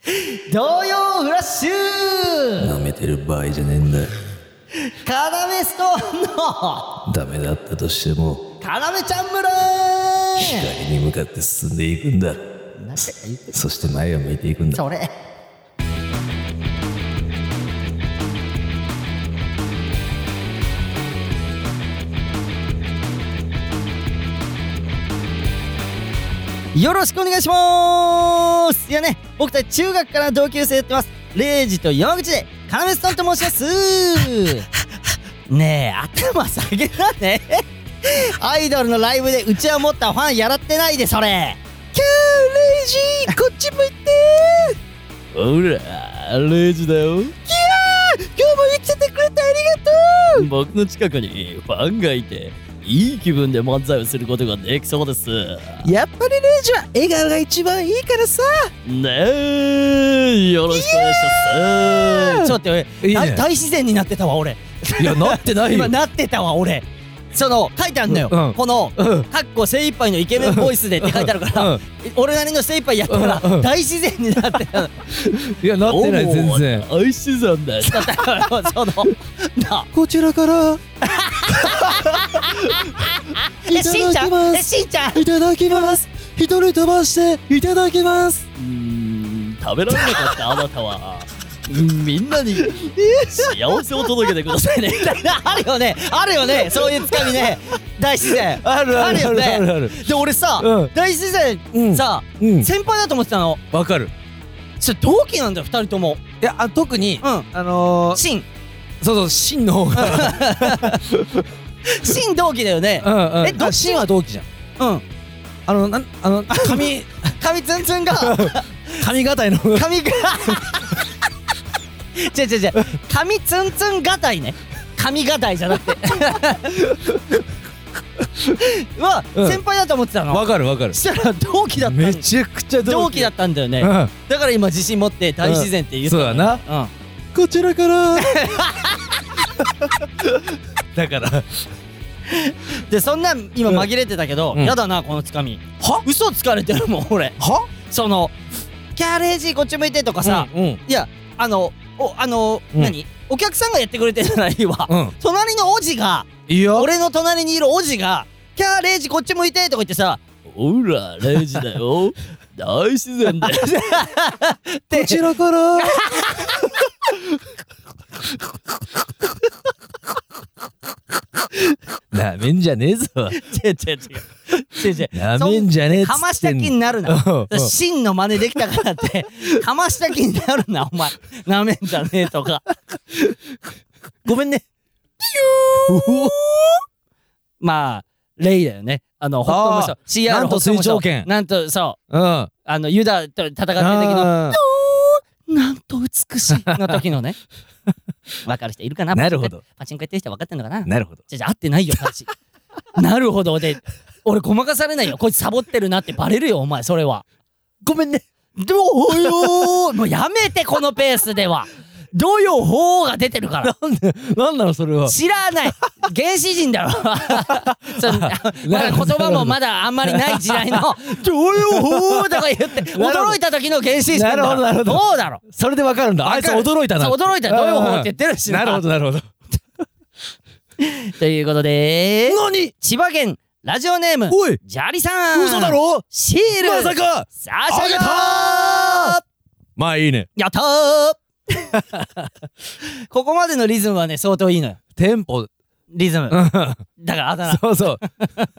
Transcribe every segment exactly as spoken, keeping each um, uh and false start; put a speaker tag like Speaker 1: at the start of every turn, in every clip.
Speaker 1: 童謡フラッシュ。
Speaker 2: 舐めてる場合じゃねえんだ。
Speaker 1: カナメストーンの
Speaker 2: ダメだったとしても
Speaker 1: カナメちゃん村。
Speaker 2: 光に向かって進んでいくんだ。
Speaker 1: なんて言って
Speaker 2: そして前を向いていくんだ。
Speaker 1: それ。よろしくお願いしまーす。いやね、僕たち中学から同級生やってます。レイジと山口でカナメストーンと申しますねえ、頭下げなねアイドルのライブでうちわ持ったファンやらってないでそれ。キャーレイジこっち向いて
Speaker 2: ほらレイジだよ。
Speaker 1: ー。キャー今日も生きててくれてありがとう。
Speaker 2: 僕の近くにファンがいていい気分で漫才をすることができそうです。
Speaker 1: やっぱりレイジは笑顔が一番いいからさ。
Speaker 2: ねえ、よろしくお願いします。
Speaker 1: ちょっと待って、
Speaker 2: いいね
Speaker 1: 大自然になってたわ俺。
Speaker 2: いやなってないよ
Speaker 1: 今なってたわ俺。その書いてあるのよ、
Speaker 2: うん
Speaker 1: この
Speaker 2: うん
Speaker 1: 「かっこ精一杯のイケメンボイスで」って書いてあるから、
Speaker 2: うん
Speaker 1: 俺なりの精一杯やったら
Speaker 2: うんうん
Speaker 1: 大自然になってたの。
Speaker 2: いやなってない全然。
Speaker 1: 大自然だよ。そのな
Speaker 2: こちらから
Speaker 1: えしんちゃんえしんちゃん
Speaker 2: いただきます。一人飛ばしていただきます。うーん、食べられなかったあなたはみんなに幸せを届けてくださいね。
Speaker 1: あるよねあるよねそういうつかみね。大自然
Speaker 2: あるある
Speaker 1: よね。
Speaker 2: あるあるある。
Speaker 1: で俺さ、
Speaker 2: うん
Speaker 1: 大自然、
Speaker 2: うん
Speaker 1: さ、
Speaker 2: うん
Speaker 1: 先輩だと思ってたの。
Speaker 2: わかる。
Speaker 1: それ同期なんだよふたりとも。
Speaker 2: いやあ特に
Speaker 1: うん
Speaker 2: あのー
Speaker 1: しん
Speaker 2: そうそう真の方が
Speaker 1: しん同期だよね。
Speaker 2: うんうん
Speaker 1: えどっち
Speaker 2: あ真は同期じゃん。
Speaker 1: うん
Speaker 2: あのなんあの髪
Speaker 1: 髪ツンツンが
Speaker 2: 髪型の
Speaker 1: 髪が違う違う違う髪ツンツンがたいね。髪がたいじゃなくては、
Speaker 2: うん
Speaker 1: 先輩だと思ってたの。
Speaker 2: わかるわかる。
Speaker 1: そしたら同期だったん
Speaker 2: めちゃくちゃ同期
Speaker 1: 同期だったんだよね。
Speaker 2: うん
Speaker 1: だから今自信持って大自然って言ったの。
Speaker 2: そうだな。
Speaker 1: うん
Speaker 2: こちらからだから
Speaker 1: でそんな今紛れてたけど、
Speaker 2: うん
Speaker 1: やだなこのつかみ。
Speaker 2: は
Speaker 1: 嘘つかれてるもん俺。
Speaker 2: は
Speaker 1: そのキャーレイジーこっち向いてとかさ、
Speaker 2: うんうん
Speaker 1: いやあのおあの、
Speaker 2: うん
Speaker 1: 何お客さんがやってくれてるならいいわ、
Speaker 2: うん
Speaker 1: 隣のおじが
Speaker 2: いいよ。
Speaker 1: 俺の隣にいるおじがキャーレイジーこっち向いてとか言ってさ、
Speaker 2: ほらレイジだよ。大自然だよ。
Speaker 1: で
Speaker 2: こちらからなめんじゃねえぞ。
Speaker 1: 違う違う違う違う違う
Speaker 2: なめんじゃねえっつってんの。
Speaker 1: かました気になるな。
Speaker 2: うんうん
Speaker 1: 真の真似できたからってかました気になるなお前。なめんじゃねえとか。ごめんね。まあレイだよね。あの北東無双 シーアール
Speaker 2: なんと水長剣
Speaker 1: なんとそう
Speaker 2: うん。
Speaker 1: あのユダと戦ってる時の
Speaker 2: あ
Speaker 1: なんと美しいの時のね。わかる人いるかな。
Speaker 2: なるほど。
Speaker 1: パチンコやってる人分かってんのかな。
Speaker 2: ーなるほど。
Speaker 1: じゃじゃ合ってないよパチ。なるほどで俺ごまかされないよ。こいつサボってるなってバレるよお前それは。
Speaker 2: ごめんね。
Speaker 1: どうよもうやめてこのペースでは。どよほーが出てるから
Speaker 2: なんでなんなのそれは。
Speaker 1: 知らない原始人だろ。そんなまだ言葉もまだあんまりない時代の「どよほー」とか言って驚いた時の原始人だろ。
Speaker 2: なるほどなるほど
Speaker 1: どうだろう。
Speaker 2: それでわかるんだ。あいつ驚いたな。
Speaker 1: そう驚いた。どよほーって言ってるし
Speaker 2: なるほどなるほど。
Speaker 1: ということで
Speaker 2: 何？
Speaker 1: 千葉県ラジオネーム
Speaker 2: おい
Speaker 1: ジャリさん。
Speaker 2: 嘘だろ？
Speaker 1: シール
Speaker 2: まさか
Speaker 1: 差し上げたー。
Speaker 2: まあいいね。
Speaker 1: やったーここまでのリズムはね相当いいのよ。
Speaker 2: テンポ。
Speaker 1: リズム
Speaker 2: うん
Speaker 1: だからあだ名。
Speaker 2: そうそう。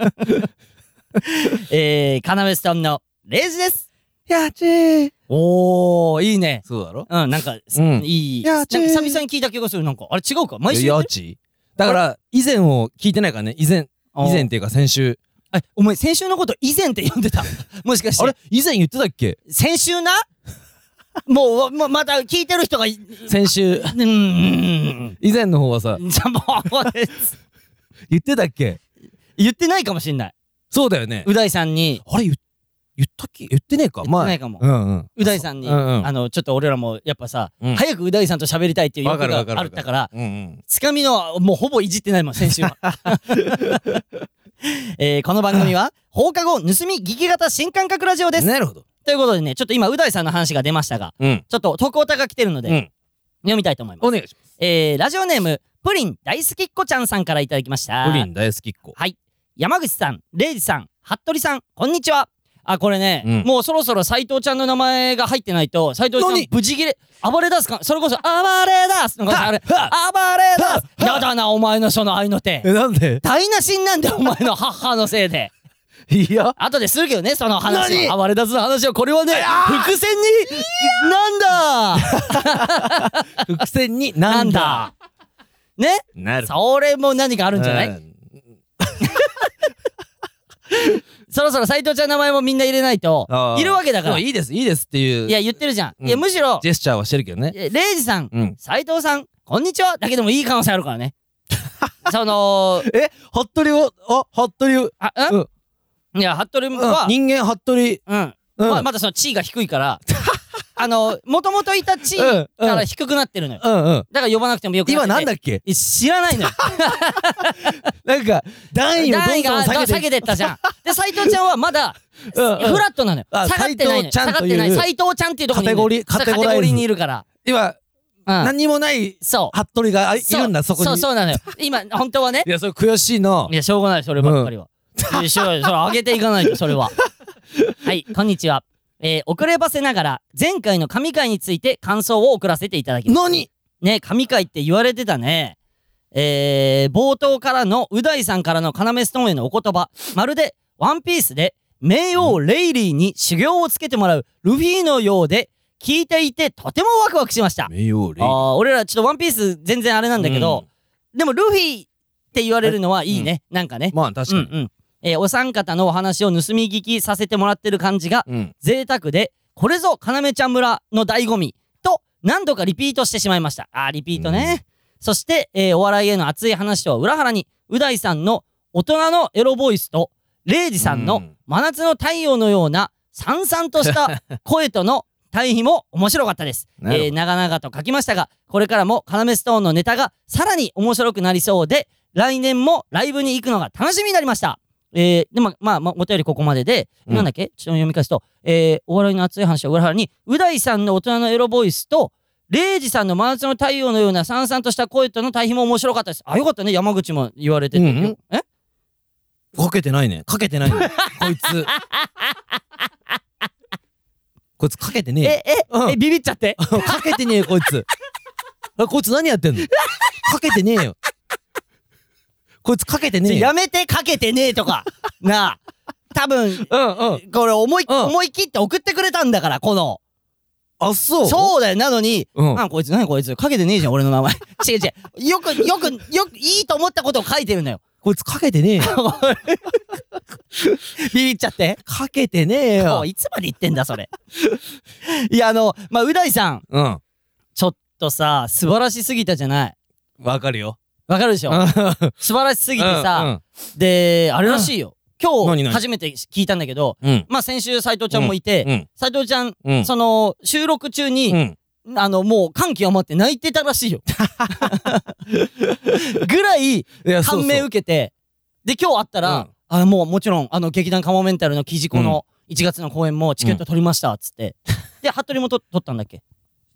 Speaker 1: えー、カナメストーンのレイジです。
Speaker 2: やっちー。
Speaker 1: おーいいね。
Speaker 2: そうだろ？
Speaker 1: うんなんか、
Speaker 2: うん
Speaker 1: いい。
Speaker 2: やっちー
Speaker 1: なんか久々に聞いた気がする。なんかあれ違うか毎週言ってる。
Speaker 2: やっちー。だから以前を聞いてないからね。以前
Speaker 1: あー
Speaker 2: 以前っていうか先週。
Speaker 1: えお前先週のこと以前って呼んでたもしかして。
Speaker 2: あれ以前言ってたっけ？
Speaker 1: 先週なもうままた聞いてる人がい
Speaker 2: 先週。
Speaker 1: うーん
Speaker 2: 以前の方はさ
Speaker 1: じゃあもう
Speaker 2: 言ってたっけ？
Speaker 1: 言ってないかもしんない。
Speaker 2: そうだよね。
Speaker 1: う大さんに
Speaker 2: あれ言言ったっけ？言ってねえか。
Speaker 1: 言ってないかも
Speaker 2: まあうんうん。
Speaker 1: う大さんに、
Speaker 2: うんうん
Speaker 1: あのちょっと俺らもやっぱさ、
Speaker 2: うん
Speaker 1: 早くう大さんと喋りたいっていう欲が
Speaker 2: わかるわかる
Speaker 1: あったから
Speaker 2: うんうん。
Speaker 1: つかみのもうほぼいじってないもん先週は、えー、この番組は放課後盗み聞き型新感覚ラジオです。
Speaker 2: なるほど。
Speaker 1: ということでね、ちょっと今う大さんの話が出ましたが、
Speaker 2: うん。
Speaker 1: ちょっと徳太が来てるので、
Speaker 2: うん。
Speaker 1: 読みたいと思います。
Speaker 2: お願いします。
Speaker 1: えー、ラジオネームプリン大好きっ子ちゃんさんからいただきました。
Speaker 2: プリン大好きっ子。
Speaker 1: はい。山口さん、レイジさん、服部さん、こんにちは。あ、これね、うん、もうそろそろ斉藤ちゃんの名前が入ってないと斉藤ちゃんブチギレ暴れ出すか、それこそ暴れ出すのか、あれ暴れ出す。やだなお前のその愛の手。
Speaker 2: え、なんで
Speaker 1: 台無しになんだよお前の母のせいで。
Speaker 2: いや
Speaker 1: 後でするけどね、その話暴れ出すの話を。これはね伏線になんだ
Speaker 2: 伏線になんだ
Speaker 1: ね。
Speaker 2: なる。
Speaker 1: それも何かあるんじゃない、うん、そろそろ斉藤ちゃんの名前もみんな入れないといるわけだから。
Speaker 2: いいですいいですっていう、
Speaker 1: いや言ってるじゃん、うん、いやむしろ
Speaker 2: ジェスチャーはしてるけどね。
Speaker 1: レイジさん、うん、斉藤さんこんにちはだけでもいい可能性あるからね。その
Speaker 2: え服部をあ服部
Speaker 1: あうん、うんいや服部は、
Speaker 2: うん、人間服部
Speaker 1: うん、うん、ま, まだその地位が低いからあのもともといた地位から低くなってるのよ、うんうん、だから呼ばなくてもよくなってて。
Speaker 2: 今なんだっけ
Speaker 1: 知らないのよ
Speaker 2: なんか段位をどんどん下げて
Speaker 1: 下げてったじゃん。で斉藤ちゃんはまだフラットなのよ。下がってないのよ。下がってない斉藤ちゃんっていうところにカテゴリーカテゴリーにいるから今
Speaker 2: 何もない服部がいるんだ。そこに
Speaker 1: そうそうなのよ今本当はね。
Speaker 2: いやそれ悔しいな。
Speaker 1: いやしょうがないそればっかりは、うん、それ上げていかないとそれははいこんにちは、えー、遅ればせながら前回の神回について感想を送らせていただきます。
Speaker 2: 何
Speaker 1: ね神回って言われてたね。えー、冒頭からのう大さんからの要ストーンへのお言葉、まるでワンピースで冥王レイリーに修行をつけてもらうルフィのようで聞いていてとてもワクワクしました。
Speaker 2: 冥王レイリー。
Speaker 1: あ俺らちょっとワンピース全然あれなんだけど、うん、でもルフィって言われるのはいいね、うん、なんかね。
Speaker 2: まあ確かに、うんうん
Speaker 1: えー、お三方のお話を盗み聞きさせてもらってる感じが、うん、贅沢でこれぞ要ちゃん村の醍醐味と何度かリピートしてしまいました。あーリピートね、うん、そして、えー、お笑いへの熱い話とは裏腹にう大さんの大人のエロボイスとレイジさんの真夏の太陽のようなさんさんとした声との対比も面白かったです、えー、長々と書きましたがこれからも要ストーンのネタがさらに面白くなりそうで来年もライブに行くのが楽しみになりました。えー、でもまあ、まあ、お便りここまでで、うん、なんだっけちょっと読み返すと、えー、お笑いの熱い話は裏腹にう大さんの大人のエロボイスとレイジさんの真夏の太陽のようなさんさんとした声との対比も面白かったです。あよかったね山口も言われてて、うんうん、え
Speaker 2: かけてないねかけてないねこいつこいつかけてねえ。
Speaker 1: ええ、うん、えビビっちゃって
Speaker 2: かけてねえよこいつあこいつ何やってんのかけてねえよこいつかけてねえよ。
Speaker 1: やめてかけてねえとかなあ多分、うんうん、これ思い、うん、思い切って送ってくれたんだからこの
Speaker 2: あそう
Speaker 1: そうだよ。なのに、うん、あこいつ何こいつかけてねえじゃん俺の名前違う違うよくよくよくいいと思ったことを書いてるのよ。
Speaker 2: こいつかけてねえよ
Speaker 1: ビビっちゃって
Speaker 2: かけてねえよ。
Speaker 1: いつまで言ってんだそれいやあのまあう大さん、うん、ちょっとさ素晴らしすぎたじゃない。
Speaker 2: わかるよ
Speaker 1: わかるでしょ素晴らしすぎてさ、うんうん、であれらしいよ、今日初めて聞いたんだけど、うん、まあ先週斉藤ちゃんもいて、うん、斉藤ちゃん、うん、その収録中に、うん、あのもう感極まって泣いてたらしいよぐらい感銘受けて、で今日会ったら、うん、あもうもちろんあの劇団カモメンタルのキジコのいちがつの公演もチケット取りましたっつって、うん、で服部もと取ったんだっけ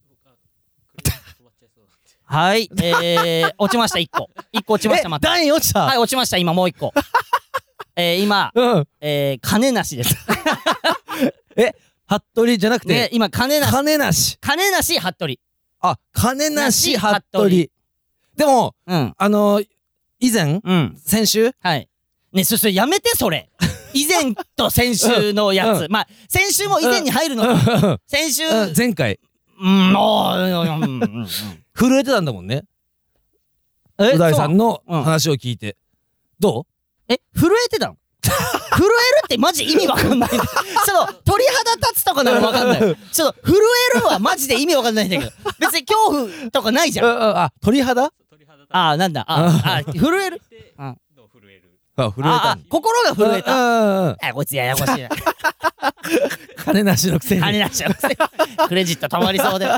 Speaker 1: はい、えー、落ちましたいっこいっこ落ちました。また
Speaker 2: 段位落ちた。
Speaker 1: はい落ちました今もういっこえー、今、うんえー、金なしです
Speaker 2: え服部じゃなくて、
Speaker 1: ね、今金なし
Speaker 2: 金なし
Speaker 1: 金なし服部
Speaker 2: あ金なし服部でも、うん、あのー、以前、うん、先週
Speaker 1: はいねそれやめてそれ以前と先週のやつ、うん、まあ先週も以前に入るの、うん、先週、
Speaker 2: うん、前回
Speaker 1: うんもう、うんうん、
Speaker 2: 震えてたんだもんねう大さんの話を聞いて、うん、どう
Speaker 1: え震えてたの震えるってマジ意味わかんないちょっと鳥肌立つとかならわかんないちょっと震えるはマジで意味わかんないんだけど別に恐怖とかないじゃん
Speaker 2: あ鳥肌
Speaker 1: あなんだああ震えるあ
Speaker 2: あ震えた
Speaker 1: 心が震えたあこいつややこしいな
Speaker 2: 金なしのくせに
Speaker 1: 金なしのくせにクレジットたまりそうで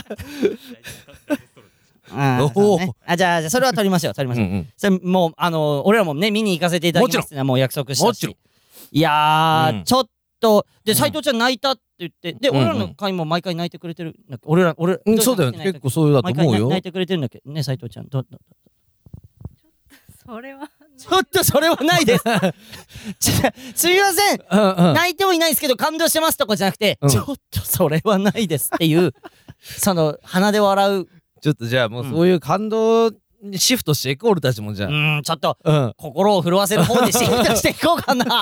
Speaker 1: あおね、あじゃあじゃあそれは取りましょう取りましょう、うんうん、それもうあのー、俺らもね見に行かせていただきますってのはもう約束したしいやー、うん、ちょっとで斎藤ちゃん泣いたって言ってで、俺らの会も毎回泣いてくれてるんだっけ俺ら俺
Speaker 2: うんそうだよね結構そうだと思うよ
Speaker 1: 泣いてくれてるんだっけね斎藤ちゃんどど
Speaker 3: それは
Speaker 1: ちょっとそれはないですちょすみません、
Speaker 2: うんうん、
Speaker 1: 泣いてもいないですけど感動してますとかじゃなくて、うん、ちょっとそれはないですっていうその鼻で笑う
Speaker 2: ちょっとじゃあもうそういう感動にシフトしていこう俺たちもじゃあ
Speaker 1: うんちょっと、うん、心を震わせる方にシフトしていこうかな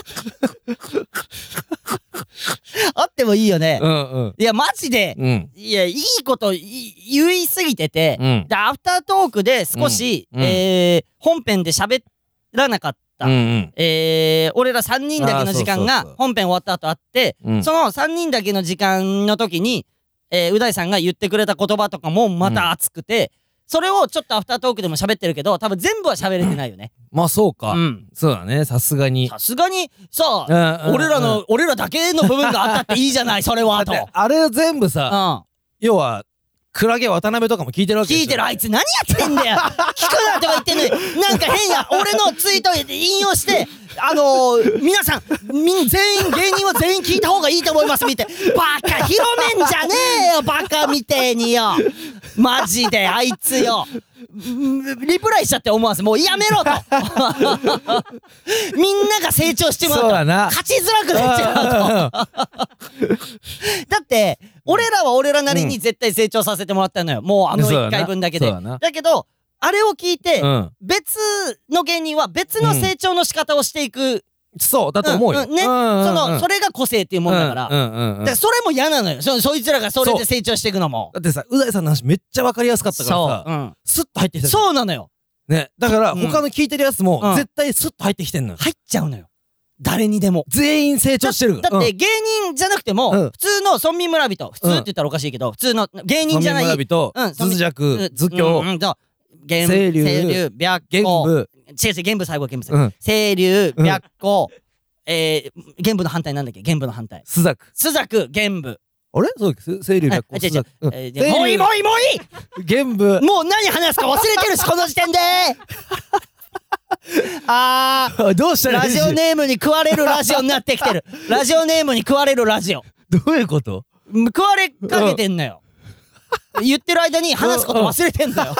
Speaker 1: あってもいいよね、うんうん、いやマジで、うん、いやいいこと言いすぎてて、うん、でアフタートークで少し、うんえー、本編で喋らなかった、うんうんえー、俺らさんにんだけの時間が本編終わった後あって、うん、そのさんにんだけの時間の時に、えー、う大さんが言ってくれた言葉とかもまた熱くて、うんそれをちょっとアフタートークでも喋ってるけど多分全部は喋れてないよね
Speaker 2: まあそうか、うん、そうだねさすがに
Speaker 1: さすがにさあ、うん、俺らの、うん、俺らだけの部分があったっていいじゃないそれはと
Speaker 2: あれ全部さ、うん、要はクラゲ渡辺とかも聞いてるわけでしょ
Speaker 1: 聞いてるあいつ何やってんだよ聞くなとか言ってんのになんか変や俺のツイート引用してあのー、皆さんみ全員芸人は全員聞いた方がいいと思いますみたいバカ広めんじゃねえよバカみてえによマジであいつよリプライしちゃって思わずもうやめろとみんなが成長してもらうと
Speaker 2: そうだ
Speaker 1: 勝ちづらくなっちゃうとだって俺らは俺らなりに絶対成長させてもらったのよもうあのいっかいぶんだけで だ, だけどあれを聞いて、うん、別の芸人は別の成長の仕方をしていく、うん、
Speaker 2: そうだと思うよ、
Speaker 1: うんうん、ね、うんうんうん、そのそれが個性っていうもんだから、うんうんうんうん、だからそれも嫌なのよ そ, そいつらがそれで成長していくのも
Speaker 2: だってさう大さんの話めっちゃ分かりやすかったからさ、うん、スッと入ってきた
Speaker 1: そうなのよ
Speaker 2: ねだから他の聞いてるやつも絶対スッと入ってきてんのよ、
Speaker 1: 入っちゃうのよ誰にでも
Speaker 2: 全員成長してる
Speaker 1: だって芸人じゃなくても、うん、普通の村民村人普通って言ったらおかしいけど、うん、普通の芸人じゃない
Speaker 2: 村民村人、うん、ズ弱図教、うんうん、
Speaker 1: 清
Speaker 2: 流
Speaker 1: 白虎違う違う玄武最後玄武最後清流白虎えー玄武の反対なんだっけ玄武の反対
Speaker 2: 朱雀
Speaker 1: 朱雀玄武
Speaker 2: あれそう清流白虎朱雀
Speaker 1: もういいもういいもうい
Speaker 2: い玄武
Speaker 1: もう何話すか忘れてるしこの時点であー
Speaker 2: どうしたら
Speaker 1: ラジオネームに食われるラジオになってきてるラジオネームに食われるラジオ
Speaker 2: どういうこと
Speaker 1: 食われかけてんのよ言ってる間に話すこと忘れてんだよ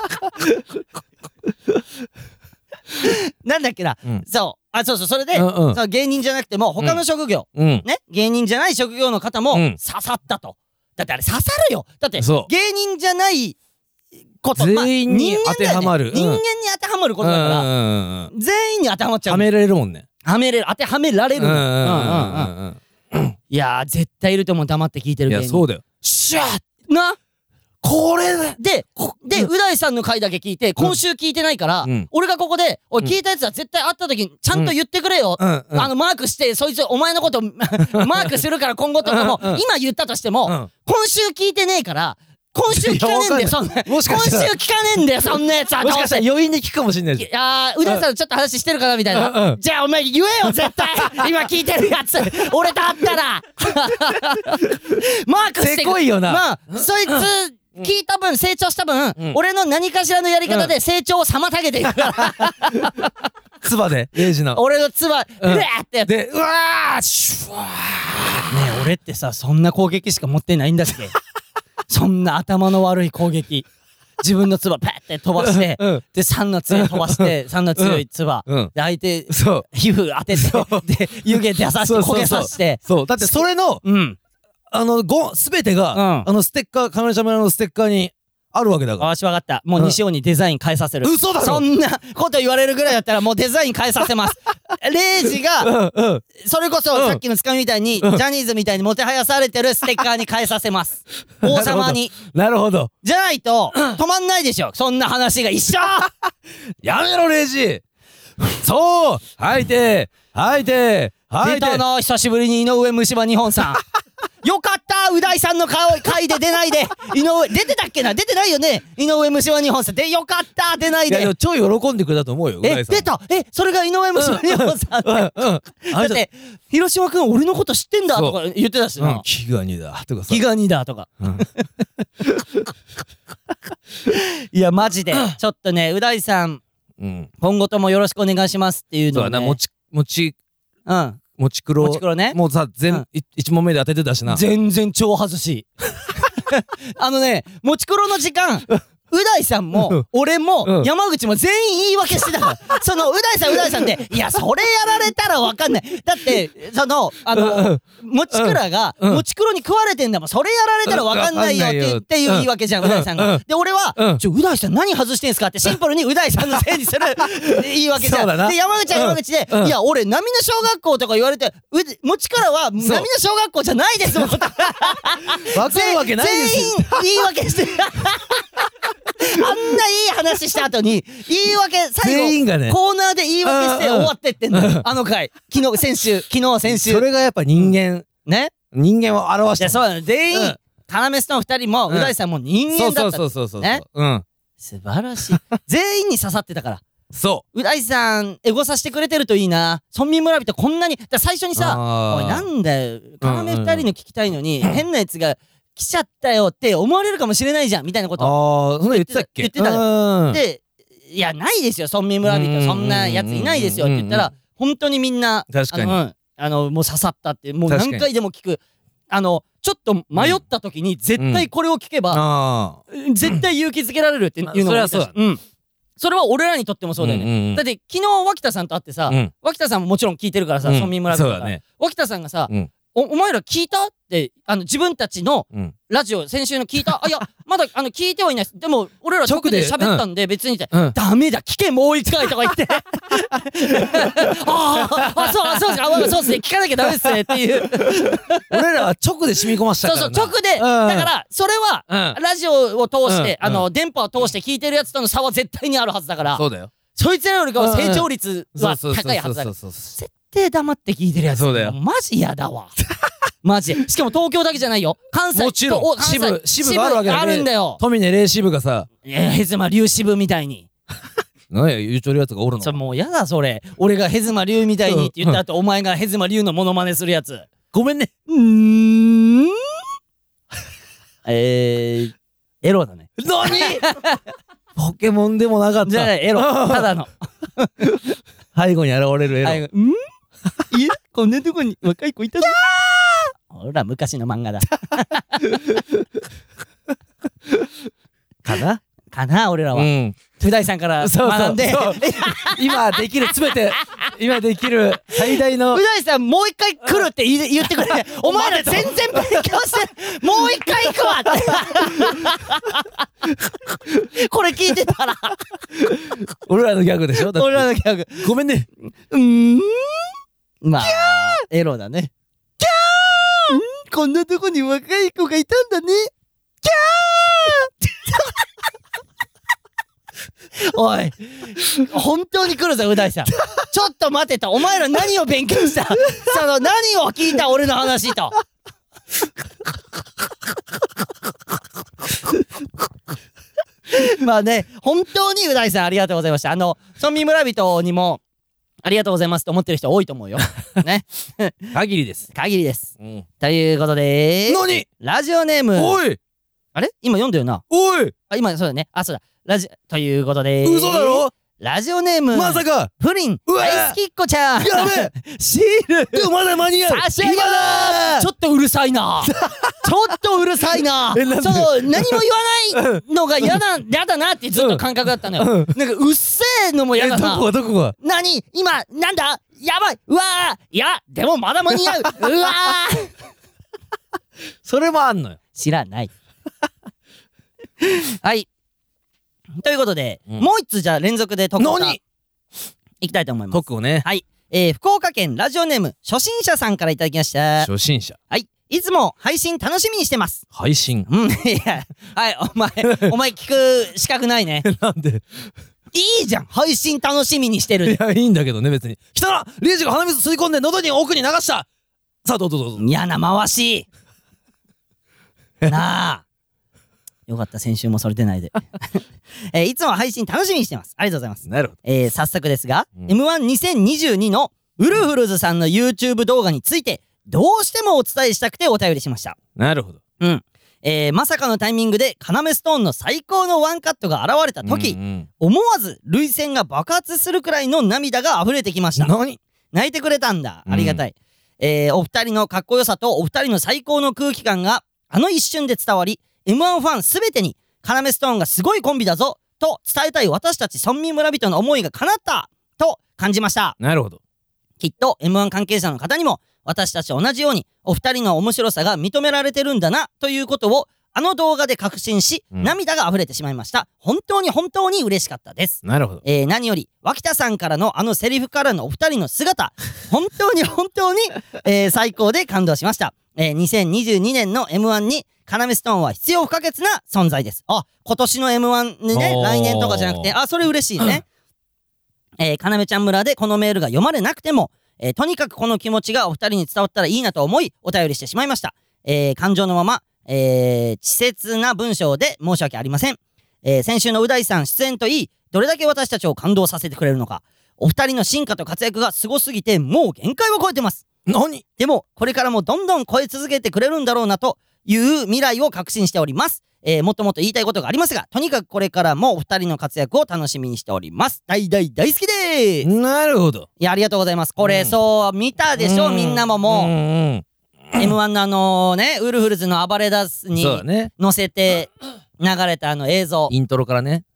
Speaker 1: なんだっけな、うん、そうあそうそうそれで、うんうん、そう芸人じゃなくても他の職業、うん、ね芸人じゃない職業の方も刺さったとだってあれ刺さるよだって芸人じゃないこと
Speaker 2: 全員に当てはまる、
Speaker 1: まあ、人間、ねうん、人間に当てはまることだから、うんうんうんうん、全員に当てはまっちゃう
Speaker 2: はめられるもんね
Speaker 1: はめれる当てはめられるいやー絶対いると思う黙って聞いてる芸人
Speaker 2: いやそうだよ
Speaker 1: シャーなこれでで、う大さんの回だけ聞いて今週聞いてないから、うん、俺がここでおい聞いたやつは絶対会った時にちゃんと言ってくれよ、うんうんうん、あのマークしてそいつお前のことマークするから今後とかも、うんうん、今言ったとしても、うん、今週聞いてねえから今週聞かねえんだよそんな今週聞かねえんだよそんなやつは
Speaker 2: もしかしたら余韻で聞くかもしんないじゃん
Speaker 1: いやーう大さんちょっと話してるかなみたいな、うんうん、じゃあお前言えよ絶対今聞いてるやつ俺と会ったらマークして
Speaker 2: せこいよな
Speaker 1: まあそいつ聞いた分成長した分、うん、俺の何かしらのやり方で成長を妨げていくから
Speaker 2: つばでレイジの
Speaker 1: 俺のつば、うん、うわーってやつ
Speaker 2: でうわーシュワー
Speaker 1: ねえ俺ってさそんな攻撃しか持ってないんだっけそんな頭の悪い攻撃自分のつばパッて飛ばして、うん、でさんの杖飛ばしてさんの強いつば、うん、で相手皮膚当ててで湯気出さして焦げさして
Speaker 2: そうだってそれの、うん、あのご全てが、うん、あのステッカーカメラチャメラのステッカーにあるわけだから
Speaker 1: あしわかったもう西尾にデザイン変えさせる
Speaker 2: 嘘だろ
Speaker 1: そんなこと言われるぐらいだったらもうデザイン変えさせますレイジが、うんうん、それこそ、うん、さっきのつかみみたいに、うん、ジャニーズみたいにもてはやされてるステッカーに変えさせます王様に
Speaker 2: なるほど
Speaker 1: じゃないと、うん、止まんないでしょそんな話が一緒
Speaker 2: やめろレイジそう吐いて吐いて吐いて
Speaker 1: 出たな久しぶりに井上虫歯日本さんよかったう大さんの回で出ないで井上出てたっけな出てないよね井上虫歯日本さんでよかった出ないで
Speaker 2: いや超喜んでくれたと思うよう
Speaker 1: え出たえそれが井上虫歯日本さんって、うんうん、だって広島くん俺のこと知ってんだとか言ってたしな、
Speaker 2: うん、気がにだとかさ
Speaker 1: 気がにだとか、うん、いやマジでちょっとねう大さん、うん、今後ともよろしくお願いしますっていうのを、ね、
Speaker 2: そうだなもちもち
Speaker 1: うん
Speaker 2: もち黒
Speaker 1: もち黒ね
Speaker 2: もうさ全、
Speaker 1: うん
Speaker 2: い一問目で当ててたしな。
Speaker 1: 全然超外しあのねもち黒の時間う大さんも俺も山口も全員言い訳してたからそのう大さんう大さんでいやそれやられたらわかんないだってそのあのもちくらがもち黒に食われてんだもんそれやられたらわかんないよってっていう言い訳じゃんう大さんがで俺はちょう大さん何外してんすかってシンプルにう大さんのせいにする言い訳じゃんで山口は山口でいや俺波の小学校とか言われてうもちくらは波の小学校じゃないですもん
Speaker 2: わかるわけないですよ
Speaker 1: 全員言い訳してあんないい話した後に言い訳最後
Speaker 2: 全員がね
Speaker 1: コーナーで言い訳して終わってってんだよあの回昨日先週昨日先週
Speaker 2: それがやっぱ人間、
Speaker 1: ね
Speaker 2: 人間を表して
Speaker 1: いやそうだね全員カナメストーンふたりもう大さんも人間だった
Speaker 2: そうそうそうそうそう
Speaker 1: ね
Speaker 2: うん
Speaker 1: 素晴らしい全員に刺さってたから
Speaker 2: そう
Speaker 1: 大さんエゴさせてくれてるといいな村民村人こんなにだ最初にさ
Speaker 2: あー
Speaker 1: おいなんだよカナメふたりの聞きたいのに変なやつが来ちゃったよって思われるかもしれないじゃんみたいなこと
Speaker 2: ああそんな言ってたっけ
Speaker 1: 言ってた
Speaker 2: うん
Speaker 1: でいやないですよ村民村人そんなやついないですよって言ったら本当にみんな
Speaker 2: 確かに
Speaker 1: あの、うんあのもう刺さったってもう何回でも聞くあのちょっと迷った時に絶対これを聞けば、
Speaker 2: あ
Speaker 1: 絶対勇気づけられるっていうのが
Speaker 2: それはそうだ
Speaker 1: うんそれは俺らにとっても
Speaker 2: あ
Speaker 1: そうだよね、
Speaker 2: んんん
Speaker 1: だって昨日脇田さんと会ってさ、
Speaker 2: うん
Speaker 1: 脇田さんももちろん聞いてるからさ、
Speaker 2: うん
Speaker 1: 村民村人だから、
Speaker 2: そうだね
Speaker 1: 脇田さんがさ、
Speaker 2: うん
Speaker 1: おお前ら聞いたってあの自分たちの
Speaker 2: うん
Speaker 1: ラジオ先週の聞いたあいやまだあの聞いてはいないですでも俺ら直で喋ったんで別にって、
Speaker 2: うん
Speaker 1: ダメだ聞けもう一回とか言ってあーあそうあそうですあそうですね聞かなきゃダメですねっていう
Speaker 2: 俺らは直で染み込ました
Speaker 1: そう
Speaker 2: からな
Speaker 1: そう直で、だからそれは、
Speaker 2: うん
Speaker 1: ラジオを通して、
Speaker 2: うん
Speaker 1: あの電波を通して聞いてるやつとの差は絶対にあるはずだから
Speaker 2: そうだよ
Speaker 1: そいつらよりかは成長率は
Speaker 2: そうそうそう
Speaker 1: 高いはずだから
Speaker 2: そうそうそう
Speaker 1: 絶対黙って聞いてるやつ
Speaker 2: そうだよ
Speaker 1: マジ嫌だわマジでしかも東京だけじゃないよ関西
Speaker 2: もちろん
Speaker 1: お関西
Speaker 2: 支部支部があるわけだね
Speaker 1: 支部あるんだよ
Speaker 2: 富根霊支部がさ
Speaker 1: えーヘズマ龍支部みたいに
Speaker 2: なんや言うちょるやつがおるの
Speaker 1: それもう嫌だそれ俺がヘズマ龍みたいにって言った後お前がヘズマ龍のモノマネするやつ
Speaker 2: ごめんね
Speaker 1: うーんえーエロだね
Speaker 2: 何ポケモンでもなかった
Speaker 1: じゃあエロただの
Speaker 2: 背後に現れるエロ
Speaker 1: あうんいえこんなとこに若い子いたぞほら昔の漫画だ
Speaker 2: かな
Speaker 1: かな俺らは
Speaker 2: うん
Speaker 1: トゥダイさんから
Speaker 2: そうそう
Speaker 1: 学んで
Speaker 2: そう今できる全て今できる最大の
Speaker 1: う大さんもう一回来るって言い言ってくれお前ら全然勉強してもう一回行くわってこれ聞いてたら
Speaker 2: 俺らのギャグでしょだって
Speaker 1: 俺らのギャグ
Speaker 2: ごめんね
Speaker 1: うーんまあエロだねキャーこんなとこに若い子がいたんだねキャーおい本当に来るぞう大さんちょっと待てとお前ら何を勉強したその何を聞いた俺の話とまあね本当にう大さんありがとうございましたあの村民村人にもありがとうございますと思ってる人多いと思うよね
Speaker 2: 限りです
Speaker 1: 限りです
Speaker 2: うん
Speaker 1: ということで
Speaker 2: 何
Speaker 1: ラジオネーム
Speaker 2: おい
Speaker 1: あれ今読んだよな
Speaker 2: おい
Speaker 1: あ今そうだねあそうだラジということで
Speaker 2: 嘘だろ
Speaker 1: ラジオネーム
Speaker 2: まさか
Speaker 1: プリン
Speaker 2: うわ
Speaker 1: 大好きっ子ちゃん
Speaker 2: やべえ
Speaker 1: シール
Speaker 2: まだ間に合う
Speaker 1: 差し上げ
Speaker 2: 今だ
Speaker 1: ちょっとうるさいなちょっとうるさいな
Speaker 2: えなんで
Speaker 1: その何も言わないのが嫌だ嫌だなってずっと感覚だったのよ、
Speaker 2: うん
Speaker 1: なんかうっせえのも嫌
Speaker 2: えど
Speaker 1: だな
Speaker 2: こがどこが
Speaker 1: 何今なんだやばいうわーいやでもまだ間に合ううわー
Speaker 2: それもあんのよ
Speaker 1: 知らないはいということで、
Speaker 2: うん
Speaker 1: もう一つじゃあ連続で特攻
Speaker 2: 何
Speaker 1: いきたいと思います
Speaker 2: 特をね
Speaker 1: はい、えー、福岡県ラジオネーム初心者さんからいただきました
Speaker 2: 初心者
Speaker 1: はいいつも配信楽しみにしてます
Speaker 2: 配信
Speaker 1: うんいやはいお前お前聞く資格ないね
Speaker 2: なんで
Speaker 1: いいじゃん配信楽しみにしてる
Speaker 2: いやいいんだけどね別に来たなリージが鼻水吸い込んで喉に奥に流したさあどうぞどうぞ
Speaker 1: 嫌な回しなあよかった先週もそれ出ないで、えー、いつも配信楽しみにしてますありがとうございます、
Speaker 2: なるほど
Speaker 1: えー、早速ですが、
Speaker 2: うん、
Speaker 1: エムワンにせんにじゅうに のウルフルズさんの YouTube 動画についてどうしてもお伝えしたくてお便りしました
Speaker 2: なるほど
Speaker 1: うんえー、まさかのタイミングでカナメストーンの最高のワンカットが現れた時、
Speaker 2: うんうん
Speaker 1: 思わず涙腺が爆発するくらいの涙が溢れてきました
Speaker 2: 何
Speaker 1: 泣いてくれたんだありがたい、 えー、お二人のかっこよさとお二人の最高の空気感があの一瞬で伝わり、 エムワン ファンすべてにカナメストーンがすごいコンビだぞと伝えたい私たち村民村人の思いが叶ったと感じました。
Speaker 2: なるほど。
Speaker 1: きっと エムワン 関係者の方にも私たちと同じようにお二人の面白さが認められてるんだなということをあの動画で確信し、うん、涙が溢れてしまいました。本当に本当に嬉しかったです。
Speaker 2: なるほど。
Speaker 1: えー、何より脇田さんからのあのセリフからのお二人の姿、本当に本当に、えー、最高で感動しました。えー、にせんにじゅうにねんの エムワン にカナメストーンは必要不可欠な存在です。あ、今年の エムワン にね、来年とかじゃなくて、あ、それ嬉しいね。えー、かなめちゃん村でこのメールが読まれなくても、えー、とにかくこの気持ちがお二人に伝わったらいいなと思いお便りしてしまいました。えー、感情のまま、えー、稚拙な文章で申し訳ありません。えー、先週のう大さん出演といい、どれだけ私たちを感動させてくれるのか。お二人の進化と活躍がすごすぎてもう限界を超えてます。
Speaker 2: 何？
Speaker 1: でもこれからもどんどん超え続けてくれるんだろうなという未来を確信しております。えー、もっともっと言いたいことがありますが、とにかくこれからもお二人の活躍を楽しみにしております。大大大好きでーす。
Speaker 2: なるほど。
Speaker 1: いや、ありがとうございます。これ、うん、そう見たでしょ、うん、みんなももう、うんうん、エムワン のあのね、ウルフルズの暴れ出すに乗せて流れたあの映像、
Speaker 2: イントロからね、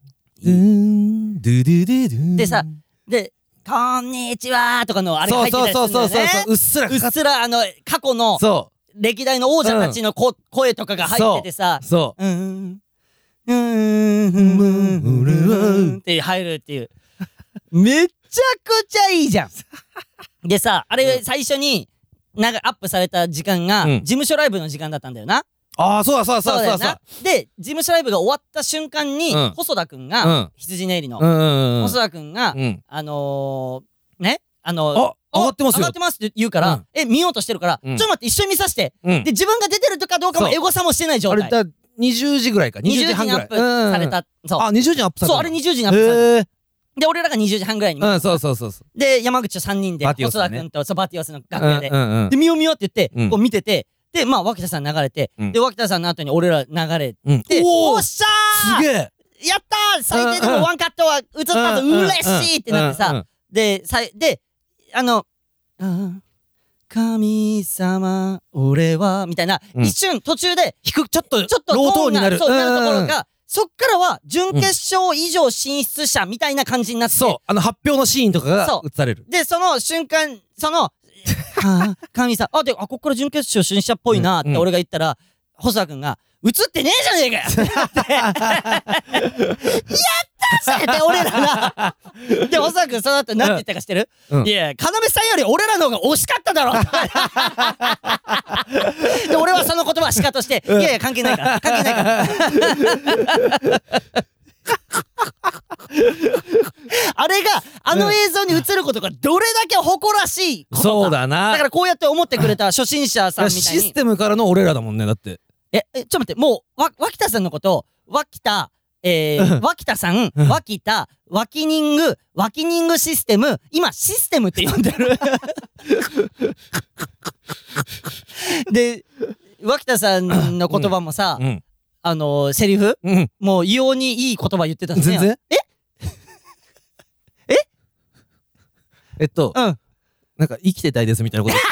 Speaker 1: でさ、でこんにちはとかのあれ入ってたりするんだよね。そうそうそうそう、
Speaker 2: うっすら
Speaker 1: うっすらあの過去の歴代の王者たちのこ、うん、声とかが入っててさ、
Speaker 2: そう
Speaker 1: うーんうーんって入るっていう、めっちゃくちゃいいじゃん。でさ、あれ最初になんかアップされた時間が、うん、事務所ライブの時間だったんだよな。
Speaker 2: ああ、そうだそうだそうだそうだ。
Speaker 1: で、事務所ライブが終わった瞬間に、うん、細田くんが、うん、羊ネイリの、うんうんうん、細田くんが、うん、あのー、ね、あのー、
Speaker 2: あ、上がってますよ。
Speaker 1: 上がってますって言うから、うん、え、見ようとしてるから、うん、ちょっと待って、一緒に見させて、うん、で、自分が出てるかどうかもエゴサもしてない状態。
Speaker 2: あれだ、にじゅうじぐらいか、にじゅうじはんぐらい。
Speaker 1: にじゅうじにアップされた。そう。
Speaker 2: あ、にじゅうじにアップされた。
Speaker 1: そう、あれにじゅうじにアップされた。で、俺らがにじゅうじはんぐらいに見た。
Speaker 2: うん、そうそうそうそう。
Speaker 1: で、山口とさんにんで、細田くんとバティオスの楽屋で、
Speaker 2: うんうんうん、
Speaker 1: で、見よう見ようって言って、こう見てて、で、まあ、脇田さん流れて、うん、で、脇田さんの後に俺ら流れて、うん、おっしゃー
Speaker 2: すげえ
Speaker 1: やったー最低でもワンカットは映ったぞ、嬉しいってなってさ、で、さい、で、あの、神様、俺は、みたいな、うん、一瞬途中で、
Speaker 2: 弾く、ちょっと、
Speaker 1: ちょっと
Speaker 2: ロートーンになる。
Speaker 1: そう、なるところが、そっからは、準決勝以上進出者みたいな感じになって、
Speaker 2: そう、あの、発表のシーンとかが映される。
Speaker 1: で、その瞬間、その、はぁ、神様、あ、で、あ、こっから準決勝進出者っぽいなって俺が言ったら、細田くんが、映ってねえじゃねえかよってやったーって俺らがで、細田くんその後何て言ったか知ってる、うん、いや、要さんより俺らの方が惜しかっただろで、俺はその言葉はシカとして、うん、いやいや関係ないから関係ないからあれがあの映像に映ることがどれだけ誇らしいことか。
Speaker 2: そうだな。
Speaker 1: だからこうやって思ってくれた初心者さんみたいに
Speaker 2: システムからの俺らだもんね。だって
Speaker 1: ええちょっと待って、もうわ脇田さんのことを脇田えー、脇田さん、脇田、ワキニング、ワキニングシステム、今システムって呼んでるで、脇田さんの言葉もさ、うんうん、あのー、セリフ、うん、もう異様にいい言葉言ってたんですね。
Speaker 2: 全然
Speaker 1: ええ
Speaker 2: えっと、うん、なんか生きてたいですみたいなこと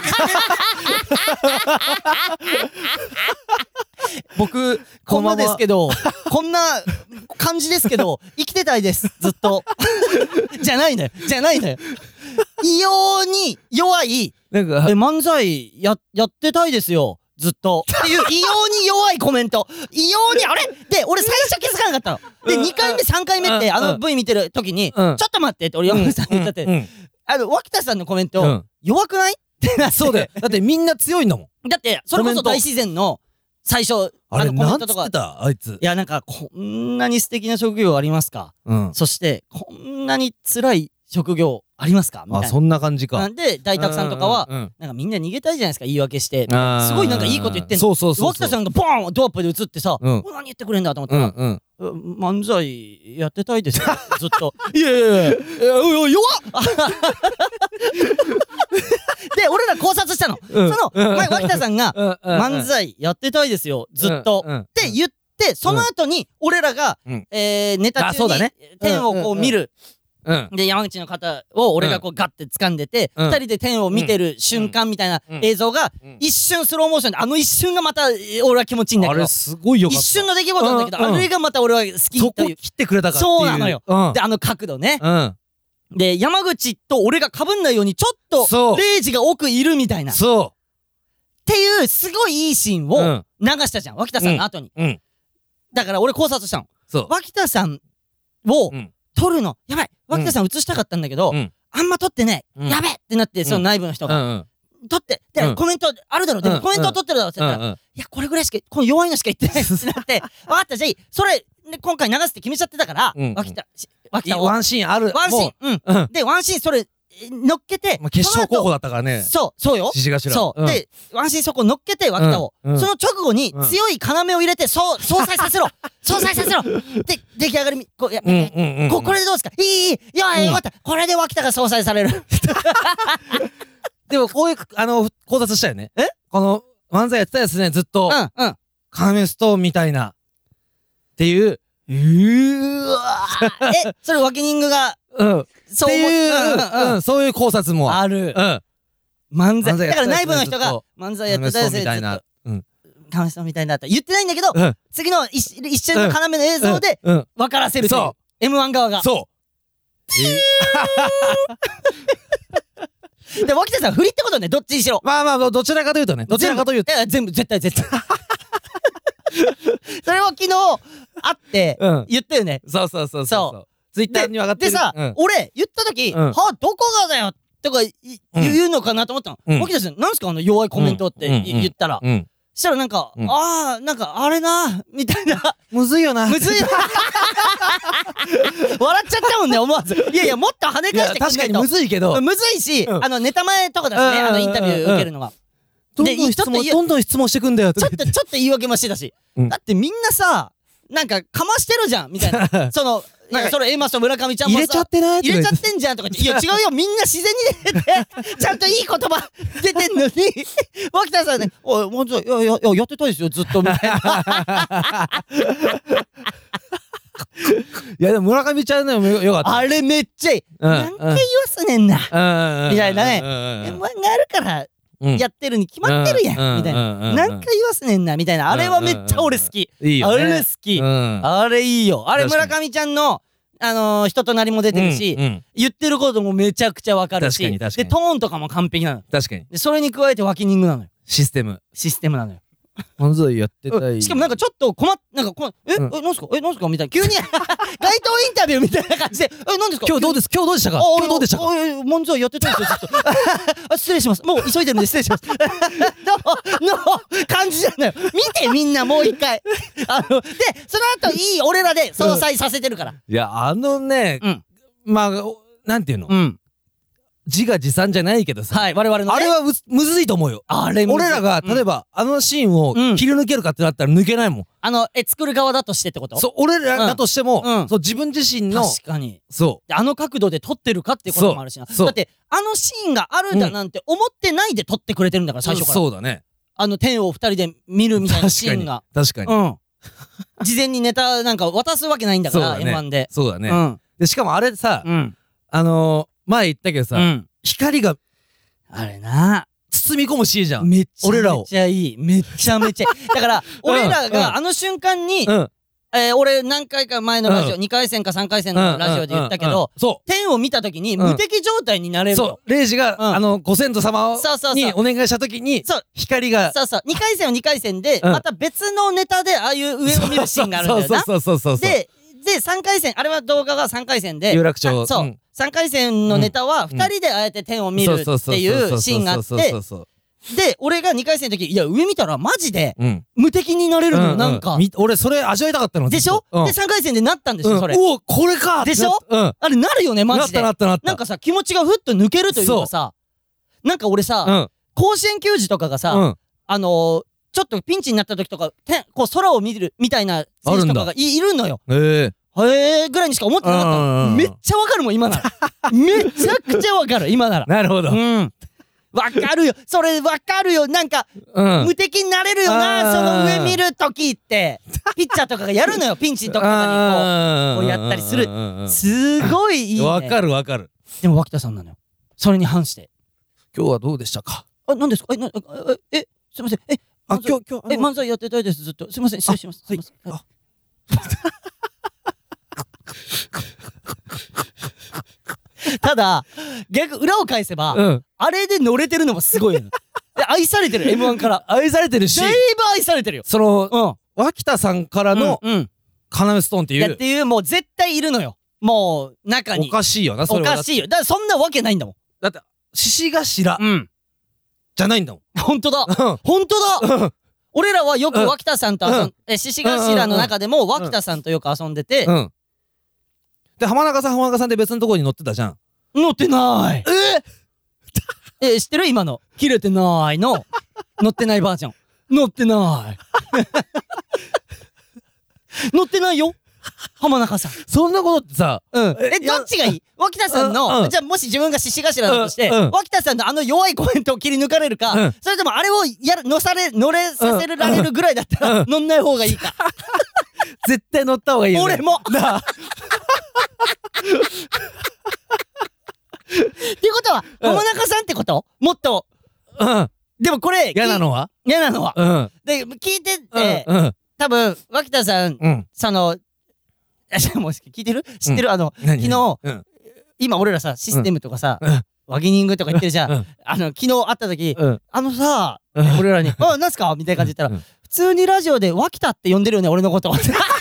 Speaker 2: 僕こんなですけどこんな感じですけど生きてたいですずっとじゃないのよじゃないのよ異様に弱いなんかえ漫才 や, やってたいですよずっとっていう異様に弱いコメント異様にあれで俺最初気づかなかったのでにかいめさんかいめってあの V 見てる時にちょっと待ってって俺山口さんに言ったってあの脇田さんのコメント弱くないってなってそうだよだってみんな強いんだもん
Speaker 1: だってそれこそ大自然の最初
Speaker 2: あれなんつってたあいつ
Speaker 1: いやなんかこんなに素敵な職業ありますか、うん、そしてこんなに辛い職業ありますかみたいな
Speaker 2: あそんな感じか
Speaker 1: なんで大沢さんとかは、うんうん、なんかみんな逃げたいじゃないですか言い訳してすごいなんかいいこと言ってんの
Speaker 2: そうそうそうそう
Speaker 1: 脇田さんがボーンドアップで映ってさ、うん、何言ってくれんだと思ったら、うんうん、漫才やってたいですよずっと
Speaker 2: いやいやいやいや弱っ
Speaker 1: で俺ら考察したの、うん、その前脇田さんが漫才やってたいですよずっと、うんうん、って言ってその後に俺らが、うん、えー、ネタ中に天をこう見る
Speaker 2: うん
Speaker 1: で山口の肩を俺がこうガッて掴んでて、
Speaker 2: うん
Speaker 1: 二人で天を見てる瞬間みたいな映像が
Speaker 2: うん
Speaker 1: 一瞬スローモーションで、あの一瞬がまたえー俺は気持ちいいんだけど、
Speaker 2: あれすごいよかった。
Speaker 1: 一瞬の出来事なんだけど、
Speaker 2: うんうん
Speaker 1: あれがまた俺は好き
Speaker 2: そ
Speaker 1: という。
Speaker 2: こ切ってくれたかっていう。
Speaker 1: そうなのよ
Speaker 2: うん
Speaker 1: であの角度ね、
Speaker 2: うん
Speaker 1: で山口と俺が被んないようにちょっと
Speaker 2: そう
Speaker 1: レイジが奥いるみたいなっ
Speaker 2: そ
Speaker 1: ていうすごいいいシーンを
Speaker 2: うん
Speaker 1: 流したじゃん、脇田さんの後に。
Speaker 2: ううん
Speaker 1: だから俺考察したの。
Speaker 2: そう
Speaker 1: 脇田さんを
Speaker 2: うん
Speaker 1: 撮るのやばい、脇田さん映したかったんだけど、
Speaker 2: うん
Speaker 1: あんま撮ってね、
Speaker 2: うん
Speaker 1: やべってなって、その内部の人が、
Speaker 2: うんうん
Speaker 1: 撮ってで、
Speaker 2: うん
Speaker 1: コメントあるだろ、でも
Speaker 2: うん
Speaker 1: コメントを撮ってるだろって言ったら、
Speaker 2: うんうん
Speaker 1: いやこれぐらいしかこの弱いのしか言ってないってなって分かった、じゃあいいそれ、ね、今回流すって決めちゃってたから、
Speaker 2: うん
Speaker 1: 脇田し脇田を
Speaker 2: ワンシーンある。
Speaker 1: ワンシーン
Speaker 2: も
Speaker 1: うん
Speaker 2: ううん
Speaker 1: でワンシーンそれえ乗っけて、
Speaker 2: まあ決勝候補
Speaker 1: だ
Speaker 2: だったからね。
Speaker 1: そうそうよ
Speaker 2: 獅子頭。
Speaker 1: そう、
Speaker 2: ん
Speaker 1: でワンシーンそこ乗っけて脇田を、
Speaker 2: うんうん
Speaker 1: その直後に
Speaker 2: うん
Speaker 1: 強い要を入れてそう相殺させろ相殺させろで出来上がりみこうや、
Speaker 2: うんうんうん
Speaker 1: ここれでどうですか、いいいいいやよかった、これで脇田が相殺される
Speaker 2: でもこういうあの考察したよね。
Speaker 1: え
Speaker 2: この漫才やってたやつねずっと
Speaker 1: うんうん
Speaker 2: カメストーンみたいなっていう
Speaker 1: うーわーえそれワキニングが
Speaker 2: うんっ
Speaker 1: そう思っ
Speaker 2: ていう
Speaker 1: うんうんうん
Speaker 2: うんそういう考察も
Speaker 1: ある
Speaker 2: うん
Speaker 1: 漫才
Speaker 2: 漫才やってたやつね
Speaker 1: だから内部の人が
Speaker 2: ずっと
Speaker 1: 漫才やってた
Speaker 2: カメストーン
Speaker 1: やつ
Speaker 2: みたいなうん
Speaker 1: カメストみたいになった言ってないんだけど、
Speaker 2: うん
Speaker 1: 次の一一瞬の要の映像で
Speaker 2: うんうん
Speaker 1: 分からせるという、
Speaker 2: そう
Speaker 1: エムワン 側が
Speaker 2: そう
Speaker 1: で脇田さん振りってことね、どっちにしろ
Speaker 2: まあまあどちらかというとねどちらかというと
Speaker 1: 全部全部絶対絶対それを昨日会って
Speaker 2: うん
Speaker 1: 言ったよね。
Speaker 2: そうそうそう
Speaker 1: そ
Speaker 2: そうツイッターに上がってる
Speaker 1: でさ、
Speaker 2: うん
Speaker 1: 俺言った時、
Speaker 2: うん
Speaker 1: はあどこがだよとかい
Speaker 2: うん
Speaker 1: 言うのかなと思ったの、
Speaker 2: うん
Speaker 1: 脇田さんなんすかあの弱いコメントって
Speaker 2: うん
Speaker 1: い言ったら、
Speaker 2: うん
Speaker 1: したらなんか、
Speaker 2: うん
Speaker 1: ああなんかあれなみたいな
Speaker 2: むずいよな
Speaker 1: むずい笑っちゃったもんね思わず。いやいやもっと跳ね
Speaker 2: いや
Speaker 1: 返してくんないと
Speaker 2: 確かにむずいけど
Speaker 1: むずいし、
Speaker 2: うん
Speaker 1: あのネタ前とかだしね、
Speaker 2: うん
Speaker 1: あのインタビュー受けるのが、
Speaker 2: どんどん質
Speaker 1: でちょっと言う
Speaker 2: 問どんどん質問してくんだよ
Speaker 1: ちょっとちょっと言い訳もしてたし、
Speaker 2: うん
Speaker 1: だってみんなさなんかかましてるじゃんみたいなそのいやそれエマスと村上ちゃんもさ
Speaker 2: 入れちゃってない
Speaker 1: 入れちゃってんじゃんとか言っていや違うよみんな自然に出てちゃんといい言葉出てんのに脇田さんね「おいもうちょいやいやいややってたいですよずっと」みたいな。
Speaker 2: いやでも村上ちゃんでもよかった
Speaker 1: あれめっちゃいい、
Speaker 2: うん
Speaker 1: 何回言わすねんな、みたいなね
Speaker 2: ね
Speaker 1: エムワン があるからやってるに決まってるやん、みたいな、何回言わすねんなみたいな、あれはめっちゃ俺好き、
Speaker 2: いいよね
Speaker 1: あれ好き、
Speaker 2: うん
Speaker 1: あれいいよ。あれ
Speaker 2: 確かに
Speaker 1: 村上ちゃんのあのー人となりも出てるし、
Speaker 2: うんうん
Speaker 1: 言ってることもめちゃくちゃわかるし、
Speaker 2: 確かに確かに
Speaker 1: でトーンとかも完璧なの。
Speaker 2: 確かに
Speaker 1: でそれに加えてワキニングなのよ。
Speaker 2: システム
Speaker 1: システムなのよ。
Speaker 2: 漫才やってたい
Speaker 1: うんしかもなんかちょっと困っなんかこえ、
Speaker 2: うん
Speaker 1: えなんすかえなんすかみたいな急に街頭インタビューみたいな感じでえなんですか
Speaker 2: 今日どうです今日どうでしたか
Speaker 1: あ
Speaker 2: 今日どうでしたか
Speaker 1: ああ漫才やってたんですよずっとあ失礼しますもう急いでるんで失礼しますのの感じじゃないよ見てみんなもう一回あのでその後いい俺らで相殺させてるから
Speaker 2: いやあのね
Speaker 1: うん
Speaker 2: まあおなんていうの
Speaker 1: うん
Speaker 2: 自画自賛じゃないけどさ
Speaker 1: はい我々のね
Speaker 2: あれはむむずいと思うよ
Speaker 1: あれむずい
Speaker 2: 俺らが例え
Speaker 1: うん
Speaker 2: ばあのシーンを
Speaker 1: うん
Speaker 2: 切り抜けるかってなったら抜けないもん
Speaker 1: あのえ作る側だとしてってこと
Speaker 2: そう俺らだとしても
Speaker 1: うん
Speaker 2: そう自分自身の
Speaker 1: 確かに
Speaker 2: そ
Speaker 1: であの角度で撮ってるかっていうこともあるしな
Speaker 2: そうそう
Speaker 1: だってあのシーンがあるんだなんて思ってないで撮ってくれてるんだから
Speaker 2: う
Speaker 1: 最初から
Speaker 2: そうだね
Speaker 1: あの天を二人で見るみたいなシーンが
Speaker 2: 確かに
Speaker 1: うん事前にネタなんか渡すわけないんだから
Speaker 2: そうだね
Speaker 1: エムワン で
Speaker 2: そうだね
Speaker 1: うん
Speaker 2: でしかもあれさ
Speaker 1: うん
Speaker 2: あのー前言ったけどさ
Speaker 1: うん
Speaker 2: 光が
Speaker 1: あれな
Speaker 2: 包み込むシーンじゃん
Speaker 1: めっちゃ
Speaker 2: 俺らを
Speaker 1: めちゃいいめっちゃめちゃいいだから俺ら
Speaker 2: うん
Speaker 1: があの瞬間に
Speaker 2: うん
Speaker 1: えー俺何回か前のラジオ
Speaker 2: うん
Speaker 1: にかい戦かさんかい戦のラジオで言ったけど
Speaker 2: そ
Speaker 1: 天を見た時に
Speaker 2: うん
Speaker 1: 無敵状態になれ
Speaker 2: うそ
Speaker 1: ると
Speaker 2: うレイジが
Speaker 1: うん
Speaker 2: あのご先祖様
Speaker 1: そうそうそう
Speaker 2: にお願いした時に
Speaker 1: そう
Speaker 2: 光が
Speaker 1: そうそうにかい戦はにかい戦で
Speaker 2: うん
Speaker 1: また別のネタでああいう上を見るシーンがあるんだよな
Speaker 2: そうそうそうそうそう
Speaker 1: ででさんかい戦あれは動画がさんかい戦で
Speaker 2: 有楽町
Speaker 1: あそう、
Speaker 2: うん
Speaker 1: さんかい戦のネタはふたりであえて天を見るっていうシーンがあってで俺がにかい戦の時いや上見たらマジで
Speaker 2: うん
Speaker 1: 無敵になれるのよ、なんか、
Speaker 2: み俺それ味わいたかったの
Speaker 1: でしょ、
Speaker 2: ずっとうん
Speaker 1: でさんかい戦でなったんですよ、
Speaker 2: うん
Speaker 1: それ
Speaker 2: おおこれか
Speaker 1: でしょ
Speaker 2: うん
Speaker 1: あれなるよねマジで
Speaker 2: なったなったなった
Speaker 1: なんかさ気持ちがふっと抜けるというかさなんか俺さ、
Speaker 2: うん
Speaker 1: 甲子園球児とかがさ、
Speaker 2: うん
Speaker 1: あのー、ちょっとピンチになった時とかてこう空を見るみたいな選手とかがいいるのよ
Speaker 2: ええ
Speaker 1: へえぐらいにしか思ってなかった
Speaker 2: うんうんうんうん
Speaker 1: のめっちゃわかるもん今ならめちゃくちゃわかる今なら
Speaker 2: なるほど
Speaker 1: うんわかるよそれわかるよなんか
Speaker 2: うん
Speaker 1: 無敵になれるよな
Speaker 2: あー
Speaker 1: その上見る時って
Speaker 2: ピッチャーとかがやるのよ、ピンチの時とかにこうこうやったりする。すごいいいね。
Speaker 4: わかるわかる。
Speaker 2: でも脇田さんなのよ、それに反して。
Speaker 4: 今日はどうでしたか？
Speaker 2: あ、何ですか？え、な、え、え、すいません。え、
Speaker 4: あ、今日今日
Speaker 2: え、漫才やってたいです、ずっと。すいません、失礼します。
Speaker 4: はい。
Speaker 2: すいません。
Speaker 4: あ
Speaker 2: ただ逆裏を返せば、
Speaker 4: うん。
Speaker 2: あれで乗れてるのもすごいよね。で愛されてる エムワン から
Speaker 4: 愛されてるし
Speaker 2: だいぶ愛されてるよ。
Speaker 4: その
Speaker 2: うん
Speaker 4: 脇田さんからの
Speaker 2: うん、うん
Speaker 4: カナメストーンっていう
Speaker 2: いやっていうもう絶対いるのよ、もう中
Speaker 4: お
Speaker 2: に。
Speaker 4: かしいよな、そ
Speaker 2: お
Speaker 4: れは。
Speaker 2: かしいよ、だからそんなわけないんだもん。
Speaker 4: だって獅子頭
Speaker 2: うん
Speaker 4: じゃないんだもん。
Speaker 2: 本当だ
Speaker 4: うん
Speaker 2: 本当だ。俺らはよく
Speaker 4: うん
Speaker 2: 脇田さんと遊ん、
Speaker 4: うん
Speaker 2: え獅子頭の中でも脇田さんとよく遊んでて、
Speaker 4: うん。で浜中さん浜中さんで別のところに乗ってたじゃん。
Speaker 2: 乗ってないええ知ってる？今の切れてないの乗ってないバージョン。乗ってない乗ってないよ浜中さん。
Speaker 4: そんなことってさ、
Speaker 2: うんえ
Speaker 4: いや
Speaker 2: どっちがいい？脇田さんの、
Speaker 4: うんうん
Speaker 2: じゃあもし自分が獅子頭だとして、
Speaker 4: うんうん
Speaker 2: 脇田さんのあの弱いコメントを切り抜かれるか、
Speaker 4: うん
Speaker 2: それともあれをやる乗され乗れさせられるぐらいだったら、
Speaker 4: うん
Speaker 2: 乗んない方がいいか。
Speaker 4: 絶対乗った方がいいよね。
Speaker 2: 俺も
Speaker 4: なあ。
Speaker 2: ってことは、
Speaker 4: うん
Speaker 2: 浜中さんってこと？もっと
Speaker 4: うん。
Speaker 2: でもこれ
Speaker 4: 嫌なのは？
Speaker 2: 嫌なのは、
Speaker 4: うん。
Speaker 2: で聞いてって、
Speaker 4: うん。
Speaker 2: 多分脇田さん
Speaker 4: うん。
Speaker 2: そのあじゃあもう聞いてる？知ってる？あの
Speaker 4: 何
Speaker 2: 昨日
Speaker 4: うん。
Speaker 2: 今俺らさシステムとかさ、
Speaker 4: うん
Speaker 2: ワギニングとか言ってるじゃん。
Speaker 4: うん
Speaker 2: あの昨日会った時、
Speaker 4: うん。
Speaker 2: あのさ、
Speaker 4: うん
Speaker 2: 俺らに「あなんすか?」みたいな感じで言ったら、
Speaker 4: うん
Speaker 2: 普通にラジオで脇田って呼んでるよね俺のこと。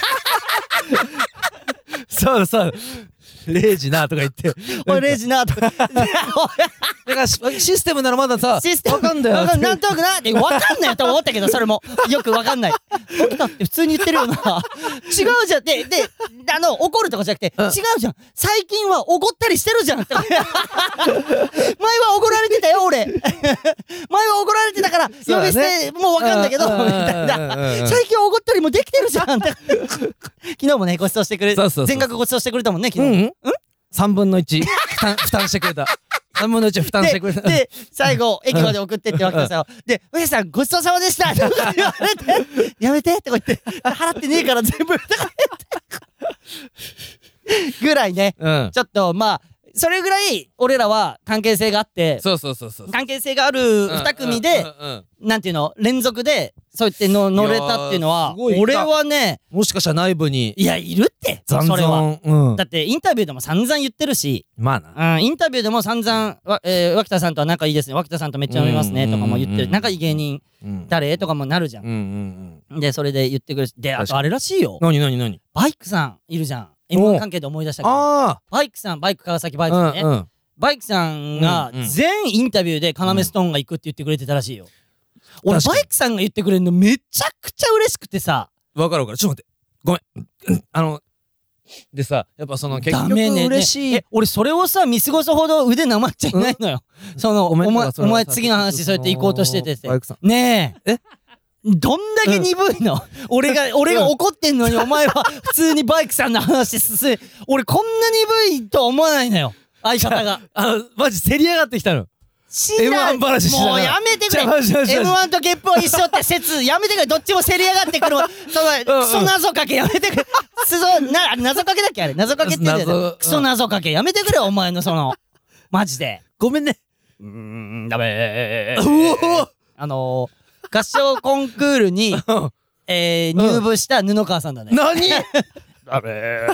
Speaker 4: そうそう。レイジなとか言って。
Speaker 2: おいレイジなとか。
Speaker 4: だからシシステムならまださ、
Speaker 2: システム
Speaker 4: わかんだよ。
Speaker 2: わかんなんとなくなって分かんないと思ったけどそれもよく分かんない。脇田って普通に言ってるよな。違うじゃん。でであの怒るとかじゃなくて、
Speaker 4: うん
Speaker 2: 違うじゃん。最近は怒ったりしてるじゃん。前は怒られてたよ俺。前は怒られてたから呼び捨
Speaker 4: そうだ
Speaker 2: てもう分かんだけどみたいな。最近は怒ったりもできてるじゃんって。昨日もねご馳走してくれ
Speaker 4: そうそうそう
Speaker 2: 全額ご馳走してくれたもんね昨日。
Speaker 4: うん三分の一負担負担してくれた。三分の一負担してくれた。
Speaker 2: でで最後駅まで送ってって脇田さんをで「上さんごちそうさまでした」とか言われて「やめて」とか言って「払ってねえから全部」とか言ってぐらいね
Speaker 4: うん。
Speaker 2: ちょっとまあそれぐらい俺らは関係性があって
Speaker 4: そうそうそうそう。
Speaker 2: 関係性があるに組で
Speaker 4: うんうんうん
Speaker 2: なんていうの連続でそう言っての乗れたっていうの
Speaker 4: いや
Speaker 2: は
Speaker 4: ーすごい
Speaker 2: 俺はね
Speaker 4: もしかしたら内部に
Speaker 2: いやいるって
Speaker 4: 残
Speaker 2: それは。
Speaker 4: 存。うん。
Speaker 2: だってインタビューでも散々言ってるし
Speaker 4: まあな。
Speaker 2: うん、インタビューでも散々わ、えー、脇田さんとは仲いいですね脇田さんとめっちゃ飲みますねとかも言って
Speaker 4: うんうんうん
Speaker 2: る仲いい芸人
Speaker 4: うん。
Speaker 2: 誰とかもなるじゃ
Speaker 4: うんんうん
Speaker 2: でそれで言ってくるしであ
Speaker 4: 確かに
Speaker 2: とあれらしいよ
Speaker 4: うん。なになになに？
Speaker 2: バイクさんいるじゃん エムワン 関係で思い出したけど
Speaker 4: あ
Speaker 2: バイクさんバイク川崎バ
Speaker 4: あ。
Speaker 2: イクさんね、
Speaker 4: うんうん。
Speaker 2: バイクさんが
Speaker 4: うんうん
Speaker 2: 全インタビューでカナメストーンが行くって言ってくれてたらしいよ、俺
Speaker 4: 確かに
Speaker 2: バイクさんが言ってくれるのめちゃくちゃ嬉しくてさ
Speaker 4: わかるわかる。ちょっと待って。ごめん。うんあの、でさ、やっぱその結局
Speaker 2: ダメね
Speaker 4: 嬉しい。
Speaker 2: ねえ俺それをさ見過ごすほど腕なまっちゃいないのよ、そのお
Speaker 4: ごめん
Speaker 2: 前お前
Speaker 4: だからそれはさ
Speaker 2: 次の話そうやって行こうとしてて
Speaker 4: バイクさん。
Speaker 2: ねえ
Speaker 4: え
Speaker 2: どんだけ鈍いの、俺が俺が怒ってんのにお前は普通にバイクさんの話進め俺こんな鈍いとは思わないのよ相方が。
Speaker 4: あの、マジ競り上がってきたの。
Speaker 2: 知らん
Speaker 4: エムワン 話しながら
Speaker 2: もうやめてくれ
Speaker 4: じゃあマジマジマジ
Speaker 2: エムワン とゲップは一緒って説やめてくれどっちも競り上がってくるわその
Speaker 4: うん
Speaker 2: クソ謎かけやめてくれクソなあれ謎かけだっけあれ謎かけって言うんだよ
Speaker 4: 謎
Speaker 2: クソ謎かけやめてくれお前のそのマジで
Speaker 4: ごめんね。
Speaker 2: うーんダメ
Speaker 4: うお
Speaker 2: あのー、合唱コンクールに、えー、入部した布川さんだね。
Speaker 4: 何
Speaker 2: ダメ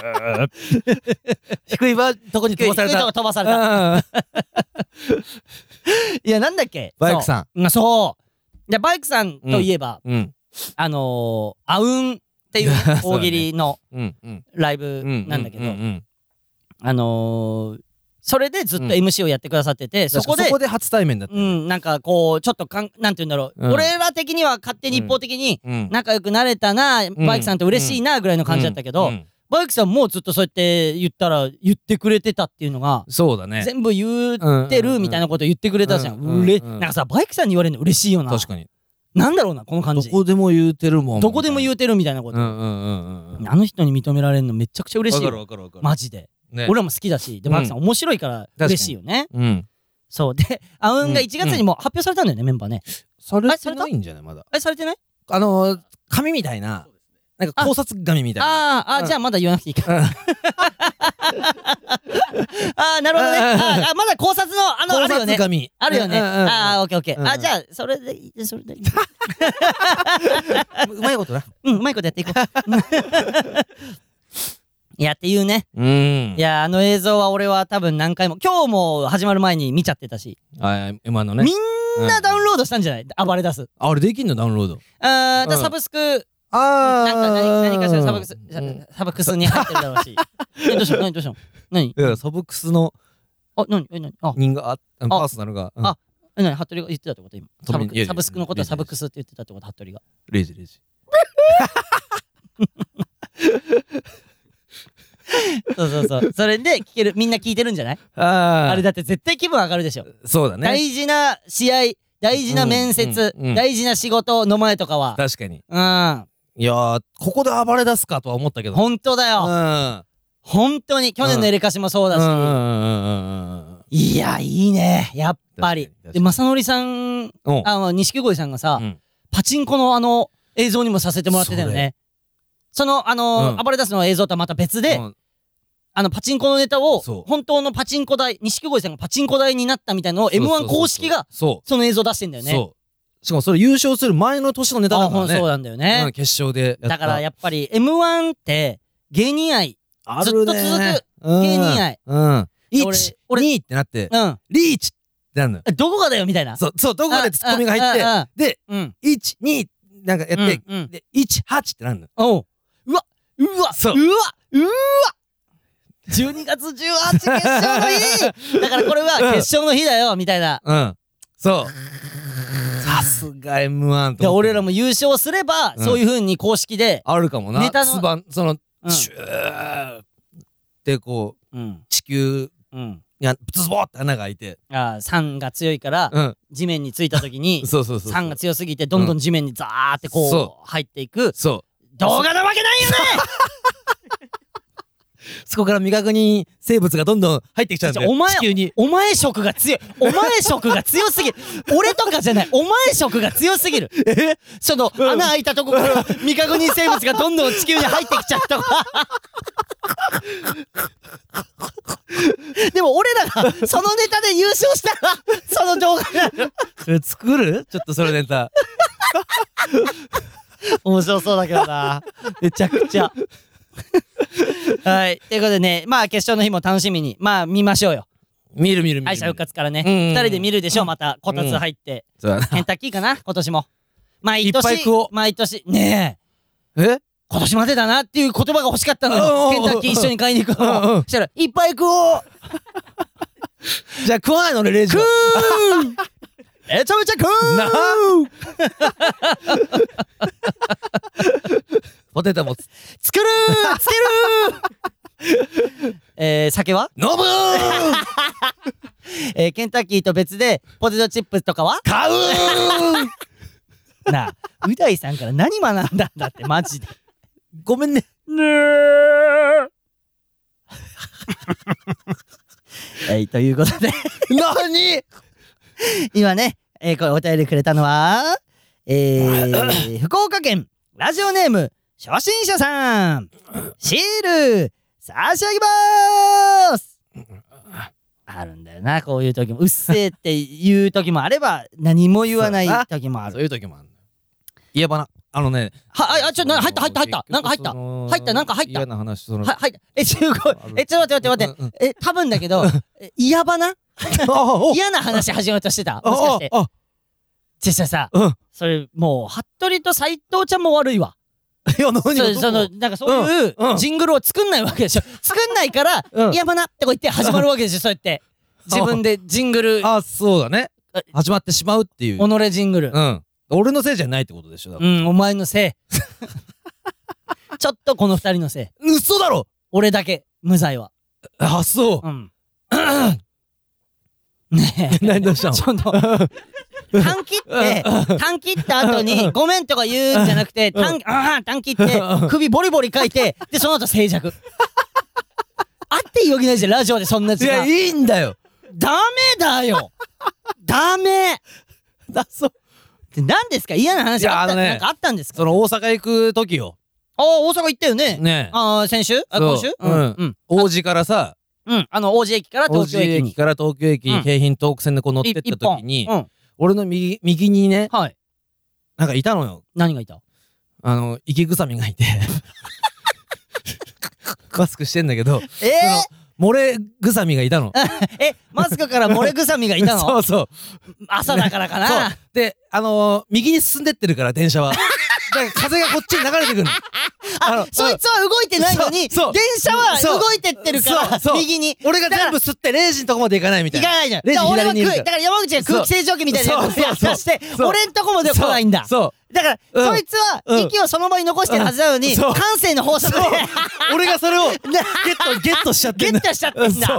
Speaker 4: 低いばとこに飛ばされた。
Speaker 2: 低いとこ飛ばされた。
Speaker 4: うん
Speaker 2: いやなんだっけ
Speaker 4: バイクさん。
Speaker 2: ん。そう。でバイクさんといえば、
Speaker 4: うん。
Speaker 2: あのー、あうんっていう大喜利の
Speaker 4: うん。うん。
Speaker 2: ライブなんだけど、
Speaker 4: うんうん
Speaker 2: あのー、それでずっと エムシー をやってくださってて、そこで
Speaker 4: そこで初対面だった。
Speaker 2: うんなんかこうちょっとかんなんて言うんだろう、
Speaker 4: うん
Speaker 2: 俺ら的には勝手に一方的に
Speaker 4: うん。
Speaker 2: 仲良くなれたな、バイクさんと嬉しいなぐらいの感じだったけど、
Speaker 4: うん
Speaker 2: バイクさんもずっとそうやって言ったら言ってくれてたっていうのが
Speaker 4: そうだね。
Speaker 2: 全部言ってるみたいなこと言ってくれたじゃん。
Speaker 4: うんうんうん
Speaker 2: うれなんかさバイクさんに言われるの嬉しいよな。
Speaker 4: 確かに。
Speaker 2: なんだろうなこの感
Speaker 4: ど
Speaker 2: じ。
Speaker 4: こでも言うてるもん。
Speaker 2: どこでも言
Speaker 4: う。
Speaker 2: うてるみたいなこと。
Speaker 4: うんうんうんうん。
Speaker 2: あの人に認められるのめちゃくちゃ嬉しい
Speaker 4: わかる
Speaker 2: よ。
Speaker 4: わかるわかる。
Speaker 2: マジで。
Speaker 4: ね。
Speaker 2: 俺らも好きだし、でバイクさん面白いから嬉しいよね。
Speaker 4: うん。
Speaker 2: そうで、あうんがいちがつにも発表されたんだよねメンバーね。
Speaker 4: されてないんじゃないまだ。
Speaker 2: えされてない？
Speaker 4: あの、紙みたいな、 なんか考察紙みたいな。
Speaker 2: あーあー、じゃあまだ言わなくていいか。ああ、なるほどね。ああ、まだ考察のあのあるよね。
Speaker 4: 考察紙
Speaker 2: あるよね。
Speaker 4: うんうんうん
Speaker 2: ああ、オッケーオッケー。
Speaker 4: うん
Speaker 2: あ、じゃあそれでいい、それでいい。
Speaker 4: うまいことな。
Speaker 2: うん、うまいことやっていこう。いやっていうね。
Speaker 4: うん。
Speaker 2: いや、あの映像は俺は多分何回も、今日も始まる前に見ちゃってたし、
Speaker 4: あ、今のね。
Speaker 2: みんなダウンロードしたんじゃない？暴れ出す。
Speaker 4: あれできんのダウンロード。
Speaker 2: あー、だ
Speaker 4: うん
Speaker 2: サブスク、
Speaker 4: あ
Speaker 2: なんか何何かしらサブクス、
Speaker 4: うん
Speaker 2: サブクスに入ってるだろうし。え、どうしたの？何どうしたの？何？
Speaker 4: いや、サブクスの
Speaker 2: あ、何？え、何？あ、
Speaker 4: 人があパーソナルが。うん
Speaker 2: あえ、何？服部が言ってたってこと今。サブ
Speaker 4: いやいや
Speaker 2: サブスクのことはサブクスって言ってたってこと服部が。
Speaker 4: レイジレイジ。
Speaker 2: そうそうそう。それで聞ける、みんな聞いてるんじゃない？
Speaker 4: あ
Speaker 2: あれだって絶対気分上がるでしょ。
Speaker 4: そうだね。
Speaker 2: 大事な試合、大事な面接、
Speaker 4: うんうんうん
Speaker 2: 大事な仕事の前とかは。
Speaker 4: 確かに。
Speaker 2: うん。
Speaker 4: いやー、ここで暴れ出すかとは思ったけど。
Speaker 2: 本当だよ。
Speaker 4: うん。
Speaker 2: 本当に去年のエレカシもそうだし。
Speaker 4: うんうんうんうんうん。
Speaker 2: いや、いいね。やっぱり
Speaker 4: 確かに確か。に
Speaker 2: で、正則さん、
Speaker 4: うん
Speaker 2: あの、錦鯉さんがさ、
Speaker 4: うん
Speaker 2: パチンコのあの映像にもさせてもらってたよね。その、あの
Speaker 4: うん
Speaker 2: 暴れ出すの映像とはまた別で、
Speaker 4: うん
Speaker 2: あの、パチンコのネタを
Speaker 4: そう、
Speaker 2: 本当のパチンコ台、錦鯉さんがパチンコ台になったみたいなのを エムワン 公式が、
Speaker 4: そ
Speaker 2: その映像出してんだ
Speaker 4: う。
Speaker 2: よね。
Speaker 4: そう。しかもそれ優勝する前の年のネタだ
Speaker 2: あ、
Speaker 4: からね。
Speaker 2: ほんそうなんだよね。
Speaker 4: うん、決勝でやった。
Speaker 2: だからやっぱり エムワン って芸人愛、
Speaker 4: あ
Speaker 2: ずっと続く芸人愛。
Speaker 4: うん。い
Speaker 2: 俺
Speaker 4: ち、
Speaker 2: 俺
Speaker 4: にってなって、
Speaker 2: うん。
Speaker 4: リーチってなるのよ。
Speaker 2: えどこがだよみたいな。
Speaker 4: そう、そう、どこでツッコミが入
Speaker 2: あああ
Speaker 4: って、で、
Speaker 2: うん。
Speaker 4: いち、に、なんかやって、
Speaker 2: うんうん
Speaker 4: で、いち、はちってなるのよ。
Speaker 2: おう。うわ、うわ、
Speaker 4: そう
Speaker 2: うわ、うわ。じゅうにがつじゅうはち決勝の日だからこれは決勝の日だよみたいな。
Speaker 4: うん。そう。さすが エムワン と
Speaker 2: で
Speaker 4: 思って。
Speaker 2: 俺らも優勝すれば、
Speaker 4: うん
Speaker 2: そういう風に公式で、
Speaker 4: あるかもな。
Speaker 2: ネタの
Speaker 4: つばん、その、
Speaker 2: うん
Speaker 4: シューってこう、
Speaker 2: うん。
Speaker 4: 地球
Speaker 2: うん。
Speaker 4: にブツボーって穴が開いて。
Speaker 2: あー、酸が強いから、
Speaker 4: うん。
Speaker 2: 地面についた時に、
Speaker 4: そうそうそうそう。
Speaker 2: 酸が強すぎて、どんどん地面にザーってこ、
Speaker 4: そう
Speaker 2: 入っていく。
Speaker 4: そう。
Speaker 2: 動画なわけないよね
Speaker 4: そこから未確認生物がどんどん入ってきちゃうんだよ。
Speaker 2: お前
Speaker 4: 地球に。
Speaker 2: お前色が強い。お前色が強すぎる。俺とかじゃない。お前色が強すぎる。
Speaker 4: え
Speaker 2: その、穴開いたとこから未確認生物がどんどん地球に入ってきちゃったとか。でも俺らがそのネタで優勝したら、その動画になる。
Speaker 4: それ作るちょっとそれネタ。
Speaker 2: 面白そうだけどな。めちゃくちゃ。はい。ということでね、まあ決勝の日も楽しみに、まあ見ましょうよ。
Speaker 4: 見る見る見る。
Speaker 2: 敗者復活からね。
Speaker 4: うんうんうん
Speaker 2: 二人で見るでしょ、また。こたつ入って。
Speaker 4: そうだな。
Speaker 2: ケンタッキーかな今年も。毎
Speaker 4: いっぱい
Speaker 2: 年
Speaker 4: 食おう、
Speaker 2: 毎年。ねえ。
Speaker 4: え
Speaker 2: 今年までだなっていう言葉が欲しかったのよ。
Speaker 4: おうおうおう
Speaker 2: ケンタッキー一緒に買いに行く
Speaker 4: うんうん
Speaker 2: の。そしたら、いっぱい食おう
Speaker 4: じゃあ食わないのね、レイジ
Speaker 2: 食
Speaker 4: は。
Speaker 2: うめちゃめちゃ食う
Speaker 4: なポテトもつ
Speaker 2: 作るーつけるーえー、酒は
Speaker 4: 飲むー
Speaker 2: えー、ケンタッキーと別で、ポテトチップスとかは
Speaker 4: 買うー
Speaker 2: なあ、う大さんから何学んだんだって、マジで。
Speaker 4: ごめんね。
Speaker 2: ねーはい、ということで、
Speaker 4: 何
Speaker 2: 今ね、えー、これお便りくれたのは、えー、福岡県、ラジオネーム、初心者さん、シール、差し上げまーすあるんだよな、こういう時も。うっせーっていう時もあれば、何も言わない時もある。
Speaker 4: そういう時もある。家バナ。あのね。
Speaker 2: は、あ、あ、ちょ、な、入った、入った、入った。なんか入った。入った、なんか入った。
Speaker 4: 嫌な話、その。
Speaker 2: は、入った。え、すごい。え、ちょっと待って待って待って。え、多分だけど、え嫌ばな嫌な話始まろうとしてたもしかして。
Speaker 4: あ、
Speaker 2: 実際さ、
Speaker 4: うん。
Speaker 2: それもう、服部と斎藤ちゃんも悪いわ。
Speaker 4: いや、何
Speaker 2: そ
Speaker 4: が
Speaker 2: その、なんかそういう
Speaker 4: うんうん
Speaker 2: ジングルを作んないわけでしょ。作んないから、
Speaker 4: うん
Speaker 2: 嫌ばなってこ言って始まるわけでしょ、そうやって。自分でジングル、
Speaker 4: あ、そうだね
Speaker 2: あ。
Speaker 4: 始まってしまうっていう。
Speaker 2: 己ジングル。
Speaker 4: うん。俺のせいじゃないってことでしょ。だから
Speaker 2: うん、お前のせい。ちょっとこの二人のせい。
Speaker 4: 嘘だろ
Speaker 2: 俺だけ、無罪は。
Speaker 4: あ、そう。
Speaker 2: うん。ねえ。
Speaker 4: 何どうしたの
Speaker 2: その、短切って、短切った後に、ごめんとか言うんじゃなくて、短、ああ、短切って、首ボリボリ書いて、で、その後静寂。あっていいわけないじゃん、ラジオでそんなやつ
Speaker 4: いや、
Speaker 2: が。
Speaker 4: いいんだよ。
Speaker 2: ダメだよダメ
Speaker 4: だ、そう。
Speaker 2: で何ですか嫌な話あった、
Speaker 4: いやあのね
Speaker 2: なんかあったんですか
Speaker 4: その大阪行く時よ。
Speaker 2: ああ、大阪行ったよね。
Speaker 4: ね
Speaker 2: ああ、先週あ、
Speaker 4: そう
Speaker 2: 今週
Speaker 4: うん
Speaker 2: うん。
Speaker 4: 王子からさ、
Speaker 2: うん。あの、王子駅から
Speaker 4: 王子
Speaker 2: 東京駅に。
Speaker 4: 駅から東京駅
Speaker 2: うん
Speaker 4: に京浜東北線でこう乗って
Speaker 2: い
Speaker 4: った
Speaker 2: 一本
Speaker 4: 時に、
Speaker 2: うん。
Speaker 4: 俺の右右にね、
Speaker 2: はい。
Speaker 4: なんかいたのよ。
Speaker 2: 何がいた
Speaker 4: あの、池ぐさみがいて。マスクしてんだけど、
Speaker 2: え
Speaker 4: 漏れぐさみがいたの。
Speaker 2: ー、え、マスクから漏れぐさみがいたの
Speaker 4: そうそう。
Speaker 2: 朝だからか
Speaker 4: そう
Speaker 2: な。
Speaker 4: で、あのー、右に進んでってるから、電車は。だから風がこっちに流れてくるの。あの
Speaker 2: そいつは動いてないのに、電
Speaker 4: そうそう
Speaker 2: 車は
Speaker 4: そう
Speaker 2: 動いてってるから
Speaker 4: そう、そう
Speaker 2: 右に。
Speaker 4: 俺が全部吸ってレイジのとこまで行かないみたいな。
Speaker 2: 行かないじゃん。
Speaker 4: レジ
Speaker 2: だから俺は
Speaker 4: 左にいるから
Speaker 2: 空だから山口が空気清浄機みたいなやつ
Speaker 4: そうそうそう
Speaker 2: やして、
Speaker 4: そう
Speaker 2: 俺んとこまで来ないんだ。
Speaker 4: そう。
Speaker 2: だから、
Speaker 4: うん
Speaker 2: そいつは
Speaker 4: うん
Speaker 2: 息をその場に残してるはずなのに、
Speaker 4: うんそう
Speaker 2: 感性の法則で
Speaker 4: そう俺がそれをゲット、ゲットしちゃってんだ。
Speaker 2: ゲットしちゃってんだ。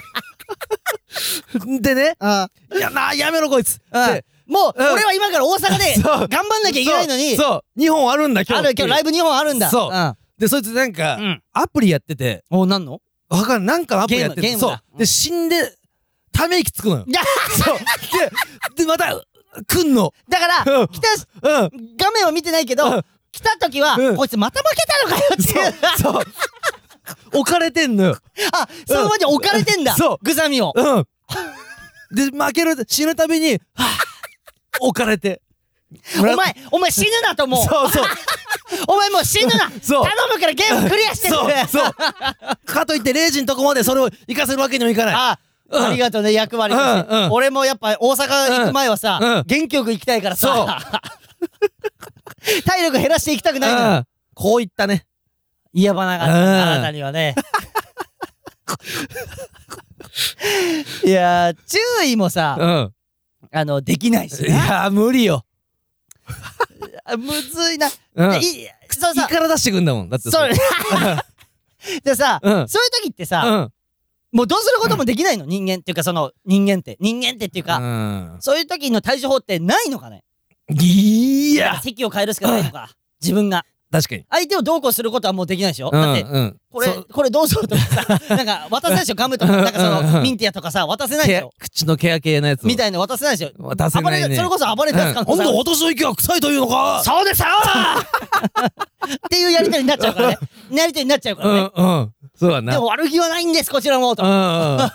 Speaker 4: そう。でね、
Speaker 2: あ
Speaker 4: いやな、やめろこいつ。
Speaker 2: あ
Speaker 4: で、
Speaker 2: もう、
Speaker 4: うん
Speaker 2: 俺は今から大阪で
Speaker 4: そう
Speaker 2: 頑張んなきゃいけないのに、
Speaker 4: そうそう、にほんあるんだ今日。
Speaker 2: ある今日ライブにほんあるんだ。
Speaker 4: そう
Speaker 2: うん
Speaker 4: で、そいつなんか
Speaker 2: う、ん。
Speaker 4: アプリやってて、
Speaker 2: お、なんの
Speaker 4: わかんない。なんかのアプリやってて、
Speaker 2: ゲームゲームだ
Speaker 4: そう。で、死んで、ため息つくのよ。
Speaker 2: いや、
Speaker 4: そう。で、で、また、来んの。
Speaker 2: だから、
Speaker 4: うん
Speaker 2: 来たし、
Speaker 4: うん。
Speaker 2: 画面を見てないけ
Speaker 4: う
Speaker 2: ど
Speaker 4: ん、
Speaker 2: 来た時は、
Speaker 4: うん
Speaker 2: こいつまた負けたのかよっていう。
Speaker 4: そう。そう。置かれてんのよ。
Speaker 2: あ、その場に置かれてんだ。
Speaker 4: そう
Speaker 2: グザミを。
Speaker 4: うん。で、負ける、死ぬたびに、はぁ、置かれて。
Speaker 2: お前、お前死ぬなともう。
Speaker 4: そうそう。
Speaker 2: お前もう死ぬな。
Speaker 4: そう
Speaker 2: 頼むからゲームクリアして
Speaker 4: そう
Speaker 2: くれ。
Speaker 4: そう。かといって、レイジのとこまでそれを行かせるわけにもいかない。
Speaker 2: あ、
Speaker 4: うん
Speaker 2: ありがとうね、役割として。
Speaker 4: うんうん
Speaker 2: 俺もやっぱ大阪行く前はさ、
Speaker 4: うんうん
Speaker 2: 元気よく行きたいからさ、体力減らしていきたくないのよ。
Speaker 4: うん。こういったね。
Speaker 2: 言えばなかった、
Speaker 4: うん
Speaker 2: あなたにはね。いやー、注意もさ、
Speaker 4: うん。
Speaker 2: あの、できないし
Speaker 4: い
Speaker 2: な。
Speaker 4: やー、無理よ。
Speaker 2: あむずいな。
Speaker 4: うん。
Speaker 2: でいそうさ、
Speaker 4: 胃から出してくんだもん。だって
Speaker 2: それ。でさ、
Speaker 4: うん
Speaker 2: そういう時ってさ、
Speaker 4: うん。
Speaker 2: もうどうすることもできないの、人間っていうか、その、人間って。人間ってっていうか、
Speaker 4: うん。
Speaker 2: そういう時の対処法ってないのかね。
Speaker 4: いや。
Speaker 2: 席を変えるしかないのか。自分が。
Speaker 4: 確かに。
Speaker 2: 相手をどうこうすることはもうできないでしょ、
Speaker 4: うん。
Speaker 2: だって、
Speaker 4: うん。
Speaker 2: これ、
Speaker 4: そう
Speaker 2: これどうぞとかさ、なんか渡せないでしょ、ガムとか、なんかそ
Speaker 4: うんうんうん
Speaker 2: の、ミンティアとかさ、渡せないで
Speaker 4: ケア
Speaker 2: しょ
Speaker 4: 口のケア系のやつを。
Speaker 2: みたいな渡せないでしょ
Speaker 4: 渡せないね
Speaker 2: 暴れそれこそ暴れ出す可能
Speaker 4: 今度
Speaker 2: 性ある。
Speaker 4: 私の息が臭いというのか。
Speaker 2: そうですよっていうやりとりになっちゃうからね。やりとりになっちゃうか
Speaker 4: う
Speaker 2: らね。
Speaker 4: んうん。そうだな。
Speaker 2: でも悪気はないんです、こちらも。と
Speaker 4: うんうん。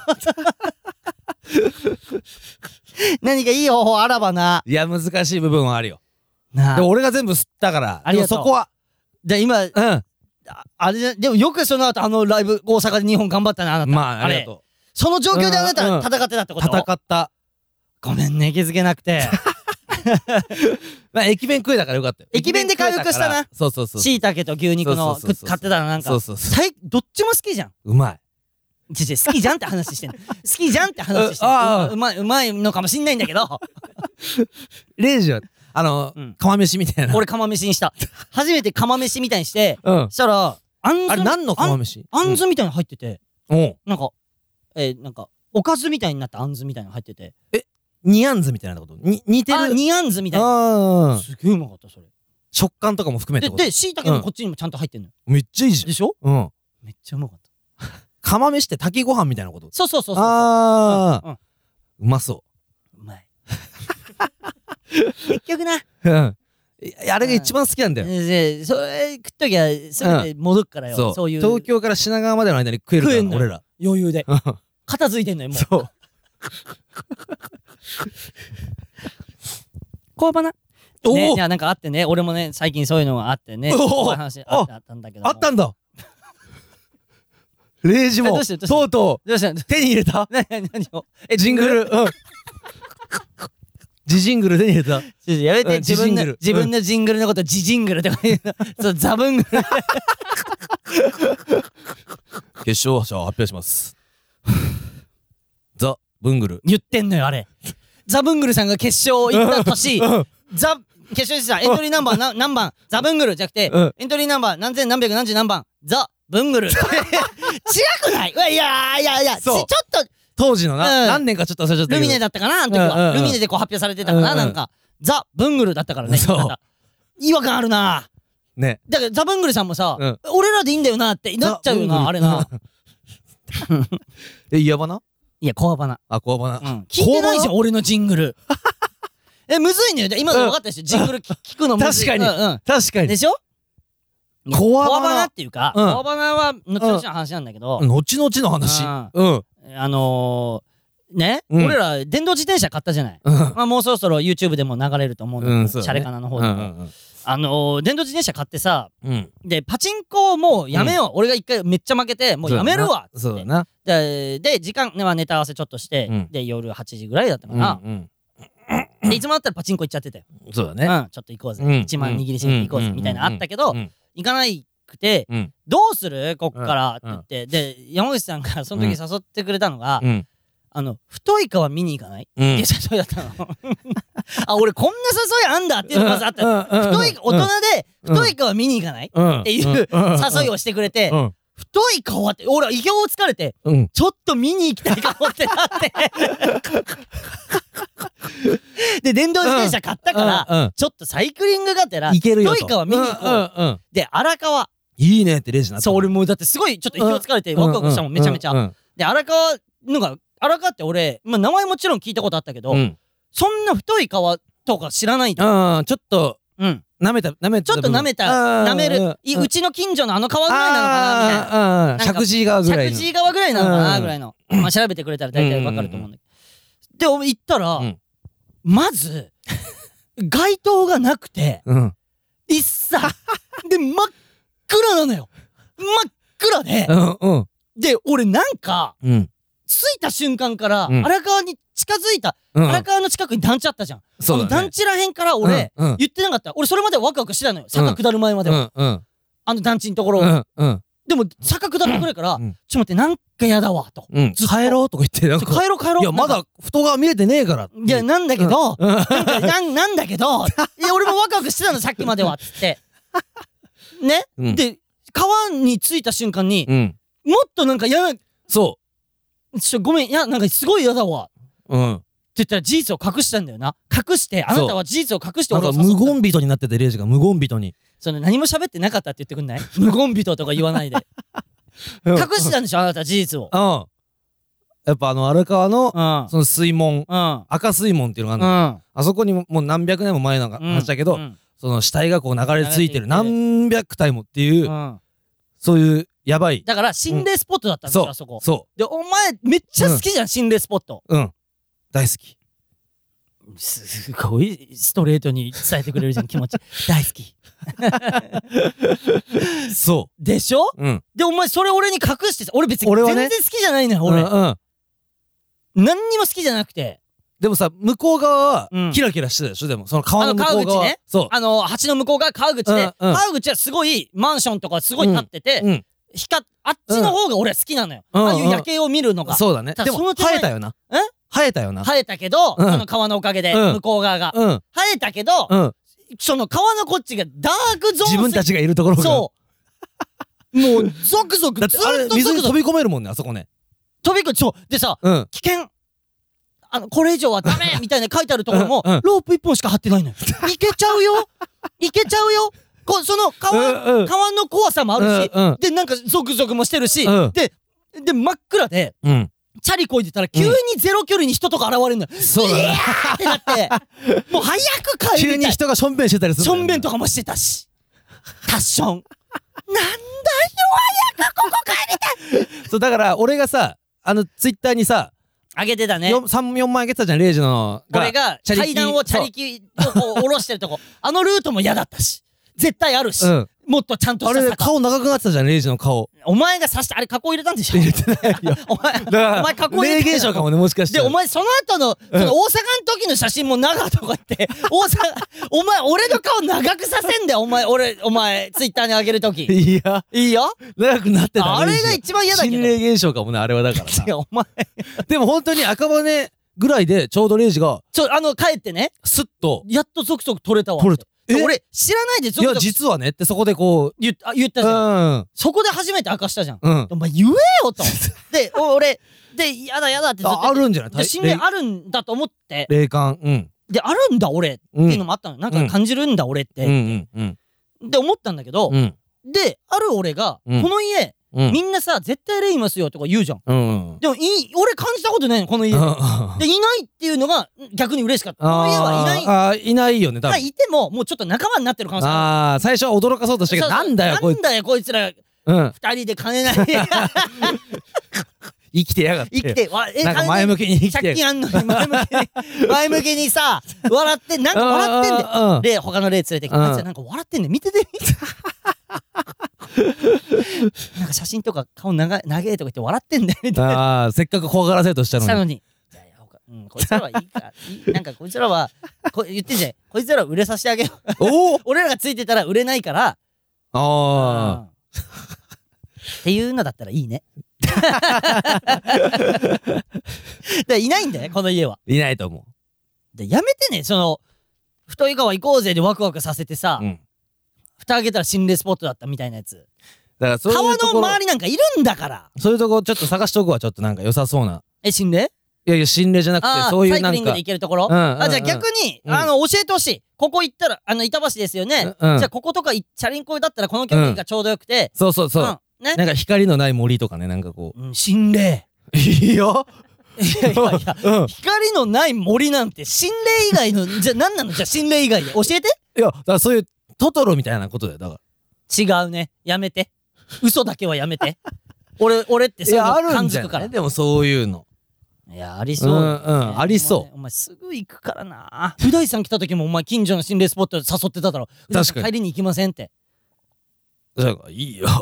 Speaker 2: 何かいい方法あらばな。
Speaker 4: いや、難しい部分はあるよ。
Speaker 2: な
Speaker 4: でも俺が全部吸ったから。
Speaker 2: ありがとう
Speaker 4: でもそこは。
Speaker 2: で、今、
Speaker 4: うん。
Speaker 2: ああれじゃ、でもよくその後あのライブ、大阪でにほん頑張ったね、あなた。
Speaker 4: まあ、ありがと
Speaker 2: その状況であなた
Speaker 4: うんうん
Speaker 2: 戦ってたってこ
Speaker 4: う。
Speaker 2: と
Speaker 4: 戦った。
Speaker 2: ごめんね、気づけなくて。
Speaker 4: まあ、駅弁食えたからよかったよ。
Speaker 2: 駅弁で回復したな
Speaker 4: 駅弁食えたからそうそうそう。
Speaker 2: 椎茸と牛肉の
Speaker 4: そうそうそうそう
Speaker 2: 買ってたらなんか
Speaker 4: そう、そうそう。
Speaker 2: 最どっちも好きじゃん。
Speaker 4: うまい。
Speaker 2: ちち好きじゃんって話してんの。好きじゃんって話してん
Speaker 4: うああ
Speaker 2: の。うまい、うまいのかもしんないんだけど、
Speaker 4: レイジは、あの
Speaker 2: うん、
Speaker 4: 釜飯みたいな。
Speaker 2: 俺釜飯にした。初めて釜飯みたいにして、
Speaker 4: うん。
Speaker 2: そしたら、あんず、
Speaker 4: あれ何の釜飯
Speaker 2: あんあんずみたいなの入ってて、
Speaker 4: うん。おう
Speaker 2: なんか、えー、なんか、おかずみたいになったあんずみたいなの入ってて、
Speaker 4: ニャンズみたいなことに似てる。
Speaker 2: あ、ニアンズみたいな。
Speaker 4: ああ。
Speaker 2: すげえうまかった、それ。
Speaker 4: 食感とかも含めて
Speaker 2: で、
Speaker 4: ってこと。
Speaker 2: で、椎茸もこっちにもちゃんと入ってんのよ。
Speaker 4: めっちゃいいじ
Speaker 2: でしょ
Speaker 4: ゃん。うん。
Speaker 2: めっちゃうまかった。
Speaker 4: 釜飯って炊きご飯みたいなこと。
Speaker 2: そうそうそうそう。
Speaker 4: ああ、
Speaker 2: うんうん
Speaker 4: うまそう
Speaker 2: まい。結局な。
Speaker 4: う。うん。いやあれが一番好きなんだよ。
Speaker 2: で、それ食っときゃ、すべて戻っからよ。
Speaker 4: そう。
Speaker 2: そういう。
Speaker 4: 東京から品川までの間に食えるから
Speaker 2: 食えんのよ
Speaker 4: 俺ら。
Speaker 2: 余裕で。
Speaker 4: うん
Speaker 2: 片付いてんのよ、もう。
Speaker 4: そう。
Speaker 2: 小花。
Speaker 4: お
Speaker 2: ね、
Speaker 4: お
Speaker 2: いや、なんかあってね、俺もね、最近そういうのがあってね、
Speaker 4: おお
Speaker 2: 怖い話あったあったんだけども。
Speaker 4: あったんだ。レイジも
Speaker 2: えどうしてどうして
Speaker 4: とうと
Speaker 2: どうした
Speaker 4: う手に入れた。
Speaker 2: なに何を
Speaker 4: えジングル。うん。ジジングル手に入れた。
Speaker 2: ちょっとやめて、
Speaker 4: うん
Speaker 2: 自分の
Speaker 4: ジジングル
Speaker 2: 自分のジングルのことジジングルとか言うの。そう、ザブングル。
Speaker 4: 決勝者を発表します。ザ・ブングル。
Speaker 2: 言ってんのよ、あれ。ザブングルさんが決勝行った年、
Speaker 4: うん
Speaker 2: ザ、決勝でさ、エントリーナンバーな何番ザブングルじゃなくて、
Speaker 4: うん
Speaker 2: エントリーナンバー何千何百何十何番ザ・ブングル。違くない？いやいやいやいや、ちちょ
Speaker 4: そう
Speaker 2: っと、
Speaker 4: 当時のな、
Speaker 2: うん
Speaker 4: 何年かちょっと忘れちゃったけど。
Speaker 2: ルミネだったかなあの時は、
Speaker 4: うんうんうん
Speaker 2: ルミネでこう発表されてたかな、
Speaker 4: うんうん
Speaker 2: なんか、ザ・ブングルだったからね。
Speaker 4: そう
Speaker 2: また違和感あるな。
Speaker 4: ね。
Speaker 2: だからザ・ブングルさんもさ、
Speaker 4: うん
Speaker 2: 俺らでいいんだよなってなっちゃうよな、あれな。。
Speaker 4: え、岩花？
Speaker 2: いや、小花。
Speaker 4: あ、小花。
Speaker 2: うん聞いてないじゃん、俺のジングル。え、むずいのよ。今の分かったでしょ、ジングル聞聞くのむずい。
Speaker 4: 確かに
Speaker 2: うんうん
Speaker 4: 確かに。
Speaker 2: でしょ
Speaker 4: 小
Speaker 2: 小
Speaker 4: バナ
Speaker 2: バナっていうか、
Speaker 4: うん
Speaker 2: 小バナは後々の話なんだけど、
Speaker 4: 後々の話。
Speaker 2: うん
Speaker 4: うん。
Speaker 2: あのー、ね、
Speaker 4: うん
Speaker 2: 俺ら電動自転車買ったじゃない。
Speaker 4: うん。
Speaker 2: まあもうそろそろ YouTube でも流れると思うんだけど、
Speaker 4: うんそうだね
Speaker 2: シャレカナの方
Speaker 4: う
Speaker 2: でも。
Speaker 4: ん
Speaker 2: あのー、電動自転車買ってさ、
Speaker 4: うん。
Speaker 2: で、パチンコをもうやめよう。俺が一回めっちゃ負けて、もうやめるわっつって。
Speaker 4: そうだな。
Speaker 2: で、で時間、ねまあ、ネタ合わせちょっとして、
Speaker 4: うん
Speaker 2: で、夜はちじぐらいだったか
Speaker 4: うん
Speaker 2: な。
Speaker 4: うん。
Speaker 2: で、いつもだったらパチンコ行っちゃってたよ。
Speaker 4: そうだね。
Speaker 2: うん、ちょっと行こうぜ。
Speaker 4: うん
Speaker 2: いちまん握りしめて行こうぜ。みたいなのあったけど
Speaker 4: う、ん
Speaker 2: 行かないくて、
Speaker 4: うん
Speaker 2: どうするこっからって言って、で、山口さんがその時誘ってくれたのが、
Speaker 4: うん
Speaker 2: あの、太い川見に行かない、
Speaker 4: うん
Speaker 2: っていう誘いだったの。あ、俺こんな誘いあんだっていうのがまずあったの。太い、大人で太い川見に行かない、
Speaker 4: っ
Speaker 2: っていう誘いをしてくれて、
Speaker 4: うん
Speaker 2: 太い川って、俺は意表をつかれて、
Speaker 4: うん。
Speaker 2: ちょっと見に行きたいかもってなって。で、電動自転車買ったから、
Speaker 4: うんうん
Speaker 2: ちょっとサイクリングがてら、
Speaker 4: いけるよと。
Speaker 2: 太い川見に行こう。
Speaker 4: うんうんうん。
Speaker 2: で、荒川。
Speaker 4: いいねってレジなった。
Speaker 2: そう、俺もうだってすごいちょっと意表をつかれてワクワクしたもん、めちゃめちゃ。
Speaker 4: ゃ。
Speaker 2: で、荒川のが、荒川って俺、まあ名前もちろん聞いたことあったけど、
Speaker 4: うん。
Speaker 2: そんな太い川とか知らないで。
Speaker 4: うん、ちょっと、
Speaker 2: うん。
Speaker 4: 舐めた、舐めた。
Speaker 2: ちょっと舐めた、舐める、いうちの近所のあの川ぐらいなのかな、みたいな。
Speaker 4: な。
Speaker 2: なんか
Speaker 4: 石神井川ぐらいの。
Speaker 2: 石神井川ぐらいなのかな、
Speaker 4: うん
Speaker 2: ぐらいの。まあ調べてくれたら大体わかると思うんだけど。で、俺行ったら、
Speaker 4: うん
Speaker 2: まず、街灯がなくて、
Speaker 4: うん。
Speaker 2: 一切、で、真っ暗なのよ。真っ暗で、
Speaker 4: うんうん。
Speaker 2: で、俺なんか、
Speaker 4: うん。
Speaker 2: 着いた瞬間から、
Speaker 4: うん
Speaker 2: 荒川に近づいた、
Speaker 4: うん。
Speaker 2: 荒川の近くに団地あったじゃん。
Speaker 4: そうだね
Speaker 2: の団地らへんから俺、
Speaker 4: うんうん
Speaker 2: 言ってなかった。俺それまではワクワクしてたのよ。坂下る前までは。
Speaker 4: うんうん。
Speaker 2: あの団地のところを。
Speaker 4: うんうん。
Speaker 2: でも、坂下ってくれから、
Speaker 4: うん
Speaker 2: ちょっと待って、なんかやだわ、と。
Speaker 4: うん。
Speaker 2: ずっと
Speaker 4: 帰ろうとか言って、なんか。
Speaker 2: 帰ろう帰ろう。
Speaker 4: いや、まだ、太川見れてねえから。
Speaker 2: いや、なんだけど、
Speaker 4: うん。
Speaker 2: なんかなんなんだけど、いや、俺もワクワクしてたの、さっきまでは、つって。ね、
Speaker 4: うん
Speaker 2: で、川に着いた瞬間に、
Speaker 4: うん。
Speaker 2: もっとなんか嫌な、
Speaker 4: そ
Speaker 2: ちょ、ごめん、いや、なんかすごい嫌だわ。って
Speaker 4: う。うん。
Speaker 2: 言ったら事実を隠したんだよな。隠して、あなたは事実を隠して
Speaker 4: なんか
Speaker 2: 俺を誘った。
Speaker 4: 無言人になってて、レイジが無言人に。
Speaker 2: その何も喋ってなかったって言ってくんない無言人とか言わないで。
Speaker 4: うん。
Speaker 2: 隠してたんでしょ、あなた事実を。
Speaker 4: うん。やっぱあの荒川の、
Speaker 2: うん。
Speaker 4: その水門、
Speaker 2: うん。
Speaker 4: 赤水門っていうのがあるの。
Speaker 2: うん。
Speaker 4: あそこにももう何百年も前の話だけど、
Speaker 2: うん
Speaker 4: その死体がこう流れ着いてる
Speaker 2: 流れていってる
Speaker 4: 何百体もっていう、
Speaker 2: うん
Speaker 4: そういうやばい。
Speaker 2: だから心霊スポットだったんですよ、あそこ。
Speaker 4: そ
Speaker 2: で、お前めっちゃ好きじゃん、心霊スポット。
Speaker 4: う。うん。大好き。
Speaker 2: すごいストレートに伝えてくれるじゃん、気持ち。大好き。
Speaker 4: そ
Speaker 2: でしょ？
Speaker 4: う。うん。
Speaker 2: で、お前それ俺に隠してさ、俺別に
Speaker 4: 俺はね
Speaker 2: 全然好きじゃないのよ、俺。
Speaker 4: うんうん。
Speaker 2: 何にも好きじゃなくて。
Speaker 4: でもさ、向こう側
Speaker 2: うん
Speaker 4: はキラキラしてたでしょ、でも。その川の向こう側。
Speaker 2: あの川口ね
Speaker 4: そう。
Speaker 2: あの、橋の向こうが川口で、
Speaker 4: うんうん
Speaker 2: 川口はすごいマンションとかすごい建ってて、
Speaker 4: うん。
Speaker 2: 光っあっちの方が俺は好きなのよ。
Speaker 4: うん
Speaker 2: ああいう夜景を見るのが。
Speaker 4: そうだね。
Speaker 2: ただ
Speaker 4: でも、
Speaker 2: その手前
Speaker 4: 生えたよな。
Speaker 2: え
Speaker 4: 生えたよな。
Speaker 2: 生えたけど、
Speaker 4: うん
Speaker 2: その川のおかげで、
Speaker 4: うん
Speaker 2: 向こう側が。
Speaker 4: うん。
Speaker 2: 生えたけど、
Speaker 4: うん。
Speaker 2: その川のこっちがダークゾーン
Speaker 4: 自分たちがいるところが。
Speaker 2: そう。もう、ゾクゾク、ず
Speaker 4: だってあれ、
Speaker 2: ーっとゾクゾク。
Speaker 4: 水に飛び込めるもんね、あそこね。
Speaker 2: 飛び込む、そう。でさ、
Speaker 4: うん。
Speaker 2: 危険。あの、これ以上はダメみたいな書いてあるところも、
Speaker 4: うんうん
Speaker 2: ロープ一本しか張ってないのよ。いけちゃうよいけちゃうよこその川、
Speaker 4: うんうん
Speaker 2: 川の怖さもあるし、
Speaker 4: うんうん
Speaker 2: で、なんかゾクゾクもしてるし、
Speaker 4: うん
Speaker 2: で、で、真っ暗で、
Speaker 4: うん。
Speaker 2: チャリこいでたら急にゼロ距離に人とか現れるのよ。
Speaker 4: そうだね。
Speaker 2: ってなって、もう早く帰りたい。
Speaker 4: 急に人がしょんべんしてたりする
Speaker 2: しょ
Speaker 4: だよね。
Speaker 2: んべんとかもしてたし。タッション。なんだよ、早くここ帰りたい。
Speaker 4: そう、だから、俺がさ、あの、ツイッターにさ、
Speaker 2: あげてたね。
Speaker 4: よん、さん、よんまんあげてたじゃん、レイジの。
Speaker 2: 俺が
Speaker 4: チャリキ
Speaker 2: 階段をチャリキをこう下ろしてるとこ。あのルートも嫌だったし。絶対あるし。
Speaker 4: うん。
Speaker 2: もっとちゃんと
Speaker 4: あれ、
Speaker 2: した坂。
Speaker 4: 顔長くなってたじゃん、レイジの顔。
Speaker 2: お前が刺して、あれ加工入れたんでしょ
Speaker 4: 入れてないよ。
Speaker 2: お前、
Speaker 4: だから、
Speaker 2: お前加工入れ
Speaker 4: 霊
Speaker 2: て
Speaker 4: 現象かもね、もしかして。
Speaker 2: で、お前その後の、その大阪の時の写真も長とか言って、大阪、お前俺の顔長くさせんだよ、お前、俺、お前、ツイッターに上げる時。
Speaker 4: いや、
Speaker 2: いいよ。
Speaker 4: 長くなってた。
Speaker 2: あれが
Speaker 4: レイジ
Speaker 2: 一番嫌だけど。
Speaker 4: 心霊現象かもね、あれはだから
Speaker 2: い
Speaker 4: な。
Speaker 2: や、お前、
Speaker 4: でも本当に赤羽ぐらいで、ちょうどレイジが、
Speaker 2: ちょ、あの、帰ってね、
Speaker 4: スッと、
Speaker 2: やっとゾクゾク取れたわ。
Speaker 4: 取れた。
Speaker 2: で俺、知らないでゾ
Speaker 4: いや、
Speaker 2: クゾク
Speaker 4: 実はねって、そこでこ
Speaker 2: 言っあ言った
Speaker 4: う、
Speaker 2: じゃん。
Speaker 4: うん。
Speaker 2: そこで初めて明かしたじゃん。
Speaker 4: うん。
Speaker 2: お前言えよと。で、お俺、で、やだやだってずっと
Speaker 4: あ、あるんじゃない
Speaker 2: で、心霊あるんだと思って、
Speaker 4: 霊感。うん。
Speaker 2: で、あるんだ俺っていうのもあったの。なんか感じるんだ俺っ
Speaker 4: うんう
Speaker 2: て。
Speaker 4: んうん。
Speaker 2: で、思ったんだけど
Speaker 4: う、ん。
Speaker 2: で、ある俺が、
Speaker 4: うん
Speaker 2: この家、
Speaker 4: うん、
Speaker 2: みんなさ絶対霊いますよとか言うじゃん、
Speaker 4: うん、
Speaker 2: でもい俺感じたことないのこの家ででいないっていうのが逆に嬉しかった。この家はいない
Speaker 4: ああいないよね多分。
Speaker 2: いてももうちょっと仲間になってる可能性ある。
Speaker 4: ああ最初は驚かそうとしたけどなんだよこいつ
Speaker 2: なんだよこいつら
Speaker 4: うん
Speaker 2: 二人で金ない
Speaker 4: 生きてやがって
Speaker 2: 生きてわえ
Speaker 4: なんか前向きに生きて
Speaker 2: 借金あんのに前向きに前向きにさ笑ってなんか笑ってんだよ。で他の霊連れてきてあいつらなんか笑ってんだよ見ててなんか写真とか顔長い長えとか言って笑ってんだよみたいな。
Speaker 4: ああせっかく怖がらせようとしたのに
Speaker 2: したのにじゃあやろうか、うん、こいつらはいいかいいなんかこいつらはこ言ってんじゃんこいつらは売れさせてあげよう
Speaker 4: おお
Speaker 2: 俺らがついてたら売れないから
Speaker 4: ああ
Speaker 2: っていうのだったらいいねだいないんだよこの家はい
Speaker 4: ないと思
Speaker 2: う。でやめてねその太い川行こうぜでワクワクさせてさ、うん、蓋開けたら心霊スポットだったみたいなやつ。
Speaker 4: だからそういうところ
Speaker 2: 川の周りなんかいるんだから。
Speaker 4: そういうとこちょっと探しとくわ。ちょっとなんか良さそうな。
Speaker 2: え心霊？
Speaker 4: いやいや心霊じゃなくてそういうなんか
Speaker 2: サイクリングで行けるところ、うんうんうん、あじゃあ逆に、うん、あの教えてほしい。ここ行ったらあの板橋ですよね、うんうん、じゃあこことかチャリンコだったらこの距離がちょうどよくて、
Speaker 4: うん、そうそうそう、うんね、なんか光のない森とかねなんかこう、
Speaker 2: うん、心霊
Speaker 4: いいよ
Speaker 2: いやいやいや、うん、光のない森なんて心霊以外のじゃあ何なのじゃあ心霊以外で教えて。
Speaker 4: いやだからそういうトトロみたいなことだよだから
Speaker 2: 違うねやめて嘘だけはやめて俺俺ってそういうの感づくから。
Speaker 4: でもそういうの
Speaker 2: いやありそう、ね、
Speaker 4: うんうんありそう。
Speaker 2: お前、お前すぐ行くからな。う大さん来た時もお前近所の心霊スポットで誘ってただろ。
Speaker 4: 確かに
Speaker 2: 帰りに行きませんって
Speaker 4: だからいいよ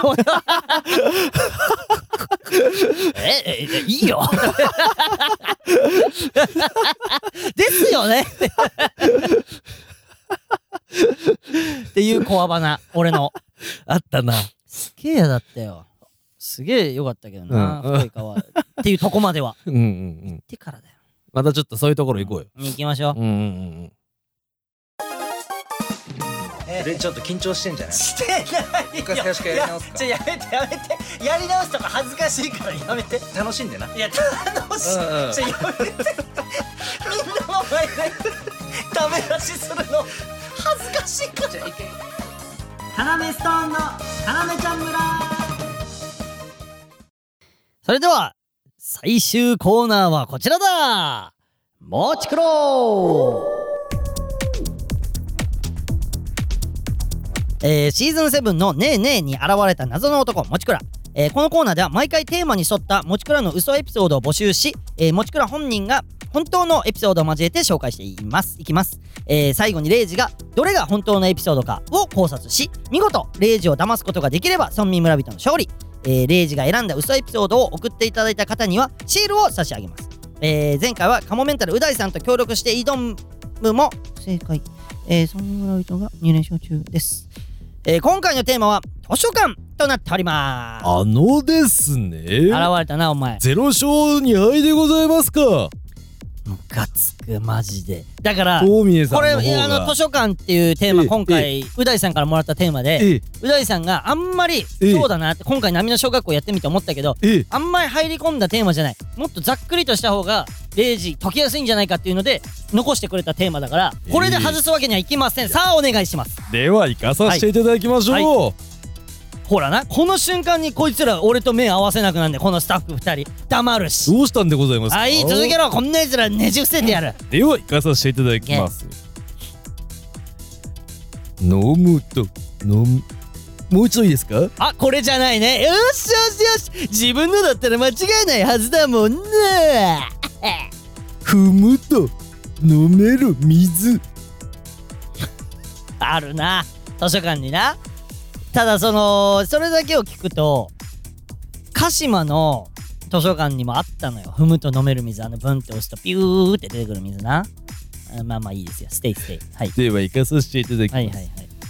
Speaker 2: ええいいよですよねっていう小花俺の
Speaker 4: あったな。
Speaker 2: すげえ嫌だったよ。すげえよかったけどな、うん、太い川っていうとこまでは
Speaker 4: うんうん、うん、
Speaker 2: 行ってからだよ。
Speaker 4: またちょっとそういうところ行こうよ、
Speaker 2: うん、行きましょう。
Speaker 4: うんうんうんでちょっと緊張してんじゃない？してないよ。一回最初からやり直すか。ちょやめてやめてやり直すとか恥ずかしいからやめて。楽しんでな。いや楽しい、うんうん、ちょやめてみんなの前でダメ出しするの恥ずかしいから。じゃあ一回
Speaker 2: カナメストーンのカナメちゃん村。それでは最終コーナーはこちらだ。もちくろー。えー、シーズンセブンのねえねえに現れた謎の男もちくら、えー、このコーナーでは毎回テーマに沿ったもちくらの嘘エピソードを募集し、えー、もちくら本人が本当のエピソードを交えて紹介していますいきます、えー、最後にレイジがどれが本当のエピソードかを考察し見事レイジを騙すことができれば村民村人の勝利、えー、レイジが選んだ嘘エピソードを送っていただいた方にはシールを差し上げます、えー、前回はカモメンタルう大さんと協力して挑むも正解、えー、村民村人がに連勝中です。えー、今回のテーマは図書館となっております。
Speaker 4: あのですね
Speaker 2: 現れたなお前。
Speaker 4: ゼロ勝に敗でございますか。
Speaker 2: ムカつくマジで。だから
Speaker 4: これ
Speaker 2: あの図書館っていうテーマ今回う大さんからもらったテーマでう大さんがあんまりそうだなって今回波の小学校やってみて思ったけどあんまり入り込んだテーマじゃない、もっとざっくりとした方がレイジ解きやすいんじゃないかっていうので残してくれたテーマだからこれで外すわけにはいきません。さあお願いします。
Speaker 4: では行かさせていただきましょう、はいはい、
Speaker 2: ほらなこの瞬間にこいつら俺と目合わせなくなんでこのスタッフふたり黙るし。
Speaker 4: どうしたんでございますか。
Speaker 2: はい続けろこんなやつらねじ伏せてやる。
Speaker 4: では行かさせていただきます。飲むと飲むもう一度いいですか。
Speaker 2: あこれじゃないね。よしよしよし自分のだったら間違いないはずだもんな。
Speaker 4: 踏むと飲める水
Speaker 2: あるな図書館にな。ただそのそれだけを聞くと鹿島の図書館にもあったのよ。踏むと飲める水、あのブンって押すとピューって出てくる水な。あまあまあいいですよ。ステイステイ。はい。
Speaker 4: では行かさせていただきます。
Speaker 2: はいはいはい。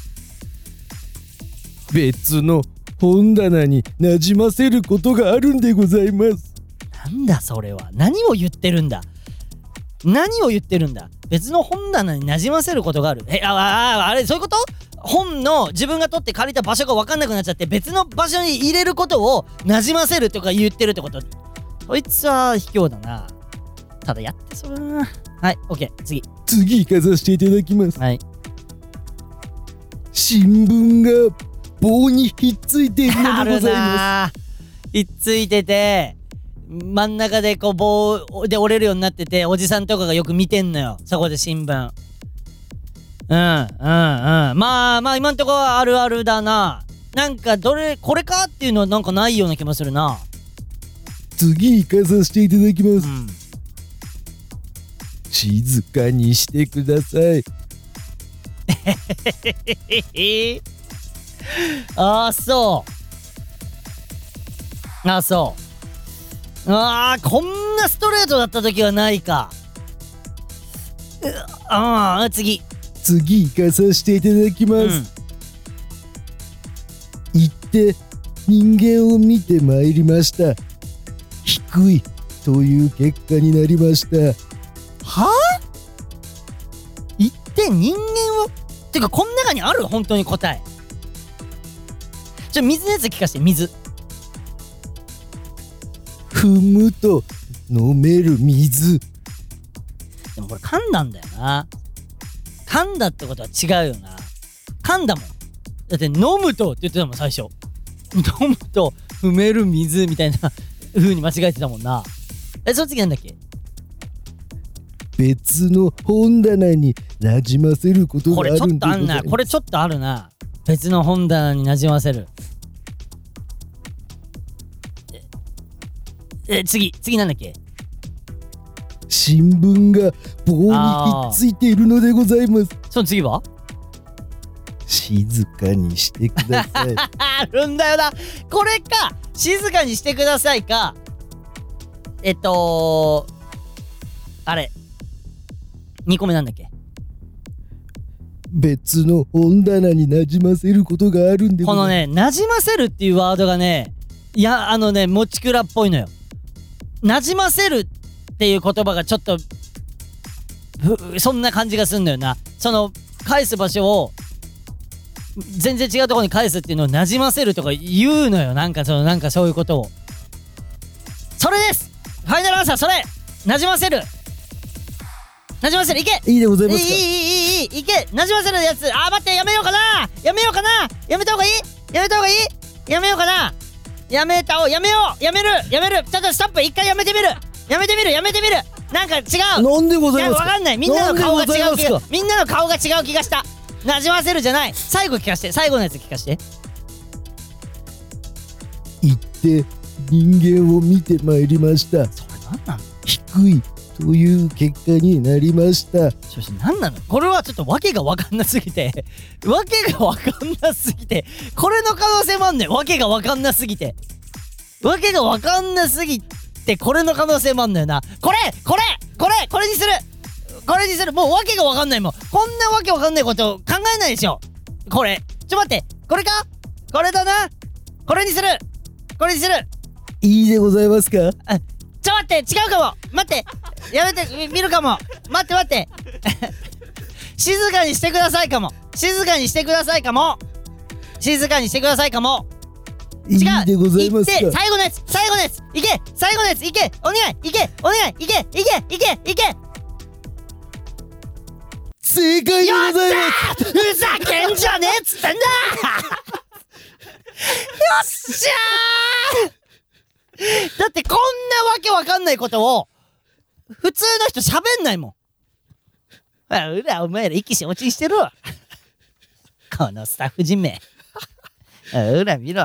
Speaker 4: 別の本棚になじませることがあるんでございます。
Speaker 2: なんだそれは。何を言ってるんだ。何を言ってるんだ。別の本棚になじませることがある。えあああれそういうこと。本の自分が取って借りた場所が分かんなくなっちゃって別の場所に入れることをなじませるとか言ってるってこと。そいつは卑怯だな。ただやってそうだな。はい OK 次
Speaker 4: 次行かさせていただきます。
Speaker 2: はい。
Speaker 4: 新聞が
Speaker 5: 棒にひっついているのでございま
Speaker 2: す。ひっついてて真ん中でこう棒で折れるようになってて、おじさんとかがよく見てんのよ、そこで新聞。うんうんうん。まあまあ今んとこはあるあるだな。なんかどれこれかっていうのはなんかないような気もするな。
Speaker 5: 次行かさせていただきます、
Speaker 2: うん、
Speaker 5: 静かにしてください。
Speaker 2: ああそうああそうああこんなストレートだった時はないか。ああ次
Speaker 5: 次行かさせていただきます、うん、行って人間を見てまいりました。低いという結果になりました。
Speaker 2: はあ？行って人間をてかこん中にある本当に答え。ちょ水のやつ聞かせて。水
Speaker 5: 踏むと飲める水。
Speaker 2: でもこれ噛んだんだよな。噛んだってことは違うよな。噛んだもん。だって飲むとって言ってたもん最初。飲むと踏める水みたいな風に間違えてたもんな。え、その次なんだっけ？
Speaker 5: 別の本棚になじませることがあるんでございます。これちょっとあんな。
Speaker 2: これちょっとあるな。別の本棚になじませる。え、え次次なんだっけ？
Speaker 5: 新聞が棒にひっついているのでございます。
Speaker 2: その次は？
Speaker 5: 静かにしてください。
Speaker 2: あるんだよな。これか静かにしてくださいか、えっとあれにこめなんだっけ？
Speaker 5: 別の本棚になじませることがあるんで。
Speaker 2: このねなじませるっていうワードがね、いやあのねもちくらっぽいのよ。なじませるっていう言葉がちょっとそんな感じがすんだよな。その返す場所を全然違うところに返すっていうのをなじませるとか言うのよ。なんかそのなんかそういうことを。それです。ファイナルアンサーそれ。なじませる。なじませるいけ。
Speaker 5: いいでございますか。
Speaker 2: いいいいいいいいいけ。なじませるやつ。あー待ってやめようかな。やめようかな。やめた方がいい。やめた方がいい。やめようかな。やめたおやめよう。やめるやめる。ちょっとストップ。一回やめてみる。やめてみるやめてみる。なんか違う。
Speaker 5: なんでございますか。
Speaker 2: わかんない。みんなの顔が違う気がみんなの顔が違う気がした。なじませるじゃない。最後聞かして。最後のやつ聞かして。
Speaker 5: 行って人間を見てまいりました。
Speaker 2: それなんなの？
Speaker 5: 低いという結果になりました。
Speaker 2: 少々なんなの？これはちょっと訳が分かんなすぎて訳が分かんなすぎてこれの可能性もあんねん。訳が分かんなすぎて訳が分かんなすぎてこれの可能性もあんのよな。これこれこれこれにするこれにする。もう訳が分かんないもん。こんな訳分かんないこと考えないでしょこれ。ちょ待って、これかこれだな。これにするこれにする。
Speaker 5: いいでございますか。
Speaker 2: あちょ待って違うかも。待ってやめて見るかも。待って待って静かにしてくださいかも。静かにしてくださいかも。静かにしてくださいかも。違う。
Speaker 5: いいでございますか。
Speaker 2: いって最後のやつ最後のやついけ。最後のやついけ。お願いいけお願いいけいけいけいけ。
Speaker 5: 正解でございます。
Speaker 2: ふざけんじゃねえっつってんだよっしゃー。だってこんなわけわかんないことを普通の人喋んないもん。あうらお前ら息し落ちしてるわこのスタッフ陣名あうら見ろ。ん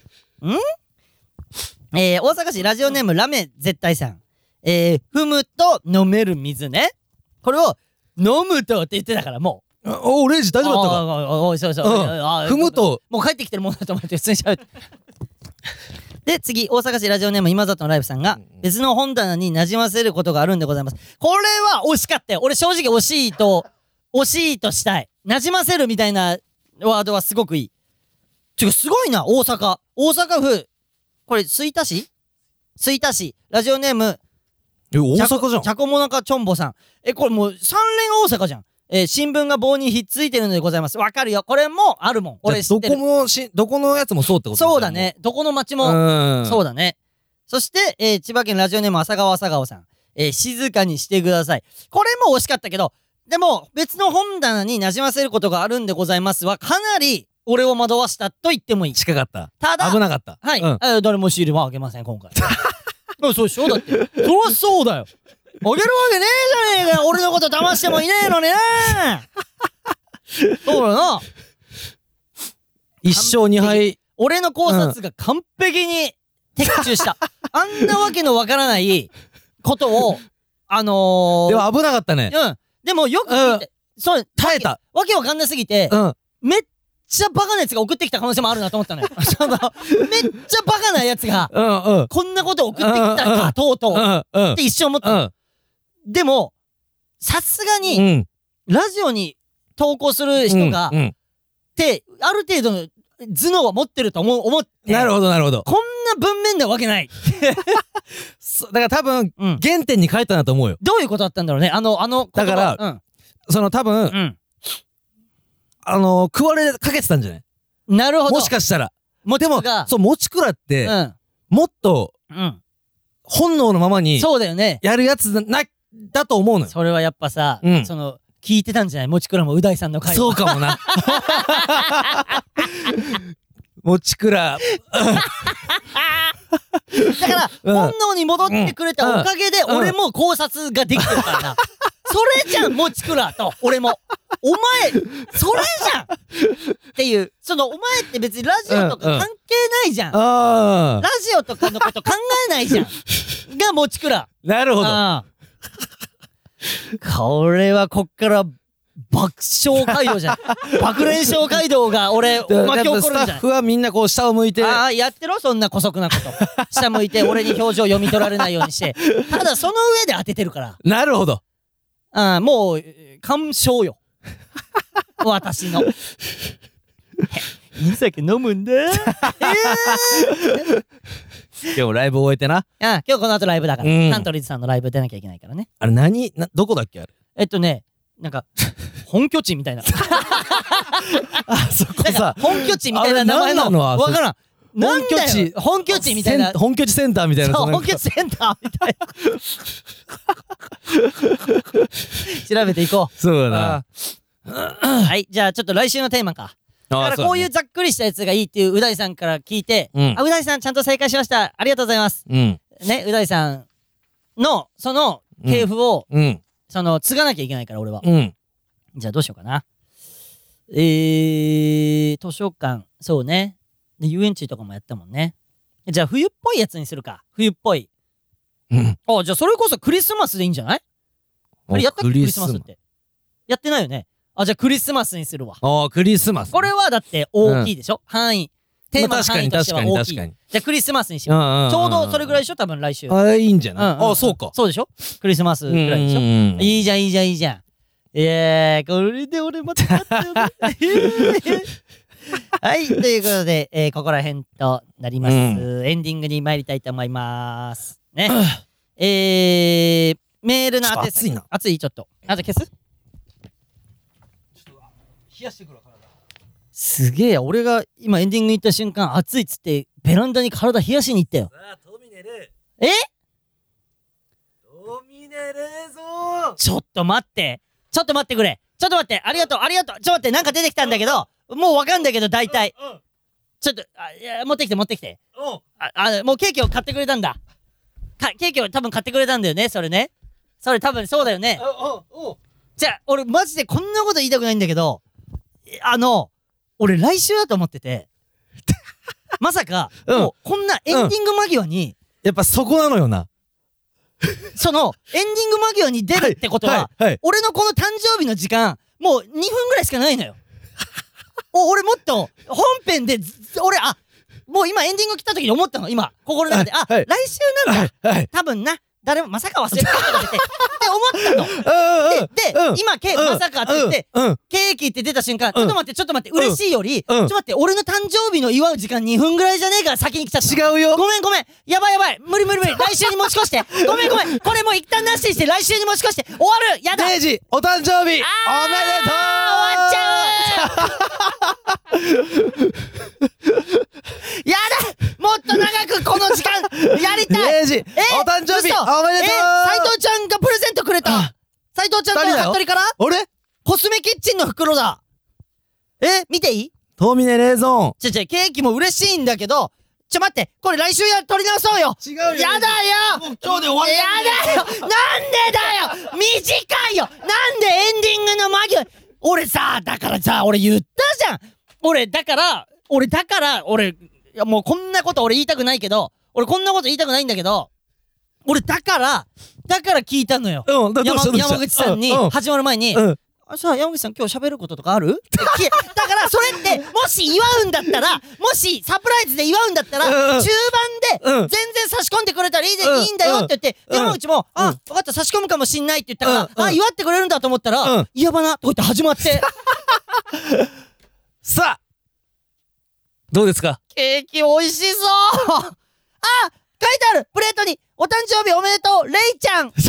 Speaker 2: えー、大阪市ラジオネームラメ絶対さん。えー、踏むと飲める水ね。これを飲むとって言ってたからもう。
Speaker 5: おおレイジ大丈夫だったか。
Speaker 2: おおそうそう、うん、
Speaker 5: 踏むと
Speaker 2: もう帰ってきてるもんだと思って普通に喋ってで次大阪市ラジオネーム今里のライブさんが別の本棚になじませることがあるんでございます。これは惜しかったよ。俺正直惜しいと惜しいとしたい。なじませるみたいなワードはすごくいい。ちょすごいな。大阪大阪府これ吹田市吹田市ラジオネーム
Speaker 5: え大阪じゃん。
Speaker 2: チャコモナカチョンボさん。えこれもう三連大阪じゃん。えー、新聞が棒にひっついてるのでございます。わかるよ。これもあるもん。俺知ってる。
Speaker 5: どこもしどこのやつもそうってこと
Speaker 2: そうだね。どこの町もそうだね。そして、えー、千葉県ラジオネーム朝川朝顔さん。えー、静かにしてください。これも惜しかったけど、でも別の本棚になじませることがあるんでございますはかなり俺を惑わしたと言ってもいい。
Speaker 1: 近かった。
Speaker 2: ただ
Speaker 1: 危なかった。
Speaker 2: はい、
Speaker 1: うん、
Speaker 2: え誰もシールはあげません今回。そうでしょ、だってそりゃそうだよ。あげるわけねえじゃねえかよ、俺のこと騙してもいねえのにな。そうだな。
Speaker 1: 一勝二敗。
Speaker 2: 俺の考察が完璧に的中した。あんなわけのわからないことをあのー、
Speaker 1: でも危なかったね。
Speaker 2: うんでもよく聞いて、うん、そう
Speaker 1: 耐えた。
Speaker 2: わけわかんなすぎて、うん、めっちゃバカなやつが送ってきた可能性もあるなと思ったのよ。そのめっちゃバカなやつが、うんうん、こんなこと送ってきたか、うん、とうとう、うんうん、って一瞬思ったの、うん、でもさすがに、うん、ラジオに投稿する人が、うんうん、ってある程度の頭脳は持ってると思う思って、
Speaker 1: なるほどなるほど、
Speaker 2: こんな文面なわけない。
Speaker 1: だから多分、うん、原点に帰ったなと思うよ。
Speaker 2: どういうことだったんだろうね、あのあの
Speaker 1: だから、うん、その多分、うん、あのー、食われかけてたんじゃない？
Speaker 2: なるほど。
Speaker 1: もしかしたら。でもそう、もちくらって、うん、もっと、うん、本能のままに
Speaker 2: そうだよね、
Speaker 1: やるやつなだと思うのよ。
Speaker 2: それはやっぱさ、うん、その聞いてたんじゃない？もちくらもう大さんの会話。
Speaker 1: そうかもな。もちくら。
Speaker 2: だから、うん、本能に戻ってくれたおかげで、うん、俺も考察ができてるからな。うん、それじゃん、もちくらと俺も。お前それじゃんっていう、そのお前って別にラジオとか関係ないじゃん、うんうん、ラジオとかのこと考えないじゃんがもちくら。
Speaker 1: なるほど。
Speaker 2: これはこっから爆笑街道じゃん。爆連勝街道が俺巻き起こるんじゃない？
Speaker 1: スタッフはみんなこう下を向いて、
Speaker 2: ああやってろそんな姑息なこと。下向いて俺に表情読み取られないようにして、ただその上で当ててるから。
Speaker 1: なるほど。
Speaker 2: ああもう完勝よ。私の。いい酒飲むんだ。えー、
Speaker 1: 今日ライブ終えてな。
Speaker 2: ああ今日この後ライブだから、うん、カントリーズさんのライブ出なきゃいけないからね。
Speaker 1: あれ何などこだっけあれ？
Speaker 2: えっとねなんか本拠地みたいな。
Speaker 1: あそこさ
Speaker 2: 本拠地みたいな名前のわからん。
Speaker 1: 本拠地
Speaker 2: 本拠地みたいな
Speaker 1: 本拠地センターみたいな。
Speaker 2: そう本拠地センターみたいな。調べていこう。
Speaker 1: そうだな。
Speaker 2: はい、じゃあちょっと来週のテーマか。だからこういうざっくりしたやつがいいっていうう大さんから聞いて、うん、あう大さんちゃんと正解しました、ありがとうございます、うん、ねう大さんのその系譜を、うん、その継がなきゃいけないから俺は、うん、じゃあどうしようかな。えー図書館そうねで遊園地とかもやったもんね。じゃあ冬っぽいやつにするか。冬っぽい、うん、あじゃあそれこそクリスマスでいいんじゃない？あれやったっけクリスマスってやってないよね。あじゃあクリスマスにするわ。
Speaker 1: ああクリスマス、ね、
Speaker 2: これはだって大きいでしょ、うん、範囲テーマの範囲としては大きい。じゃあクリスマスにしよう、うんうんうん、ちょうどそれぐらいでしょ多分来週。
Speaker 1: あいいんじゃない、うんうん、あそうかそう
Speaker 2: でしょクリスマスぐらいでしょ、うんうんうん、いいじゃんいいじゃんいいじゃん。えーこれで俺また勝ったよ。はいということで、えー、ここら辺となります、うん、エンディングに参りたいと思いますね。えーメールの宛先
Speaker 1: 熱いな
Speaker 2: 熱いちょっとあと消す冷やしてくる体。すげえ俺が今エンディングに行った瞬間暑いっつってベランダに体冷やしに行ったよ。さあトミネルえトミネルぞちょっと待ってちょっと待ってくれちょっと待ってありがとうありがとうちょっと待ってなんか出てきたんだけどもうわかんだけど大体、うんうん、ちょっとあいや持ってきて持ってきて、うん、ああもうケーキを買ってくれたんだかケーキを多分買ってくれたんだよねそれねそれ多分そうだよね。じゃあ俺マジでこんなこと言いたくないんだけどあの俺来週だと思っててまさか、うん、もうこんなエンディング間際に、うん、
Speaker 1: やっぱそこなのよな
Speaker 2: そのエンディング間際に出るってことは、はいはいはい、俺のこの誕生日の時間もうにふんぐらいしかないのよ。お俺もっと本編で俺あもう今エンディング来た時に思ったの今心の中で、はい、あ、はい、来週なんだ、はいはい、多分な誰もまさか忘れたことが出てって思ったの。で、で、うん、今ケーキまさかって言って、うん、ケーキって出た瞬間、うん、ちょっと待ってちょっと待って嬉しいより、うん、ちょっと待って俺の誕生日の祝う時間にふんぐらいじゃねえから先に来ちゃった。
Speaker 1: 違うよ。
Speaker 2: ごめんごめんやばいやばい無理無理無理来週に持ち越してごめんごめんこれもう一旦なしにして来週に持ち越して終わるやだ。
Speaker 1: デイジお誕生日おめでとう
Speaker 2: 終わっちゃうやだもっと長くこの時間やりたい。
Speaker 1: デイジえお誕生日おめでとう。
Speaker 2: 斉藤ちゃんがプレゼントくれた。斉藤ちゃんと服部から
Speaker 1: 俺
Speaker 2: コスメキッチンの袋だ。え見ていい
Speaker 6: 遠峰レーゾーン。
Speaker 2: ちょちょ、ケーキも嬉しいんだけど、ちょ待って、これ来週や、取り直そうよ。
Speaker 6: 違うよ。
Speaker 2: やだよ。
Speaker 6: もう今日で終わり
Speaker 2: やだよ。なんでだよ。短いよ。なんでエンディングの間際。俺さ、だからさ、俺言ったじゃん。俺、だから、俺、だから、俺、いやもうこんなこと俺言いたくないけど、俺こんなこと言いたくないんだけど、俺だから、だから聞いたのよ。
Speaker 6: うん、だどうしたどうした
Speaker 2: 山口さんに、
Speaker 6: うんうん
Speaker 2: 始まる前に、
Speaker 6: うん
Speaker 2: あさあ山口さん今日喋ることとかあるって聞いだからそれってもし祝うんだったらもしサプライズで祝うんだったら、
Speaker 6: うんうん
Speaker 2: 中盤
Speaker 6: うん
Speaker 2: で全然差し込んでくれたらいいで、
Speaker 6: うん
Speaker 2: いいんだよって言って、
Speaker 6: うん
Speaker 2: 山口も、
Speaker 6: うん
Speaker 2: あ分かった差し込むかもしんないって言ったから、
Speaker 6: うんうん
Speaker 2: あ祝ってくれるんだと思ったら、
Speaker 6: うん
Speaker 2: 嫌ばなとか言って始まって
Speaker 6: さあどうですか？
Speaker 2: ケーキ美味しそうあ書いてあるプレートにお誕生日おめでとうレイちゃんあ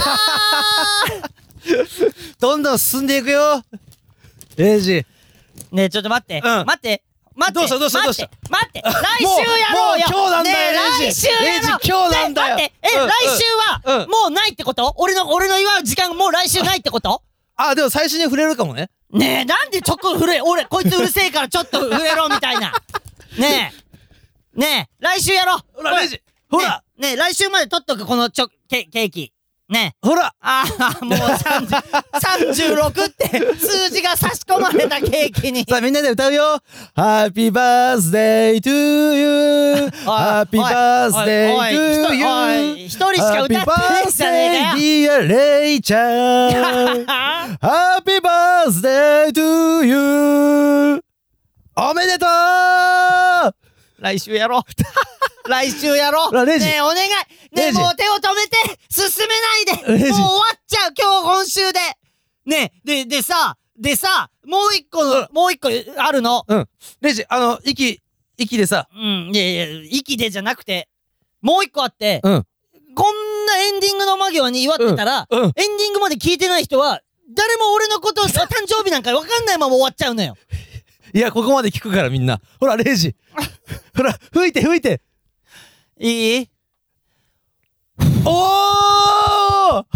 Speaker 6: どんどん進んでいくよ。レイジ。
Speaker 2: ねえちょっと待って、
Speaker 6: うん
Speaker 2: 待って待って
Speaker 6: どうしたどうしたどうした
Speaker 2: 待って待って来週やろうよ
Speaker 6: もう今日なんだよ
Speaker 2: ねえ
Speaker 6: レイジ
Speaker 2: 来週やろう
Speaker 6: レイジ今日なんだよ
Speaker 2: ねえ待ってえ、
Speaker 6: うん
Speaker 2: 来週は、
Speaker 6: うん
Speaker 2: もうないってこと俺の俺の祝う時間もう来週ないってこと
Speaker 6: あ、でも最初に触れるかもね。
Speaker 2: ねえなんでちょっと触れ俺こいつうるせえからちょっと触れろみたいなねえねえ来週やろう
Speaker 6: ほらレイジほら
Speaker 2: ねえねえ来週まで取っとくこのちょケケーキねえ
Speaker 6: ほら
Speaker 2: ああもうさんじゅう、さんじゅうろくって数字が差し込まれたケーキに
Speaker 6: さあみんなで歌うよ。Happy birthday to you Happy birthday
Speaker 2: おい
Speaker 6: to
Speaker 2: おい
Speaker 6: you
Speaker 2: おい一人しか歌ってないじゃねえか
Speaker 6: Happy birthday
Speaker 2: よ
Speaker 6: dear レイちゃんHappy birthday to you おめでとう
Speaker 2: 来週やろう来週やろう
Speaker 6: ほらレイジ
Speaker 2: ねえお願いね
Speaker 6: レイジ
Speaker 2: えもう手を止めて進めないで
Speaker 6: レイジ
Speaker 2: もう終わっちゃう今日今週でねえででさでさもう一個のもう一個あるの
Speaker 6: うんレイジあの息息でさ
Speaker 2: うんいやいや息でじゃなくてもう一個あって
Speaker 6: うん
Speaker 2: こんなエンディングの間際に祝ってたら、
Speaker 6: うんうん
Speaker 2: エンディングまで聞いてない人は誰も俺のこと誕生日なんか分かんないまま終わっちゃうのよ
Speaker 6: いやここまで聞くからみんなほらレイジほら吹いて吹いて
Speaker 2: いい
Speaker 6: おーおっ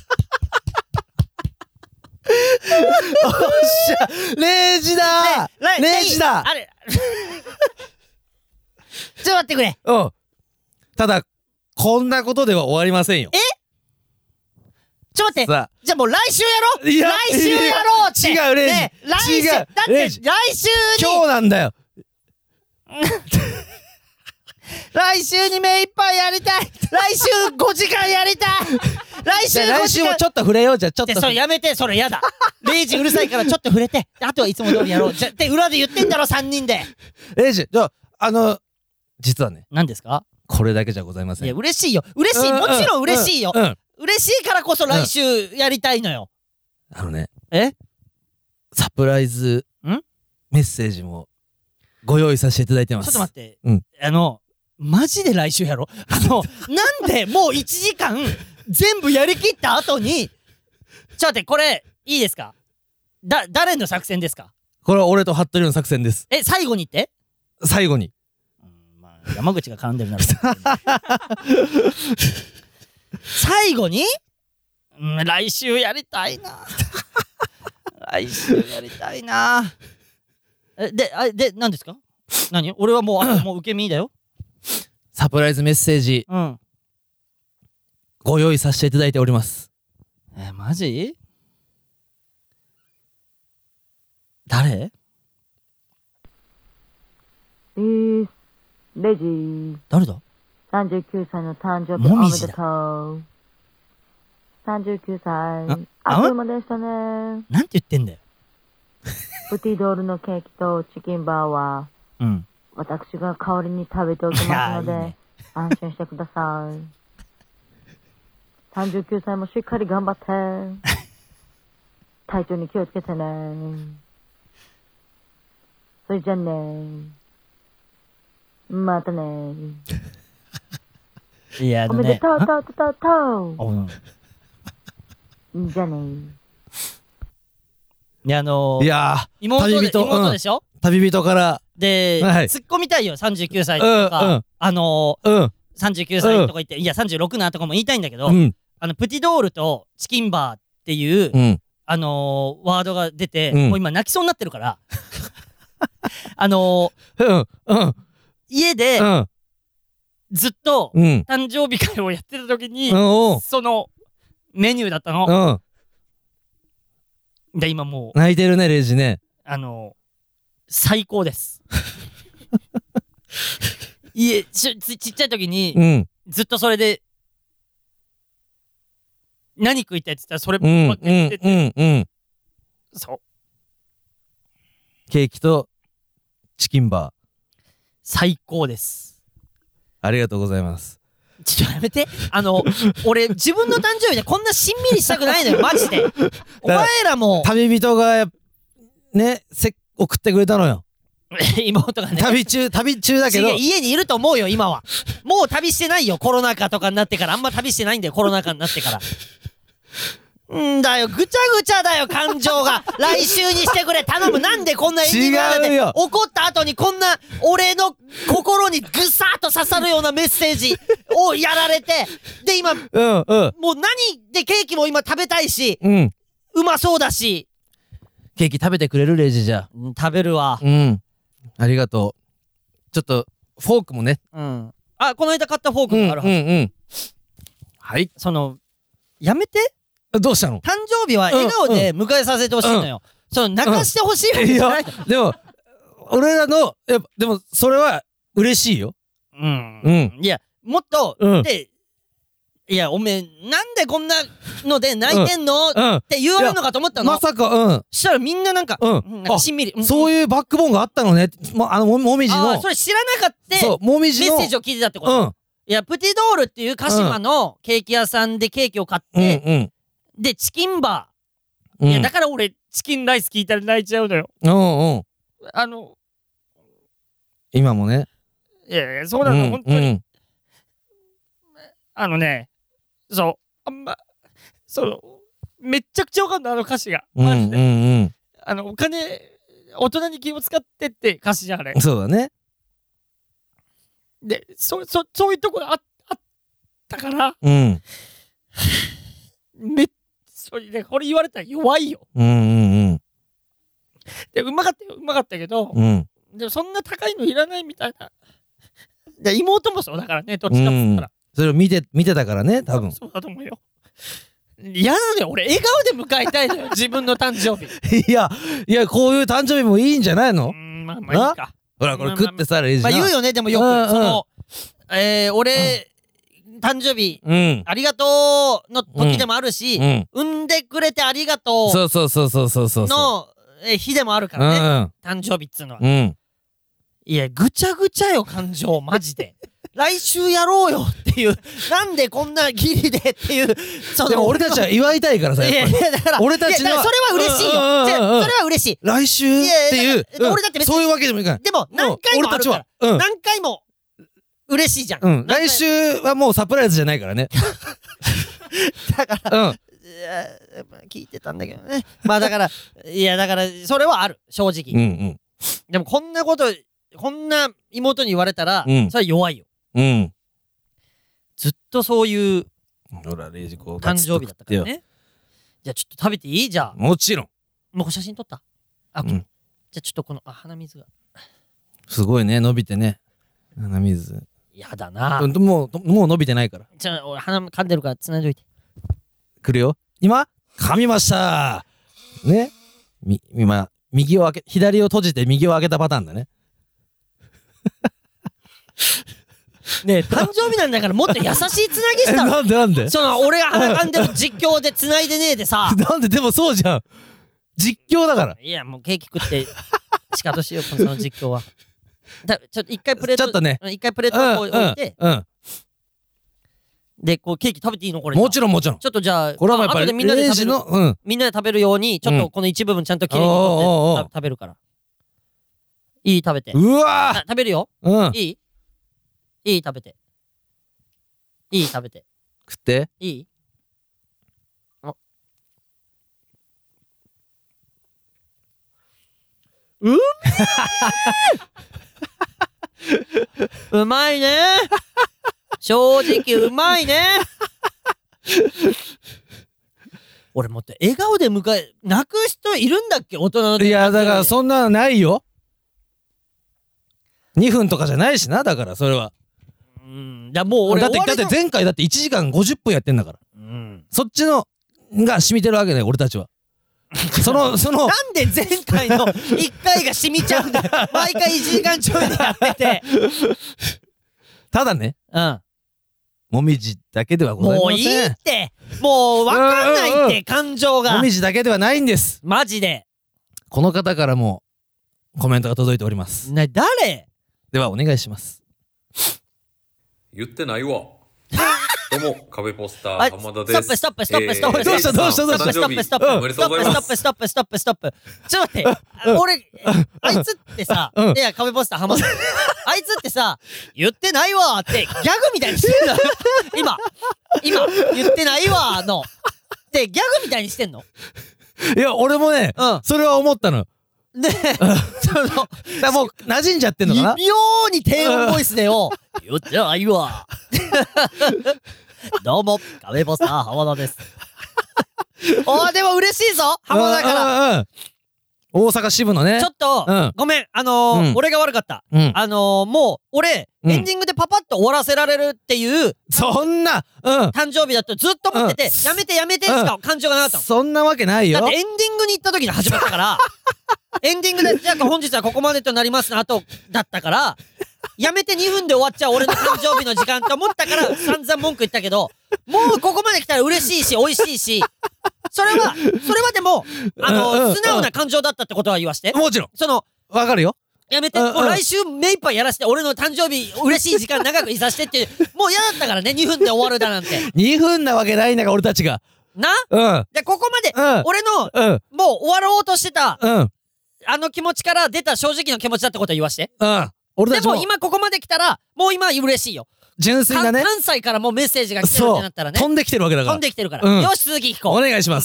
Speaker 6: しゃレイジだ
Speaker 2: ねえ
Speaker 6: レイジだ
Speaker 2: あれちょっと待ってくれ
Speaker 6: うんただこんなことでは終わりませんよ
Speaker 2: ちょっと待って
Speaker 6: さあ
Speaker 2: じゃあもう来週やろ
Speaker 6: いや
Speaker 2: 来週やろうって
Speaker 6: 違うレイジ
Speaker 2: ねえ来週
Speaker 6: 違う
Speaker 2: だって来
Speaker 6: レイジ
Speaker 2: 週に
Speaker 6: 今日なんだよ
Speaker 2: 来週に目いっぱいやりたい来週ごじかんやりたい来週
Speaker 6: じゃあ
Speaker 2: ごじかん
Speaker 6: 来週もちょっと触れようじゃあちょっと
Speaker 2: でそれやめてそれやだレイジうるさいからちょっと触れてあとはいつも通りやろうじゃって裏で言ってんだろさんにんで
Speaker 6: レイジじゃああの実はね
Speaker 2: 何ですか
Speaker 6: これだけじゃございません
Speaker 2: いや嬉しいよ嬉しいもちろん嬉しいよ
Speaker 6: うんうん
Speaker 2: 嬉しいからこそ来週やりたいのよ
Speaker 6: あのね
Speaker 2: え
Speaker 6: サプライズ
Speaker 2: ん
Speaker 6: メッセージもご用意させていただいてます
Speaker 2: ちょっと待って
Speaker 6: うん
Speaker 2: あのマジで来週やろあのなんでもういちじかん全部やりきった後にちょっと待ってこれいいですかだ誰の作戦ですか
Speaker 6: これは俺と服部の作戦です
Speaker 2: え最後にって
Speaker 6: 最後に
Speaker 2: うんまあ山口が絡んでるなら最後にうん来週やりたいな来週やりたいなえであで何ですか何俺はもうあともう受け身だよ
Speaker 6: サプライズメッセージ
Speaker 2: うん
Speaker 6: ご用意させていただいております
Speaker 2: えマジ誰
Speaker 3: えー、レジー
Speaker 2: 誰だ
Speaker 3: さんじゅうきゅうさいの誕生日おめでとうさんじゅうきゅうさい
Speaker 2: あ
Speaker 3: あっという間でしたね
Speaker 2: なんて言ってんだよ
Speaker 3: プティドールのケーキとチキンバーは
Speaker 2: うん
Speaker 3: 私が代わりに食べておきますの
Speaker 2: いやいい
Speaker 3: で
Speaker 2: ね
Speaker 3: 安心してくださいさんじゅうきゅうさいもしっかり頑張って体調に気をつけてねそれじゃあねまたね
Speaker 2: いやあ
Speaker 3: おめで
Speaker 2: のね
Speaker 3: とうとうとうとうと
Speaker 2: あうん
Speaker 3: うじゃあね
Speaker 2: いやあのー、
Speaker 6: いやー
Speaker 2: 妹で
Speaker 6: 旅人
Speaker 2: 妹でしょ、
Speaker 6: うん、旅人から
Speaker 2: で、
Speaker 6: はい
Speaker 2: 突っ込みたいよさんじゅうきゅうさいとか、
Speaker 6: うんうん
Speaker 2: あのー、
Speaker 6: うん
Speaker 2: さんじゅうきゅうさいとか言って、いやさんじゅうろくなとかも言いたいんだけど、
Speaker 6: うん
Speaker 2: あのプティドールとチキンバーっていう、
Speaker 6: うん
Speaker 2: あのー、ワードが出て、
Speaker 6: うん
Speaker 2: もう今泣きそうになってるからあの
Speaker 6: うんうん
Speaker 2: 家で
Speaker 6: うん
Speaker 2: ずっと
Speaker 6: うん
Speaker 2: 誕生日会をやってた時に、
Speaker 6: うん
Speaker 2: そのメニューだったの。
Speaker 6: うん
Speaker 2: で今もう
Speaker 6: 泣いてるねレイジね。
Speaker 2: あの最高です。家ち, ち, ちっちゃい時に、
Speaker 6: うん、
Speaker 2: ずっとそれで何食いたいって言ったらそれ
Speaker 6: うん
Speaker 2: ばっかり言ってて、
Speaker 6: うんうんうん、
Speaker 2: そう
Speaker 6: ケーキとチキンバー
Speaker 2: 最高です。
Speaker 6: ありがとうございます。
Speaker 2: ちょっとやめて。あの俺自分の誕生日でこんなしんみりしたくないのよマジで。お前らも
Speaker 6: 旅人がねせ送ってくれたのよ。
Speaker 2: 妹がね
Speaker 6: 旅中旅中だけど
Speaker 2: 家にいると思うよ今は。もう旅してないよ、コロナ禍とかになってから。あんま旅してないんだよコロナ禍になってから。んだよぐちゃぐちゃだよ感情が。来週にしてくれ頼む。なんでこんなエンディングなんで怒った後にこんな俺の心にぐさっと刺さるようなメッセージをやられて、で今、
Speaker 6: うんうん、もう
Speaker 2: 何でケーキも今食べたいし、
Speaker 6: うん、
Speaker 2: うまそうだし。
Speaker 6: ケーキ食べてくれるレイジじゃ。
Speaker 2: うん、食べるわ。
Speaker 6: うんありがとう。ちょっとフォークもね。
Speaker 2: うん。あ、この間買ったフォークもあるはず。
Speaker 6: うんうんうん、はい。
Speaker 2: そのやめて。
Speaker 6: どうしたの？
Speaker 2: 誕生日は笑顔で迎えさせてほしいのよ。うん、その泣かしてほしいわけじゃないの。
Speaker 6: いやでも俺らのやっぱでもそれは嬉しいよ。
Speaker 2: うん
Speaker 6: うん。
Speaker 2: いやもっと、うん、でいやおめえなんでこんなので泣いてんの、うん、って言われるのかと思ったの。
Speaker 6: まさかうん
Speaker 2: したらみんななんか、うん、なんかしんみり、
Speaker 6: うん、そういうバックボーンがあったのね。もあのももみじの
Speaker 2: あそれ知らなかった
Speaker 6: そうもみじの
Speaker 2: メッセージを聞いてたってこと、うん、いやプティドールっていう鹿島のケーキ屋さんでケーキを買って、うんうん、でチキンバー、うん、いやだから俺チキンライス聞いたら泣いちゃうのよ。うんうんあの
Speaker 6: 今もね。
Speaker 2: いやいやそうなの、うん、本当に、うん、あのねそうあんまそのめっちゃくちゃわかんないあの歌詞がマジで、うんうんうん、あのお金大人に気を使ってって歌詞じゃんあれ。
Speaker 6: そうだね。
Speaker 2: でそそそういうところ あ, あったから、
Speaker 6: うん、
Speaker 2: めっそれでこれ言われたら弱いよ。
Speaker 6: うんうんうん。
Speaker 2: でうまかったようまかったけど、
Speaker 6: うん、
Speaker 2: でもそんな高いのいらないみたいな。で妹もそうだからねどっちかっつったら。
Speaker 6: それを見て見てたからね多分。
Speaker 2: そうだと思うよ。嫌なのよ俺笑顔で迎えたいのよ自分の誕生日。
Speaker 6: いやいやこういう誕生日もいいんじゃないの？
Speaker 2: うんまあまあいいか。
Speaker 6: ほらこれ食ってさレイジな。
Speaker 2: まあ言うよねでもよく、うんうん、そのえー、俺、うん、誕生日、うん、ありがとうの時でもあるし、うん、産んでくれてありがとう
Speaker 6: そうそうそうそうそうそう
Speaker 2: の日でもあるからね、うん、誕生日っつうのは、うん、いやぐちゃぐちゃよ感情マジで。来週やろうよっていうなんでこんなギリでっていうその
Speaker 6: でも俺たちは祝いたいからさやっぱり。いやいやだから
Speaker 2: 俺たちのそれは嬉しいよ。それは嬉しい。
Speaker 6: 来週っていう
Speaker 2: 俺だって別に
Speaker 6: そういうわけでもいかない。
Speaker 2: でも何回もあるから、うん、何回も嬉しいじゃん、うん、
Speaker 6: 来週はもうサプライズじゃないからね。
Speaker 2: だから、うん、聞いてたんだけどね。まあだからいやだからそれはある正直、うんうん、でもこんなことこんな妹に言われたら、うん、それは弱いよ。うん、ずっとそういう誕生日だったからね。じゃあちょっと食べていい？じゃあ
Speaker 6: もちろん。
Speaker 2: もう写真撮った？あ、うん、じゃあちょっとこのあ鼻水が
Speaker 6: すごいね伸びてね鼻水
Speaker 2: やだな。
Speaker 6: もうもう伸びてないから。
Speaker 2: じゃあ俺鼻噛んでるから繋いどいて
Speaker 6: くるよ。今噛みましたね。み今右を開け左を閉じて右を開けたパターンだね。
Speaker 2: ねえ誕生日なんだからもっと優しいつなぎしたら。
Speaker 6: なんでなんで
Speaker 2: その俺が鼻かんでる実況でつないでねえでさ。
Speaker 6: なんででもそうじゃん実況だから。
Speaker 2: いやもうケーキ食って仕方しようその実況は。だちょっと一回プレート
Speaker 6: ちょっとね
Speaker 2: 一回プレートを置いて、うんうんうん、でこうケーキ食べていいのこれ？
Speaker 6: もちろんもちろん。
Speaker 2: ちょっとじゃあ
Speaker 6: これはやっぱり
Speaker 2: みんなで食べる
Speaker 6: の、うん、
Speaker 2: みんなで食べるようにちょっとこの一部分ちゃんときれいに取って食べるから。いい食べて。
Speaker 6: うわ
Speaker 2: 食べるよ、うん、いいいい食べていい食べて
Speaker 6: 食って
Speaker 2: いいあううまいね正直うまいね俺もっと笑顔で迎え泣く人いるんだっけ大人の。
Speaker 6: いやだからそんなのないよ。 にふんとかじゃないしな、だからそれは。
Speaker 2: うん。だもう俺
Speaker 6: だって
Speaker 2: 終わりの
Speaker 6: だって前回だっていちじかんごじゅっぷんやってんだから。
Speaker 2: うん。
Speaker 6: そっちのが染みてるわけだよ俺たちは。そのその
Speaker 2: なんで前回のいっかいが染みちゃうんだよ。毎回いちじかんちょいでやってて。
Speaker 6: ただね、
Speaker 2: うん。
Speaker 6: もみじだけではございません。
Speaker 2: もういいって。もうわかんないって、
Speaker 6: うんうんうん、
Speaker 2: 感情が。
Speaker 6: もみじだけではないんです。
Speaker 2: マジで。
Speaker 6: この方からもコメントが届いております。
Speaker 2: な、誰？
Speaker 6: ではお願いします。
Speaker 7: 言ってないわ。どうも壁ポスター浜田です。
Speaker 2: ストップストップストップストップ。
Speaker 6: どうしたどうしたどうした。
Speaker 2: ストップストップ
Speaker 7: おめでとうございます。
Speaker 2: ストップストップストップストップストップ。ちょっと待って。俺あいつってさ、いや壁ポスター浜田。あいつってさ、言ってないわーってギャグみたいにしてんの。今今言ってないわーのってギャグみたいにしてんの。
Speaker 6: いや俺もね、うん、それは思ったの。
Speaker 2: で、その
Speaker 6: だもう馴染んじゃってんのかな。
Speaker 2: 妙に低音ボイスでよ、言ってないわ。どうも壁ポスター浜田です。おーでも嬉しいぞ浜田から。
Speaker 6: うんうん、大阪支部のね。
Speaker 2: ちょっと、うん、ごめんあのーうん、俺が悪かった。うん、あのー、もう俺、うん、エンディングでパパッと終わらせられるっていう
Speaker 6: そんな、うん、
Speaker 2: 誕生日だとずっと思ってて、うん、やめてやめてしか感情がなかったの。
Speaker 6: そんなわけないよ。
Speaker 2: だってエンディングに行った時に始まったから。エンディングでじゃあ本日はここまでとなりますの後だったからやめてにふんで終わっちゃう俺の誕生日の時間と思ったから散々文句言ったけど、もうここまで来たら嬉しいし美味しいし、それはそれはでもあの、うんうん、素直な感情だったってことは言わして。
Speaker 6: もちろん
Speaker 2: その
Speaker 6: わかるよ。
Speaker 2: やめて、うんうん、もう来週目いっぱいやらせて俺の誕生日嬉しい時間長くいさせてっていうもう嫌だったからね。にふんで終わるだなんて。
Speaker 6: にふんなわけないんだが俺たちが
Speaker 2: な、
Speaker 6: うん、
Speaker 2: でここまで、うん、俺の、うん、もう終わろうとしてた、うん、あの気持ちから出た正直な気持ちだってことは言わして。うん。俺たちも。でも今ここまで来たら、もう今嬉しいよ。
Speaker 6: 純粋なね。
Speaker 2: 関西からもうメッセージが来てるってなったらね。
Speaker 6: 飛んできてるわけだから。
Speaker 2: 飛んできてるから。うん、よし続き聞こう。
Speaker 6: お願いします。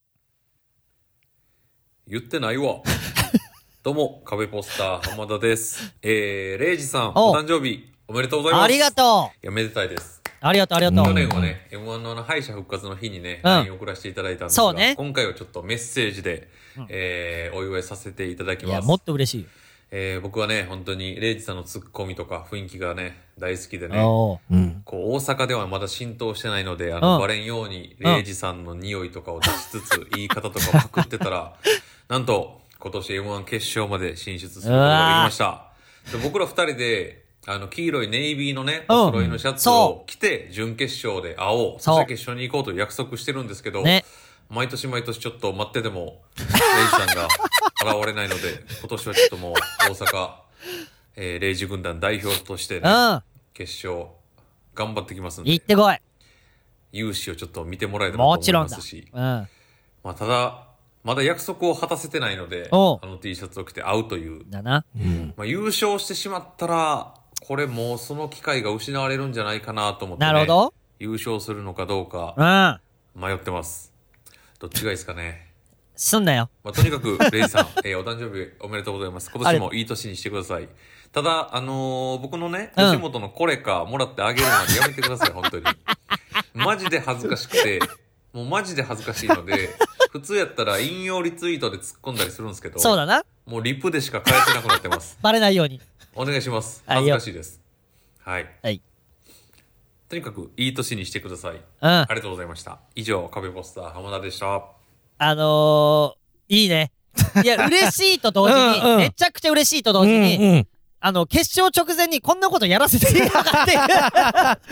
Speaker 7: 言ってないわ。どうも壁ポスター浜田です。えー、レイジさんお誕生日おめでとうございます。
Speaker 2: ありがとう。
Speaker 7: いやめでたいです。
Speaker 2: ありがとうありがとう。
Speaker 7: 去年はね エムワン の敗者復活の日にね、うん、ライン 送らせていただいたんですが、そうね、今回はちょっとメッセージで、うん、えー、お祝いさせていただきます。いや
Speaker 2: もっと嬉しい。
Speaker 7: えー、僕はね本当にレイジさんのツッコミとか雰囲気がね大好きでね、うん、こう大阪ではまだ浸透してないのであの、うん、バレんようにレイジさんの匂いとかを出しつつ、うん、言い方とかをパクってたらなんと今年 エムワン 決勝まで進出することができました。で僕らふたりであの黄色いネイビーのねお揃いのシャツを着て準決勝で会おう、そして決勝に行こうと約束してるんですけど、ね、毎年毎年ちょっと待っててもレイジさんが現れないので今年はちょっともう大阪、えー、レイジ軍団代表としてね、うん、決勝頑張ってきますんで
Speaker 2: 行ってこい。
Speaker 7: 勇姿をちょっと見てもらえたらと思いますし、
Speaker 2: うん、ま
Speaker 7: あ、ただまだ約束を果たせてないのであの T シャツを着て会うという
Speaker 2: だな、
Speaker 7: うんまあ、優勝してしまったらこれもうその機会が失われるんじゃないかなと思ってね。
Speaker 2: なるほど。
Speaker 7: 優勝するのかどうか迷ってます。どっちがいいですかね。
Speaker 2: すんなよ。
Speaker 7: まあ、とにかくレイジさん、えー、お誕生日おめでとうございます。今年もいい年にしてください。ただあのー、僕のね吉本のこれかもらってあげるのでやめてください。本当にマジで恥ずかしくてもうマジで恥ずかしいので普通やったら引用リツイートで突っ込んだりするんですけど、
Speaker 2: そうだな、
Speaker 7: もうリプでしか返せなくなってます
Speaker 2: バレないように
Speaker 7: お願いします。恥ずかしいです。はい、
Speaker 2: はい、
Speaker 7: とにかくいい年にしてください、うん、ありがとうございました。以上壁ポスター浜田でした。
Speaker 2: あのー、いいね。いや嬉しいと同時にうん、うん、めちゃくちゃ嬉しいと同時に、うんうん、あの決勝直前にこんなことやらせてやがって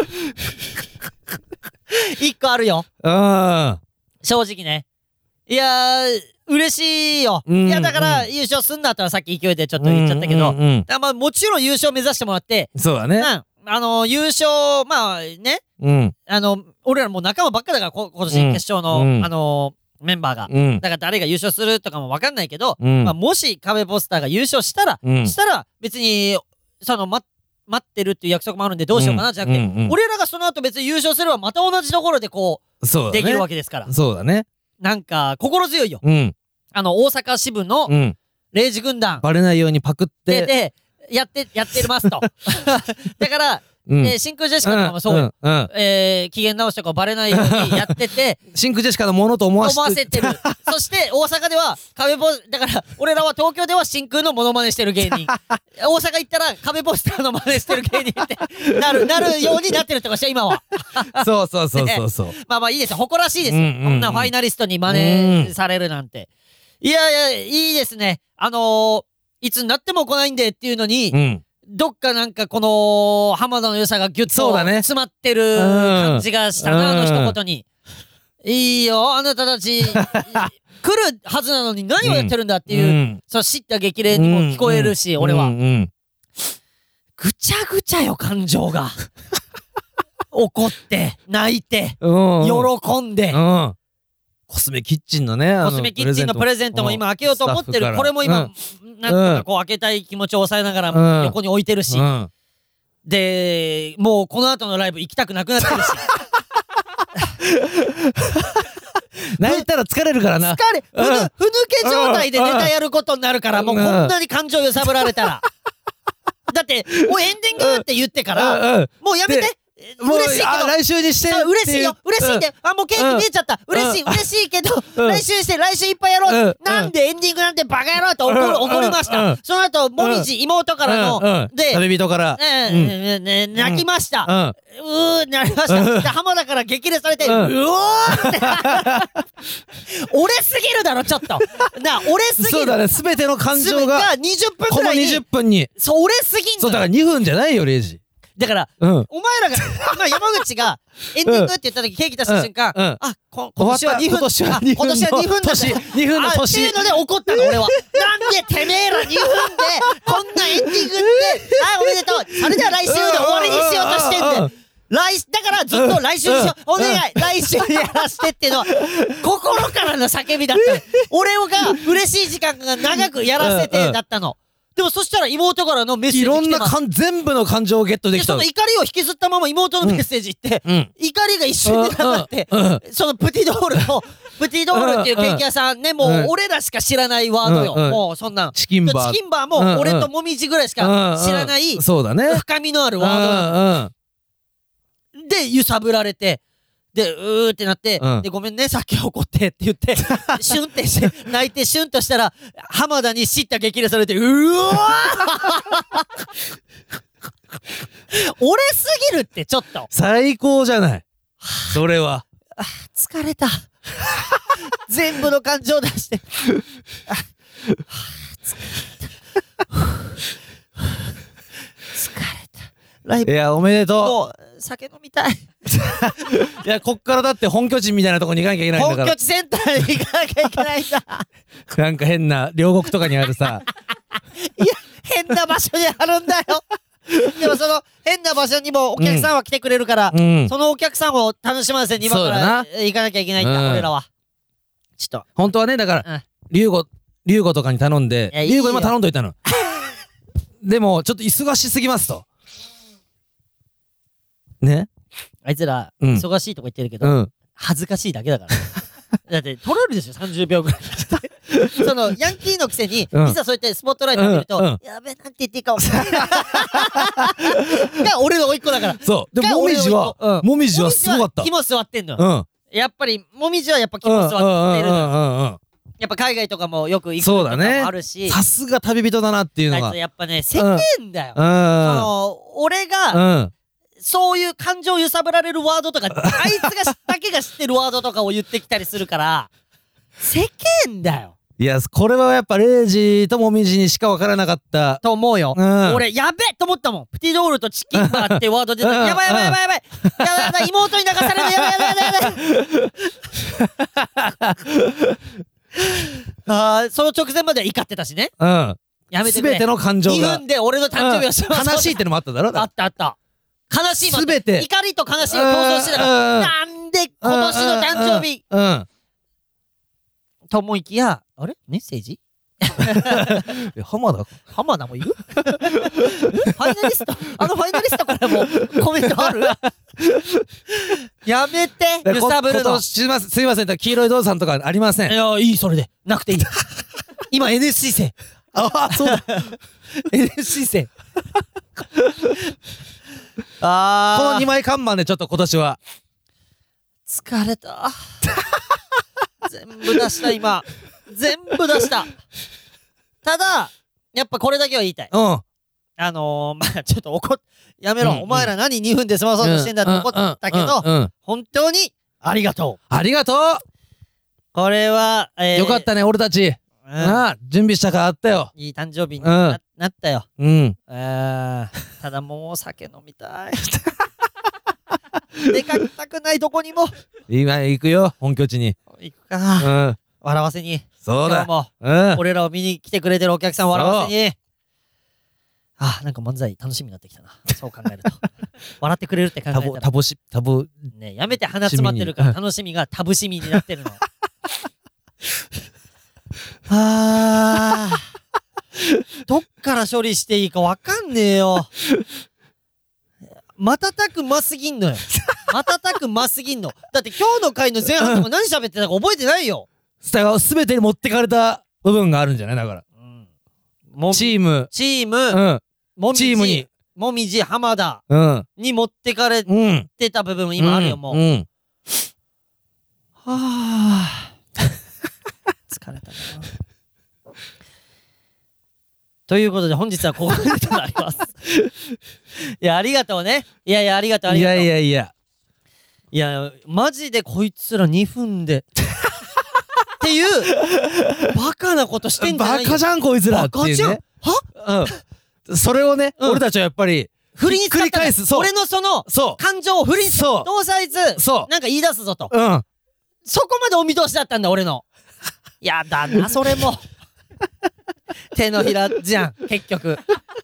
Speaker 2: 一個あるよ。うん正直ね。いやー嬉しいよ、うんうん、いやだから優勝すんだったらさっき勢いでちょっと言っちゃったけど、うんうんうん、まあもちろん優勝目指してもらって、
Speaker 6: そうだね、うん、
Speaker 2: あのー、優勝まあね、うん、あの俺らもう仲間ばっかだから今年決勝の、うん、あのー、メンバーが、うん、だから誰が優勝するとかも分かんないけど、うん、まあ、もし壁ポスターが優勝したら、うん、したら別にその待待ってるっていう約束もあるんでどうしようかな、うん、じゃなくて、うんうん、俺らがその後別に優勝すればまた同じところでこう、そうだね、できるわけですから。
Speaker 6: そうだね。なん
Speaker 2: か心強いよ、うん、あの大阪支部のレイジ軍団、
Speaker 6: バレないようにパクって
Speaker 2: ででやってやってますとだからうん、
Speaker 1: で真空ジェシカとかもそうよ、うんうん、えー、機嫌直しとかバレないようにやってて
Speaker 2: 真空ジェシカのものと思わせて
Speaker 1: 思わせてるそして大阪では壁ポだから俺らは東京では真空のモノマネしてる芸人大阪行ったら壁ポスターの真似してる芸人ってなるなるようになってるってことでしょ今は
Speaker 2: そうそうそうそうそう、ね、
Speaker 1: まあまあいいですよ誇らしいですよ、うんうんうん、こんなファイナリストに真似されるなんて、うん、いやいやいいですねあのー、いつになっても来ないんでっていうのに、うん、どっかなんかこの浜田の良さがギュッと詰まってる感じがしたな、ね、うん、あの一言にいいよあなたたち来るはずなのに何をやってるんだっていう、うん、その知った激励にも聞こえるし、うん、俺は、うんうん、ぐちゃぐちゃよ感情が怒って泣いて、うん、喜んで、うん、
Speaker 2: コスメキッチンのね
Speaker 1: コスメキッチンのプレゼントも今開けようと思ってるこれも今、うん、なんとかこう開けたい気持ちを抑えながら横に置いてるし、うん、でもうこの後のライブ行きたくなくなってるし
Speaker 2: 泣いたら疲れるからな
Speaker 1: 疲れふぬ、うん、ふぬけ状態でネタやることになるからもうこんなに感情揺さぶられたらだってもうエンディングって言ってからもうやめて嬉しいけど
Speaker 2: 来週にして
Speaker 1: 嬉しいよ嬉しいって、うん、あもうケーキ見えちゃった、うん、嬉しい、うん、嬉しいけど、うん、来週して来週いっぱいやろう、うん、なんでエンディングなんてバカ野郎って怒る、うん、怒りました、うん、その後もみじ、うん、妹からの、うん、で
Speaker 2: 旅人から、
Speaker 1: うんうん、ね、泣きました、うん、うーなりました、うん、で浜田から激励されて、うん、うおーって俺すぎるだろちょっとな俺すぎる
Speaker 2: そうだね全ての感情が
Speaker 1: にじゅっぷんくらいに
Speaker 2: このにじゅっぷんに
Speaker 1: そう俺すぎんのよ
Speaker 2: そうだからにふんじゃないよレイジ
Speaker 1: だから、うん、お前らが、まあ、山口がエンディングって言った時ケーキ出した瞬間、うんうん、あこ今年はにふん今年はにふんのにふんだ
Speaker 2: にふんの年
Speaker 1: っていうので怒ったの俺はなんでてめえらにふんでこんなエンディングってはいおめでとうそれでは来週で終わりにしようとしてんで、うん、来だからずっと来週にしよう、うん、お願い、うん、来週やらしてっていうのは心からの叫びだったの俺が嬉しい時間が長くやらせてだったのでもそしたら妹からのメッセージ来てます。
Speaker 2: いろんなかん全部の感情をゲットできた。
Speaker 1: でその怒りを引きずったまま妹のメッセージって、うん、怒りが一瞬でなかって、うんうん、そのプティドールのプティドールっていうケーキ屋さんねもう俺らしか知らないワードよ、うんうん、もうそんな
Speaker 2: チキンバー
Speaker 1: チキンバーも俺ともみじぐらいしか知らない、
Speaker 2: うんうん、そうだね
Speaker 1: 深みのあるワードなの、で揺さぶられてでうーってなって、うん、でごめんねさっき怒ってって言ってシュンってして泣いてシュンとしたら浜田に叱咤激励されてうわ俺すぎるってちょっと
Speaker 2: 最高じゃないそれは
Speaker 1: あ疲れた全部の感情出してあ疲れた疲れたライブ
Speaker 2: いやおめでとう
Speaker 1: もう酒飲みたい
Speaker 2: いやこっからだって本拠地みたいなとこに行かなきゃいけないんだから
Speaker 1: 本拠地センターに行かなきゃいけないんだ
Speaker 2: なんか変な両国とかにあるさ
Speaker 1: いや変な場所にあるんだよでもその変な場所にもお客さんは来てくれるから、うん、そのお客さんを楽しませに今から行かなきゃいけないんだ、うん、俺らはちょっと
Speaker 2: 本当はねだから龍吾龍吾とかに頼んで龍吾今頼んどいたのでもちょっと忙しすぎますとね
Speaker 1: あいつら忙しいとこ言ってるけど、うん、恥ずかしいだけだからだって取れるでしょさんじゅうびょうぐらいそのヤンキーのくせに、うん、いざそうやってスポットライト見ると、うんうん、やべなんて言っていいか分からないが俺の甥っ子だから
Speaker 2: そうでももみじは、うん、もみじはすごかった
Speaker 1: 肝座ってんの、うん、やっぱりもみじはやっぱ肝座ってるのやっぱ海外とかもよく行くとかもあるし
Speaker 2: さすが旅人だなっていうのが
Speaker 1: あいつやっぱね世間だよ、うん、その俺が、うんそういう感情揺さぶられるワードとかあいつがだけが知ってるワードとかを言ってきたりするから世間だよ
Speaker 2: いやこれはやっぱレイジともみじにしか分からなかった
Speaker 1: と思うよ、うん、俺やべえと思ったもんプティドールとチキンバーってワード出たやばいやばいやばいやばいやばいやばい妹に流されるやばいやばいやばいやばいあその直前までは怒ってたしねうんやめてくれ
Speaker 2: 全ての感情が
Speaker 1: にふんで俺の誕生日をします、
Speaker 2: うん、悲しいってのもあっただろ
Speaker 1: あったあった悲しい
Speaker 2: すべて
Speaker 1: 怒りと悲しいを共存してたからなんで今年の誕生日うんと思いきやあれメッセージ
Speaker 2: 浜田
Speaker 1: 浜田もいるファイナリストあのファイナリストからもコメントあるやめて揺さぶるの
Speaker 2: すいませんすいません黄色いドーさんとかありません
Speaker 1: いやいいそれでなくていい今 エヌエスシー 生
Speaker 2: ああそうだ
Speaker 1: エヌエスシー 生
Speaker 2: あー
Speaker 6: このにまい看板でちょっと今年は
Speaker 2: 疲れた全部出した今全部出したただやっぱこれだけは言いたい
Speaker 6: うん
Speaker 2: あのー、まあちょっと怒っやめろ、
Speaker 6: うんうん、
Speaker 2: お前ら何にふんで済まそうとしてんだって怒ったけど、
Speaker 6: うんうんうん、
Speaker 2: 本当にありがとう
Speaker 6: ありがとう
Speaker 2: これは、えー、
Speaker 6: よかったね俺たち、うん、ああ準備したからあったよ
Speaker 2: いい誕生日に な,、うん、なったよ
Speaker 6: うん
Speaker 2: あただもうお酒飲みたい出かけたくないどこにも
Speaker 6: 今行くよ本拠地に
Speaker 2: 行くか、
Speaker 6: うん、
Speaker 2: 笑わせに
Speaker 6: そうだ
Speaker 2: 今日も、うん、俺らを見に来てくれてるお客さんを笑わせにあなんか漫才楽しみになってきたなそう考えると笑ってくれるって考えたら
Speaker 6: タブしタブ
Speaker 2: ねやめて鼻詰まってるから楽しみがタブしみになってるのあーどっから処理していいかわかんねえよ瞬くますぎんのよ瞬くますぎんのだって今日の回の前半とか何喋ってたか覚えてないよ
Speaker 6: すべてに持ってかれた部分があるんじゃないだから、うん、チーム
Speaker 2: チーム、うんもみじ
Speaker 6: チームに
Speaker 2: もみじ浜田に持ってかれ
Speaker 6: て
Speaker 2: た部分今あるよ、もう、うんうん、はあ疲れたなということで本日はここまでとなりますいやありがとうねいやいやありがとうありがとう
Speaker 6: いやいやいや
Speaker 2: いやマジでこいつらにふんでっていうバカなことしてんじゃないよ
Speaker 6: バカじゃんこいつらっていうね
Speaker 2: バカじゃんは
Speaker 6: うんそれをね、うん、俺たちはやっぱり
Speaker 2: 振りに使った
Speaker 6: 返すそう
Speaker 2: 俺のその感情を振りに
Speaker 6: そう
Speaker 2: どうせあいつ
Speaker 6: そう
Speaker 2: なんか言い出すぞと、
Speaker 6: うん、
Speaker 2: そこまでお見通しだったんだ俺のやだなそれも手のひらじゃん結局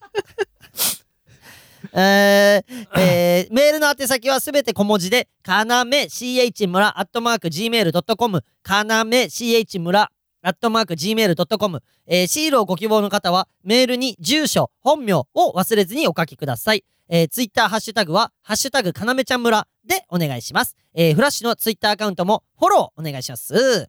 Speaker 2: えーえー、メールの宛先はすべて小文字でかなめ シーエイチ 村アットマーク ジーメールドットコム かなめ シーエイチ 村アットマーク ジーメールドットコム、えー、シールをご希望の方はメールに住所本名を忘れずにお書きください、えー、ツイッターハッシュタグはハッシュタグかなめちゃん村でお願いします、えー、フラッシュのツイッターアカウントもフォローお願いします、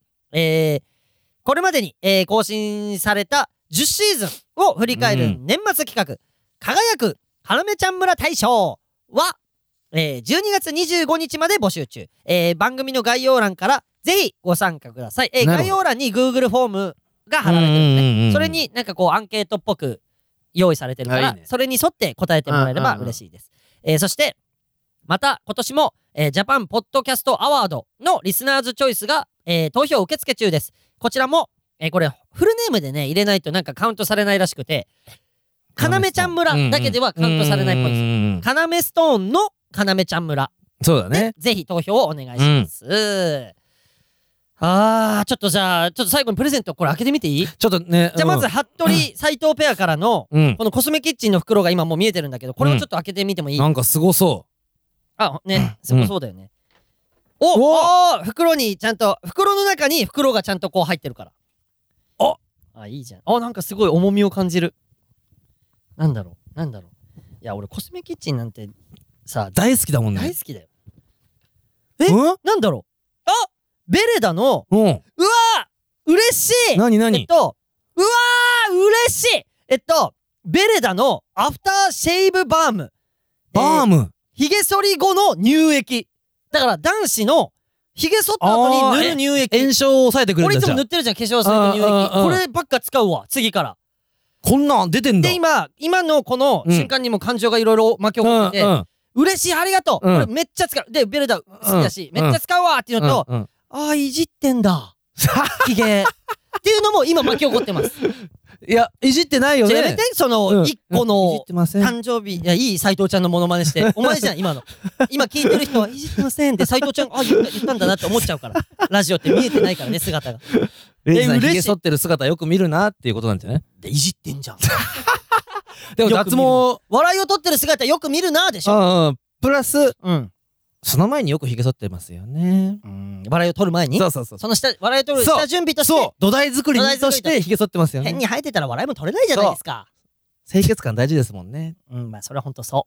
Speaker 2: えー、これまでに、えー、更新されたじゅっシーズンを振り返る年末企画、うん、輝くかなめちゃん村大賞は、えー、じゅうにがつにじゅうごにちまで募集中、えー、番組の概要欄からぜひご参加ください、えー、概要欄に Google フォームが貼られてるのでそれになんかこうアンケートっぽく用意されてるから、いいね、それに沿って答えてもらえれば嬉しいです、えー、そしてまた今年も、えー、ジャパンポッドキャストアワードのリスナーズチョイスが、えー、投票受付中です。こちらも、えー、これフルネームでね入れないとなんかカウントされないらしくてかなめちゃん村だけではカウントされないっぽいです。かなめストーンのかなめちゃん村
Speaker 6: そうだね
Speaker 2: ぜひ投票をお願いします、うんあーちょっとじゃあちょっと最後にプレゼントこれ開けてみていい？
Speaker 6: ちょっとね
Speaker 2: じゃあまず服部斉藤ペアからの、うん、このコスメキッチンの袋が今もう見えてるんだけどこれをちょっと開けてみてもいい？
Speaker 6: なんかすごそう
Speaker 2: あねすごそうだよね、うん、おお袋にちゃんと袋の中に袋がちゃんとこう入ってるから
Speaker 6: あ
Speaker 2: あいいじゃんあなんかすごい重みを感じるなんだろうなんだろういや俺コスメキッチンなんてさ
Speaker 6: 大好きだもんね
Speaker 2: 大好きだよえ、うん、なんだろうあベレダの、
Speaker 6: うん、うわ
Speaker 2: ー嬉しい
Speaker 6: なになに
Speaker 2: えっと、うわー嬉しいえっと、ベレダのアフターシェイブバーム。
Speaker 6: バーム、えー、
Speaker 2: 髭剃り後の乳液。だから男子の髭剃った後に塗る乳液。
Speaker 6: 炎症を抑えてくれるんだ。
Speaker 2: 俺いつも塗ってるじゃん、化粧水と乳液。こればっか使うわ、次から。
Speaker 6: こんなん出てんだ。
Speaker 2: で、今、今のこの瞬間にも感情がいろいろ巻き起こってて、うんうん、嬉しい、ありがとう、うん、これめっちゃ使う。で、ベレダ好きだし、うん、めっちゃ使うわっていうのと、うんうんあーいじってんだヒゲっていうのも今巻き起こってます
Speaker 6: いやいじってないよね
Speaker 2: やめてその一個の誕生日いやいい斉藤ちゃんのモノマネしてお前じゃん今の今聞いてる人はいじってませんって斉藤ちゃんあ言った、言ったんだなって思っちゃうからラジオって見えてないからね姿が
Speaker 6: レイさんヒゲ剃ってる姿よく見るなっていうことなんじゃない
Speaker 2: でいじってんじゃん
Speaker 6: でも脱毛
Speaker 2: 笑いを取ってる姿よく見るなでしょ
Speaker 6: うんうんプラス
Speaker 2: うん
Speaker 6: その前によくヒゲ剃ってますよね。
Speaker 2: うん。笑いを取る前に
Speaker 6: そうそうそう。
Speaker 2: その下、笑いを取る下準備として。
Speaker 6: そう。土台作りとしてヒゲ剃ってますよね。
Speaker 2: 変に生えてたら笑いも取れないじゃないですか。
Speaker 6: 清潔感大事ですもんね。
Speaker 2: うん、まあそれはほんとそう。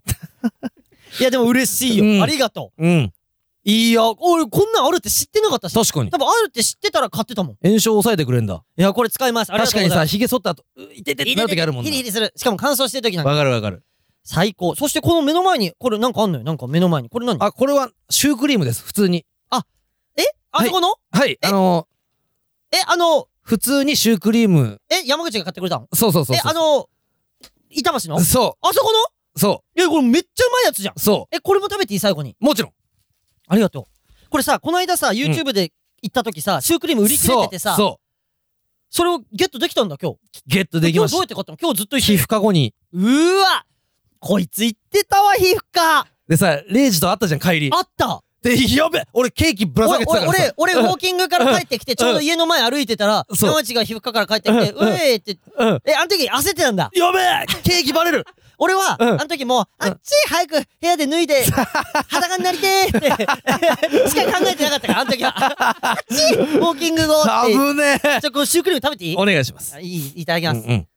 Speaker 2: いやでも嬉しいよ。うん、ありがと
Speaker 6: う。うん。
Speaker 2: いや、俺こんなんあるって知ってなかったし。
Speaker 6: 確かに。
Speaker 2: 多分あるって知ってたら買ってたもん。
Speaker 6: 炎症を抑えてくれんだ。
Speaker 2: いや、これ使います。
Speaker 6: 確かにさ、ヒゲ剃った後、いててってなる時あるもんな。
Speaker 2: ヒリヒリする。しかも乾燥してる時なんか。
Speaker 6: わかるわかる。
Speaker 2: 最高。そしてこの目の前にこれなんかあんのよ。なんか目の前にこれ何？
Speaker 6: あ、これはシュークリームです、普通に。
Speaker 2: えあそこの？
Speaker 6: はいあの
Speaker 2: えあの
Speaker 6: 普通にシュークリーム。
Speaker 2: え山口が買ってくれたの？
Speaker 6: そうそうそうそう。
Speaker 2: えあの板橋の？
Speaker 6: そ
Speaker 2: あそこの？
Speaker 6: うそ
Speaker 2: えこれめっちゃうまいやつじゃん。
Speaker 6: うそ
Speaker 2: えこれも食べていい？最後に。
Speaker 6: う。もちろん。
Speaker 2: ありがとう。これさこの間さ YouTube で行った時さシュークリーム売り切れててさ、
Speaker 6: そうそう。
Speaker 2: それをゲットできたんだ今日。
Speaker 6: ゲットできました。
Speaker 2: 今日どうやって買ったの？今日ずっと一緒に。
Speaker 6: 皮膚科後に。
Speaker 2: うーわこいつ言ってたわ皮膚科。
Speaker 6: でさ、レイジと会ったじゃん、帰り。
Speaker 2: あった
Speaker 6: で、やべ俺ケーキぶら下げてた
Speaker 2: 俺
Speaker 6: からさ。
Speaker 2: 俺俺ウォーキングから帰ってきてちょうど家の前歩いてたら
Speaker 6: そう
Speaker 2: 山内が皮膚科から帰ってきて
Speaker 6: うん
Speaker 2: うえーって
Speaker 6: うん。
Speaker 2: えあの時焦ってたんだ。
Speaker 6: やべえケーキバレる
Speaker 2: 俺は
Speaker 6: うん
Speaker 2: あの時もうあっち早く部屋で脱いで裸になりてーってしか考えてなかったからあの時はあっちウォーキング後って
Speaker 6: 危ねえ
Speaker 2: ちょこのシュークリーム食べていい？
Speaker 6: お願いします。
Speaker 2: あいいいただきます。
Speaker 6: うんうん。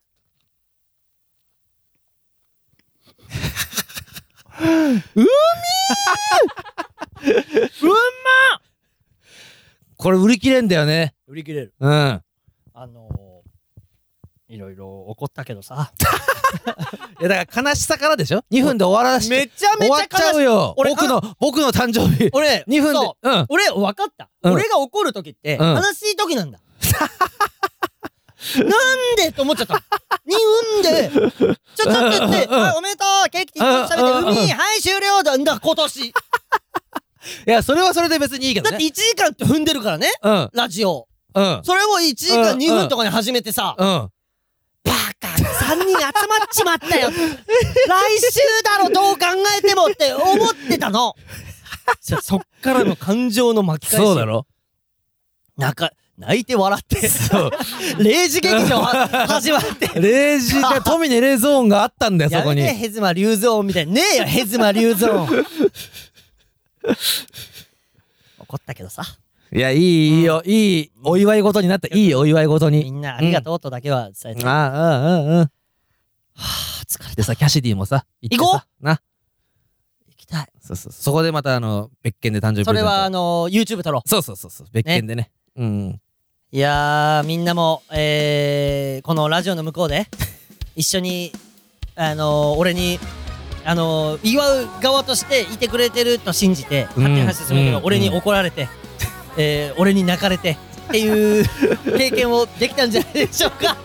Speaker 6: これ売り切れんだよね。
Speaker 2: 売り切れる。
Speaker 6: うん。
Speaker 2: あのー、いろいろ怒ったけどさ
Speaker 6: いやだから悲しさからでしょ ?に 分で終わらして。
Speaker 2: めちゃめちゃ
Speaker 6: 終わっちゃう
Speaker 2: 悲しい。
Speaker 6: よ。
Speaker 2: 俺
Speaker 6: 僕の、僕の誕生日。
Speaker 2: 俺
Speaker 6: にふんで。
Speaker 2: そう
Speaker 6: うん。
Speaker 2: 俺分かった、
Speaker 6: うん
Speaker 2: 俺が怒る時って
Speaker 6: うん
Speaker 2: 悲しい時なんだなんでと思っちゃったにふんでちょちょっとって言って
Speaker 6: うん
Speaker 2: はいおめでとうケーキって食べて
Speaker 6: うん
Speaker 2: 海はい終了だんだ今年
Speaker 6: いや、それはそれで別にいいけど
Speaker 2: だって
Speaker 6: ね。
Speaker 2: いちじかんって踏んでるからね
Speaker 6: うん。
Speaker 2: ラジオ
Speaker 6: うん。
Speaker 2: それをいちじかんにふんとかに始めてさ
Speaker 6: うん。
Speaker 2: バカさんにん集まっちまったよ来週だろどう考えてもって思ってたのそそっからの感情の巻き返し
Speaker 6: そうだろ
Speaker 2: 泣か泣いて笑って
Speaker 6: そう。
Speaker 2: レイジ劇場は始まって
Speaker 6: レイジが富ネレゾーンがあったんだよ、そこに。
Speaker 2: やめてヘズマ龍ゾーンみたいにねえよヘズマ龍ゾーン怒ったけどさ
Speaker 6: いや、いい、いいよ。いいお祝い事になった。いいお祝い事に。
Speaker 2: みんなありがとうとだけは伝えて、
Speaker 6: うん、ああ、うん、うん、うん。
Speaker 2: はあ疲れた
Speaker 6: でさ、キャシディもさ、行ってさ
Speaker 2: 行こ
Speaker 6: な。
Speaker 2: 行きたい
Speaker 6: そうそう。そこでまた、あの、別件で誕生日プレゼント。
Speaker 2: それはあの YouTube 撮ろう
Speaker 6: そうそうそうそう。別件でね。うん。
Speaker 2: いやーみんなも、えー、このラジオの向こうで一緒にあのー、俺にあのー、祝う側としていてくれてると信じて勝手に話進めるけど、
Speaker 6: うん
Speaker 2: 俺に怒られて、えー、俺に泣かれてっていう経験をできたんじゃないでしょうか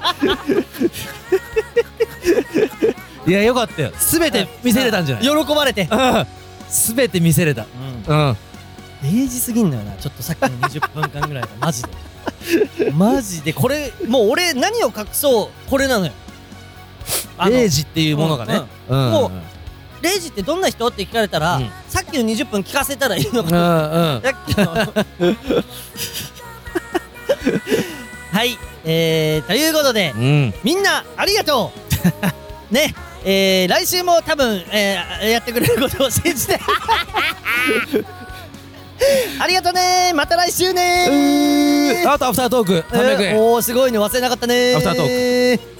Speaker 6: いや、よかったよ。すべて見せれたんじゃない？
Speaker 2: 喜ばれて
Speaker 6: うん。すべて見せれた。うん。
Speaker 2: れいじすぎんのよなちょっとさっきのにじゅっぷんかんぐらいがマジでマジでこれもう俺何を隠そうこれなのよあの
Speaker 6: レイジっていうものがね。うん。
Speaker 2: もうレイジってどんな人って聞かれたら、
Speaker 6: うん
Speaker 2: さっきのにじゅっぷん聞かせたらいいの
Speaker 6: うん。
Speaker 2: か
Speaker 6: うん。
Speaker 2: さっきのはいえー、ということで
Speaker 6: うん。
Speaker 2: みんなありがとうねえー、来週も多分、えー、やってくれることを信じてありがとうねーまた来週ねー
Speaker 6: あとアフタートークさんびゃくえん。
Speaker 2: えーおーすごいね忘れなかったねー
Speaker 6: アフタートー
Speaker 2: ク